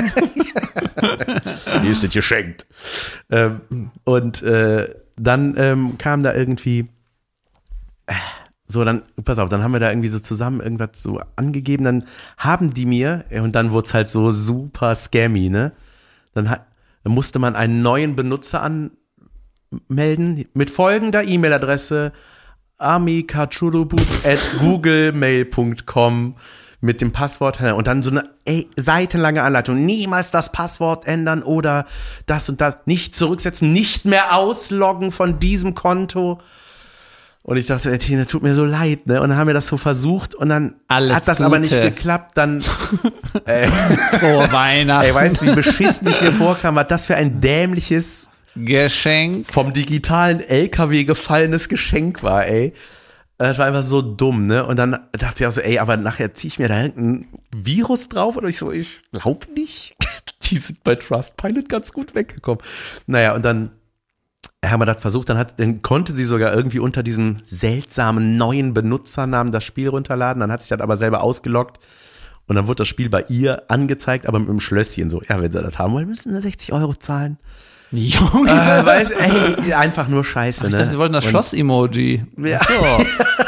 [SPEAKER 2] Hier ist es geschenkt. Ähm, und äh, dann ähm, kam da irgendwie, äh, so dann, pass auf, dann haben wir da irgendwie so zusammen irgendwas so angegeben, dann haben die mir, und dann wurde es halt so super scammy, ne? Dann, hat, dann musste man einen neuen Benutzer an, anmelden mit folgender E-Mail-Adresse amikachurubut at googlemail punkt com mit dem Passwort und dann so eine ey, seitenlange Anleitung. Niemals das Passwort ändern oder das und das. Nicht zurücksetzen, nicht mehr ausloggen von diesem Konto. Und ich dachte, ey, Tina, tut mir so leid, ne? Und dann haben wir das so versucht und dann
[SPEAKER 1] Alles
[SPEAKER 2] hat das
[SPEAKER 1] Gute.
[SPEAKER 2] aber nicht geklappt. Dann ey,
[SPEAKER 1] Frohe Weihnachten.
[SPEAKER 2] ey, weißt du, wie beschissen ich mir vorkam, was das für ein dämliches
[SPEAKER 1] Geschenk.
[SPEAKER 2] vom digitalen L K W gefallenes Geschenk war, ey. Das war einfach so dumm, ne? Und dann dachte ich auch so, ey, aber nachher ziehe ich mir da irgendein Virus drauf oder ich so, ich glaube nicht. Die sind bei Trustpilot ganz gut weggekommen. Naja, und dann haben wir das versucht, dann, hat, dann konnte sie sogar irgendwie unter diesem seltsamen neuen Benutzernamen das Spiel runterladen. Dann hat sich das aber selber ausgeloggt und dann wurde das Spiel bei ihr angezeigt, aber mit einem Schlösschen so. Ja, wenn sie das haben wollen, müssen sie sechzig Euro zahlen.
[SPEAKER 1] Junge.
[SPEAKER 2] Äh, weiß, ey, einfach nur Scheiße,
[SPEAKER 1] Ach, ich
[SPEAKER 2] ne?
[SPEAKER 1] dachte, sie wollten das
[SPEAKER 2] Und-
[SPEAKER 1] Schloss-Emoji.
[SPEAKER 2] Ja.
[SPEAKER 1] Ach so.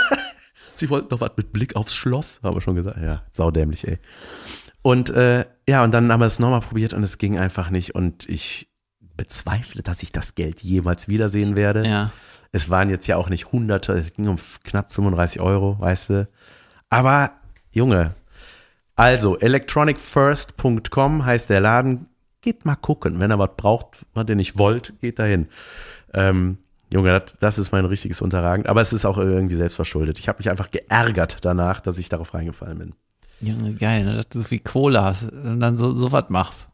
[SPEAKER 2] Sie wollten doch was mit Blick aufs Schloss, haben wir schon gesagt. Ja, saudämlich, ey. Und äh, ja, und dann haben wir es nochmal probiert und es ging einfach nicht. Und ich bezweifle, dass ich das Geld jemals wiedersehen werde.
[SPEAKER 1] Ja.
[SPEAKER 2] Es waren jetzt ja auch nicht Hunderte, es ging um f- knapp fünfunddreißig Euro, weißt du. Aber, Junge, also electronic first punkt com heißt der Laden. Geht mal gucken, wenn ihr was braucht, was ihr nicht wollt, geht dahin. Ähm, Junge, das, das ist mein richtiges Unterragend. Aber es ist auch irgendwie selbstverschuldet. Ich habe mich einfach geärgert danach, dass ich darauf reingefallen bin.
[SPEAKER 1] Junge, geil, ne, dass du so viel Kohle hast und dann so, so was machst.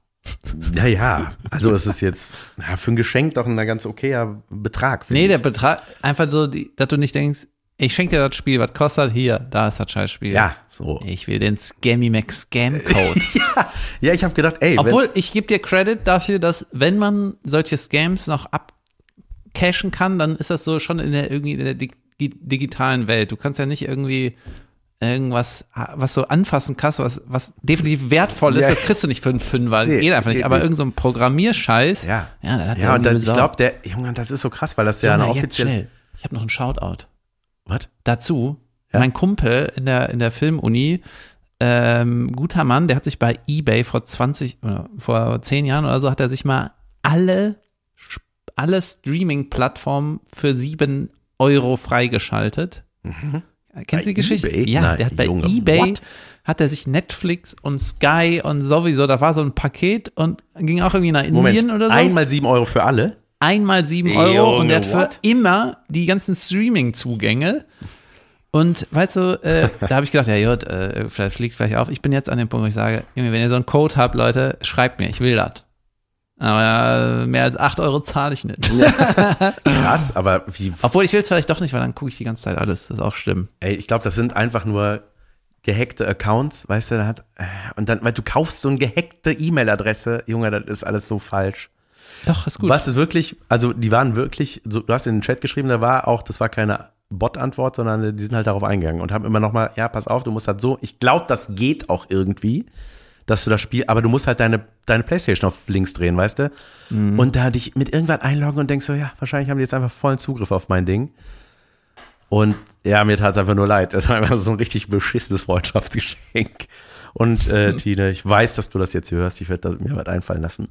[SPEAKER 2] Naja, also es ist jetzt ja, für ein Geschenk doch ein ganz okayer Betrag. finde
[SPEAKER 1] Nee, der
[SPEAKER 2] ich.
[SPEAKER 1] Betrag, einfach so, die, dass du nicht denkst, ich schenke dir das Spiel, was kostet? Hier, da ist das Scheißspiel.
[SPEAKER 2] Ja, so.
[SPEAKER 1] Ich will den Scammy Mac Scam Code.
[SPEAKER 2] ja, ja, ich habe gedacht, ey, wenn,
[SPEAKER 1] Obwohl, ich gebe dir Credit dafür, dass wenn man solche Scams noch abcashen kann, dann ist das so schon in der irgendwie in der dig digitalen Welt. Du kannst ja nicht irgendwie irgendwas, was so anfassen kannst, was, was definitiv wertvoll ist,
[SPEAKER 2] Ja.
[SPEAKER 1] das kriegst du nicht für einen Fünfer,
[SPEAKER 2] Nee,
[SPEAKER 1] geht einfach nicht.
[SPEAKER 2] geht
[SPEAKER 1] Aber
[SPEAKER 2] nicht.
[SPEAKER 1] irgend so ein Programmierscheiß,
[SPEAKER 2] ja,
[SPEAKER 1] ja, dann hat
[SPEAKER 2] ja
[SPEAKER 1] der
[SPEAKER 2] und das, ich
[SPEAKER 1] besorgt.
[SPEAKER 2] glaube, der Junge, das ist so krass, weil das ja
[SPEAKER 1] Junge,
[SPEAKER 2] eine
[SPEAKER 1] jetzt
[SPEAKER 2] offizielle.
[SPEAKER 1] schnell. Ich habe noch einen Shoutout.
[SPEAKER 2] Was?
[SPEAKER 1] Dazu,
[SPEAKER 2] Ja.
[SPEAKER 1] mein Kumpel in der, in der Filmuni, ähm, guter Mann, der hat sich bei eBay vor zwanzig, oder vor zehn Jahren oder so, hat er sich mal alle, alle Streaming-Plattformen für sieben Euro freigeschaltet.
[SPEAKER 2] Mhm.
[SPEAKER 1] Kennst du
[SPEAKER 2] Bei
[SPEAKER 1] die Geschichte?
[SPEAKER 2] eBay?
[SPEAKER 1] Ja,
[SPEAKER 2] Na,
[SPEAKER 1] der hat bei
[SPEAKER 2] Junge,
[SPEAKER 1] eBay,
[SPEAKER 2] what?
[SPEAKER 1] hat er sich Netflix und Sky und sowieso, da war so ein Paket und ging auch irgendwie nach Indien
[SPEAKER 2] Moment,
[SPEAKER 1] oder so.
[SPEAKER 2] einmal sieben Euro für alle?
[SPEAKER 1] Einmal sieben
[SPEAKER 2] Junge,
[SPEAKER 1] Euro und der hat für
[SPEAKER 2] what?
[SPEAKER 1] immer die ganzen Streaming-Zugänge. Und weißt du, äh, da habe ich gedacht, ja gut, äh, vielleicht fliegt vielleicht auf. Ich bin jetzt an dem Punkt, wo ich sage, Junge, wenn ihr so einen Code habt, Leute, schreibt mir, ich will das. Aber äh, mehr als acht Euro zahle ich nicht.
[SPEAKER 2] Krass, aber wie,
[SPEAKER 1] Obwohl, ich will es vielleicht doch nicht, weil dann gucke ich die ganze Zeit alles. Das ist auch schlimm.
[SPEAKER 2] ey, ich glaube, das sind einfach nur gehackte Accounts, weißt du, da hat, äh, und dann, weil du kaufst so eine gehackte E-Mail-Adresse, Junge, das ist alles so falsch.
[SPEAKER 1] Doch, ist gut.
[SPEAKER 2] Was ist wirklich, also die waren wirklich, so, du hast in den Chat geschrieben, da war auch, das war keine Bot-Antwort, sondern die sind halt darauf eingegangen und haben immer noch mal, ja, pass auf, du musst halt so, ich glaube, das geht auch irgendwie, dass du das Spiel, aber du musst halt deine, deine Playstation auf links drehen, weißt du?
[SPEAKER 1] Mhm.
[SPEAKER 2] Und da dich mit irgendwas einloggen und denkst so, ja, wahrscheinlich haben die jetzt einfach vollen Zugriff auf mein Ding. Und ja, mir tat es einfach nur leid. Das war einfach so ein richtig beschissenes Freundschaftsgeschenk. Und äh, Tine, ich weiß, dass du das jetzt hier hörst, ich werde mir was einfallen lassen.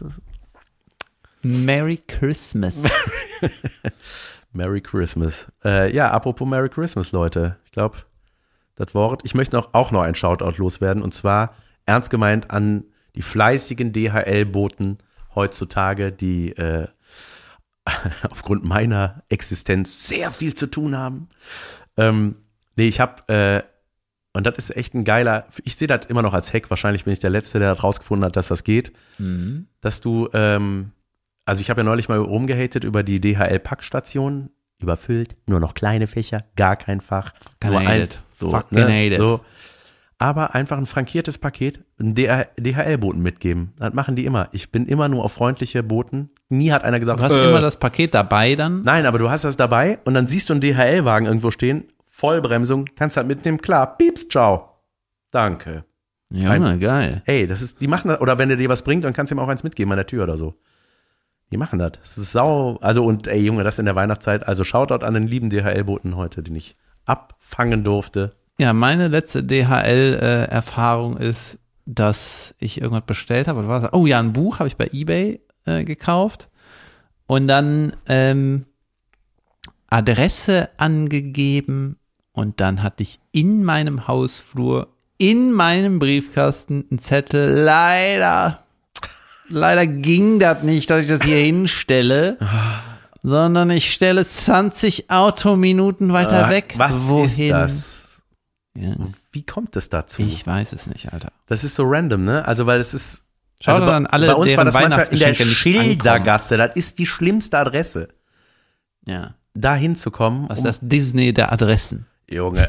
[SPEAKER 1] Merry Christmas.
[SPEAKER 2] Merry Christmas. Äh, ja, apropos Merry Christmas, Leute. Ich glaube, das Wort, ich möchte noch, auch noch ein Shoutout loswerden und zwar ernst gemeint an die fleißigen D H L-Boten heutzutage, die äh, aufgrund meiner Existenz sehr viel zu tun haben. Ähm, nee, ich habe, äh, und das ist echt ein geiler, ich sehe das immer noch als Hack, wahrscheinlich bin ich der Letzte, der das rausgefunden hat, dass das geht,
[SPEAKER 1] Mhm.
[SPEAKER 2] dass du, ähm, also ich habe ja neulich mal rumgehatet über die D H L-Packstation, überfüllt, nur noch kleine Fächer, gar kein Fach, nur
[SPEAKER 1] Gehatet.
[SPEAKER 2] eins, so,
[SPEAKER 1] Fucking
[SPEAKER 2] ne,
[SPEAKER 1] hated.
[SPEAKER 2] so. Aber einfach ein frankiertes Paket, einen D H L-Boten mitgeben. Das machen die immer. Ich bin immer nur auf freundliche Boten. Nie hat einer gesagt,
[SPEAKER 1] Du hast
[SPEAKER 2] äh,
[SPEAKER 1] immer das Paket dabei dann.
[SPEAKER 2] nein, aber du hast das dabei und dann siehst du einen D H L-Wagen irgendwo stehen, Vollbremsung, kannst halt mitnehmen, klar, pieps, ciao. Danke.
[SPEAKER 1] Junge, geil.
[SPEAKER 2] Ey, das ist, die machen das, oder wenn der dir was bringt, dann kannst du ihm auch eins mitgeben an der Tür oder so. Die machen das. Das ist sau, also und ey Junge, das in der Weihnachtszeit, also Shoutout an den lieben D H L-Boten heute, den ich abfangen durfte.
[SPEAKER 1] Ja, meine letzte D H L-Erfahrung ist, dass ich irgendwas bestellt habe. Was war das? Oh ja, ein Buch habe ich bei eBay äh, gekauft. Und dann ähm, Adresse angegeben und dann hatte ich in meinem Hausflur, in meinem Briefkasten einen Zettel. Leider, leider ging das nicht, dass ich das hier hinstelle, sondern ich stelle es zwanzig Autominuten weiter
[SPEAKER 2] Äh,
[SPEAKER 1] weg.
[SPEAKER 2] Was
[SPEAKER 1] Wohin?
[SPEAKER 2] ist das?
[SPEAKER 1] Ja,
[SPEAKER 2] Wie kommt es dazu?
[SPEAKER 1] ich weiß es nicht, Alter.
[SPEAKER 2] Das ist so random, ne? Also, weil es ist.
[SPEAKER 1] Schaut
[SPEAKER 2] also bei,
[SPEAKER 1] dann alle,
[SPEAKER 2] bei uns war
[SPEAKER 1] deren
[SPEAKER 2] das manchmal in der
[SPEAKER 1] Weihnachtsgeschenke nicht
[SPEAKER 2] Schildergasse. Das ist die schlimmste Adresse.
[SPEAKER 1] Ja.
[SPEAKER 2] Da hinzukommen.
[SPEAKER 1] Was ist das Disney der Adressen?
[SPEAKER 2] Junge.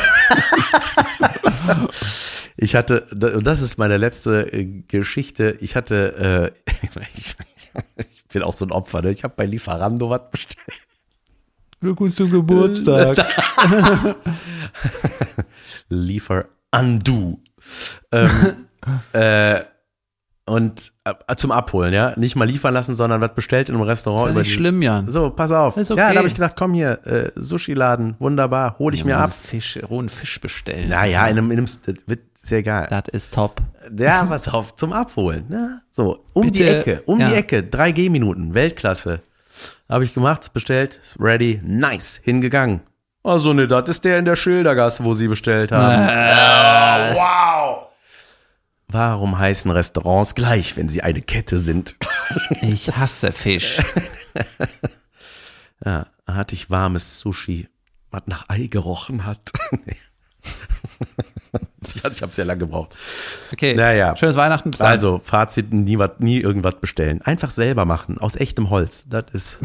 [SPEAKER 2] Ich hatte, und das ist meine letzte äh, Geschichte. Ich hatte, äh, ich, ich bin auch so ein Opfer, ne? Ich habe bei Lieferando was bestellt.
[SPEAKER 1] Glückwunsch zum Geburtstag.
[SPEAKER 2] Lieferando. ähm, äh, und äh, zum Abholen, ja. Nicht mal liefern lassen, sondern was bestellt in einem Restaurant.
[SPEAKER 1] Ist ja
[SPEAKER 2] über
[SPEAKER 1] nicht
[SPEAKER 2] die,
[SPEAKER 1] schlimm, Jan.
[SPEAKER 2] So, pass auf.
[SPEAKER 1] Ist okay.
[SPEAKER 2] Ja, da habe ich gedacht, komm hier, äh, Sushi-Laden, wunderbar, hol ich
[SPEAKER 1] Ja,
[SPEAKER 2] mir
[SPEAKER 1] mal
[SPEAKER 2] ab.
[SPEAKER 1] so Fisch, rohen Fisch bestellen.
[SPEAKER 2] Naja, in einem, in einem, das wird sehr egal.
[SPEAKER 1] Das ist top.
[SPEAKER 2] Ja, pass auf, zum Abholen. Ne? So, um
[SPEAKER 1] Bitte,
[SPEAKER 2] die Ecke, um
[SPEAKER 1] ja.
[SPEAKER 2] die Ecke, drei G-Minuten, Weltklasse. Habe ich gemacht, bestellt, ready, nice, hingegangen. Also ne, das ist der in der Schildergasse, wo sie bestellt haben.
[SPEAKER 1] Äh.
[SPEAKER 2] Oh, wow. Warum heißen Restaurants gleich, wenn sie eine Kette sind?
[SPEAKER 1] Ich hasse Fisch.
[SPEAKER 2] Ja, da hatte ich warmes Sushi, was nach Ei gerochen hat. ich ich habe sehr lange gebraucht.
[SPEAKER 1] Okay,
[SPEAKER 2] Naja.
[SPEAKER 1] schönes Weihnachten. Bis dann.
[SPEAKER 2] Also, Fazit, nie, wat, nie irgendwas bestellen. Einfach selber machen, aus echtem Holz. Das ist...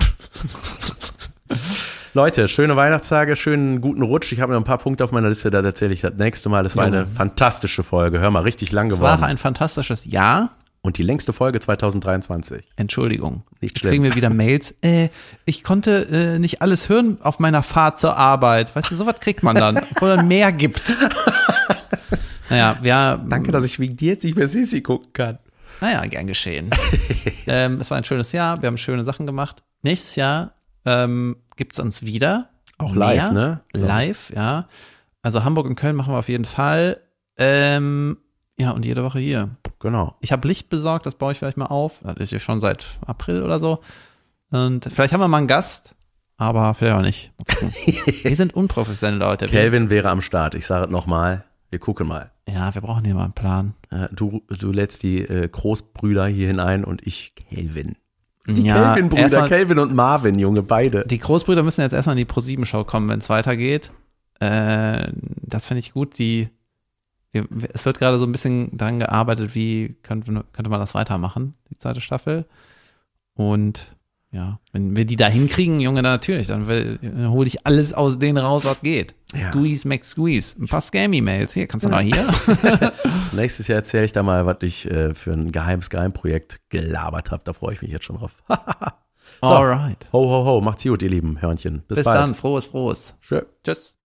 [SPEAKER 2] Leute, schöne Weihnachtstage, schönen guten Rutsch. Ich habe noch ein paar Punkte auf meiner Liste, da erzähle ich das nächste Mal. Das war
[SPEAKER 1] Ja.
[SPEAKER 2] eine fantastische Folge. Hör mal, richtig lang
[SPEAKER 1] Es
[SPEAKER 2] geworden.
[SPEAKER 1] war ein fantastisches Jahr.
[SPEAKER 2] Und die längste Folge zwanzig dreiundzwanzig.
[SPEAKER 1] Entschuldigung.
[SPEAKER 2] Nicht
[SPEAKER 1] Jetzt
[SPEAKER 2] schlimm.
[SPEAKER 1] kriegen wir wieder Mails. Äh, ich konnte äh, nicht alles hören auf meiner Fahrt zur Arbeit. Weißt du, sowas kriegt man dann, wo dann mehr gibt. Naja, wir.
[SPEAKER 2] Danke, dass ich wegen dir jetzt nicht mehr Sissi gucken kann.
[SPEAKER 1] Naja, gern geschehen. ähm, es war ein schönes Jahr. Wir haben schöne Sachen gemacht. Nächstes Jahr ähm, gibt es uns wieder.
[SPEAKER 2] Auch live,
[SPEAKER 1] Mehr.
[SPEAKER 2] ne?
[SPEAKER 1] Live, ja. Also Hamburg und Köln machen wir auf jeden Fall. Ähm, ja, und jede Woche hier.
[SPEAKER 2] Genau.
[SPEAKER 1] Ich habe Licht besorgt, das baue ich vielleicht mal auf. Das ist ja schon seit April oder so. Und vielleicht haben wir mal einen Gast, aber vielleicht auch nicht. Mal gucken. Wir sind unprofessionelle Leute. Wir-
[SPEAKER 2] Kelvin wäre am Start. Ich sage es nochmal. Wir gucken mal.
[SPEAKER 1] Ja, wir brauchen hier mal einen Plan.
[SPEAKER 2] Äh, Du, du lädst die äh, Großbrüder hier hinein und ich Kelvin. Die
[SPEAKER 1] ja,
[SPEAKER 2] Kelvin-Brüder,
[SPEAKER 1] erstmal-
[SPEAKER 2] Kelvin und Marvin, Junge, beide.
[SPEAKER 1] Die Großbrüder müssen jetzt erstmal in die ProSieben-Show kommen, wenn es weitergeht. Äh, das finde ich gut. Die, wir- es wird gerade so ein bisschen daran gearbeitet, wie könnte, könnte man das weitermachen, die zweite Staffel. Und ja, wenn wir die da hinkriegen, Junge, dann natürlich, dann, will- dann hole ich alles aus denen raus, was geht.
[SPEAKER 2] Ja.
[SPEAKER 1] Squeeze, Max Squeeze. Ein paar Scam-E-Mails. Hier, kannst du noch hier?
[SPEAKER 2] Nächstes Jahr erzähle ich da mal, was ich äh, für ein geheimes Geheimprojekt gelabert habe. Da freue ich mich jetzt schon drauf. So.
[SPEAKER 1] Alright.
[SPEAKER 2] Ho, ho, ho. Macht's gut, ihr lieben Hörnchen. Bis,
[SPEAKER 1] Bis
[SPEAKER 2] bald.
[SPEAKER 1] dann. Frohes, frohes.
[SPEAKER 2] Tschö.
[SPEAKER 1] Tschüss.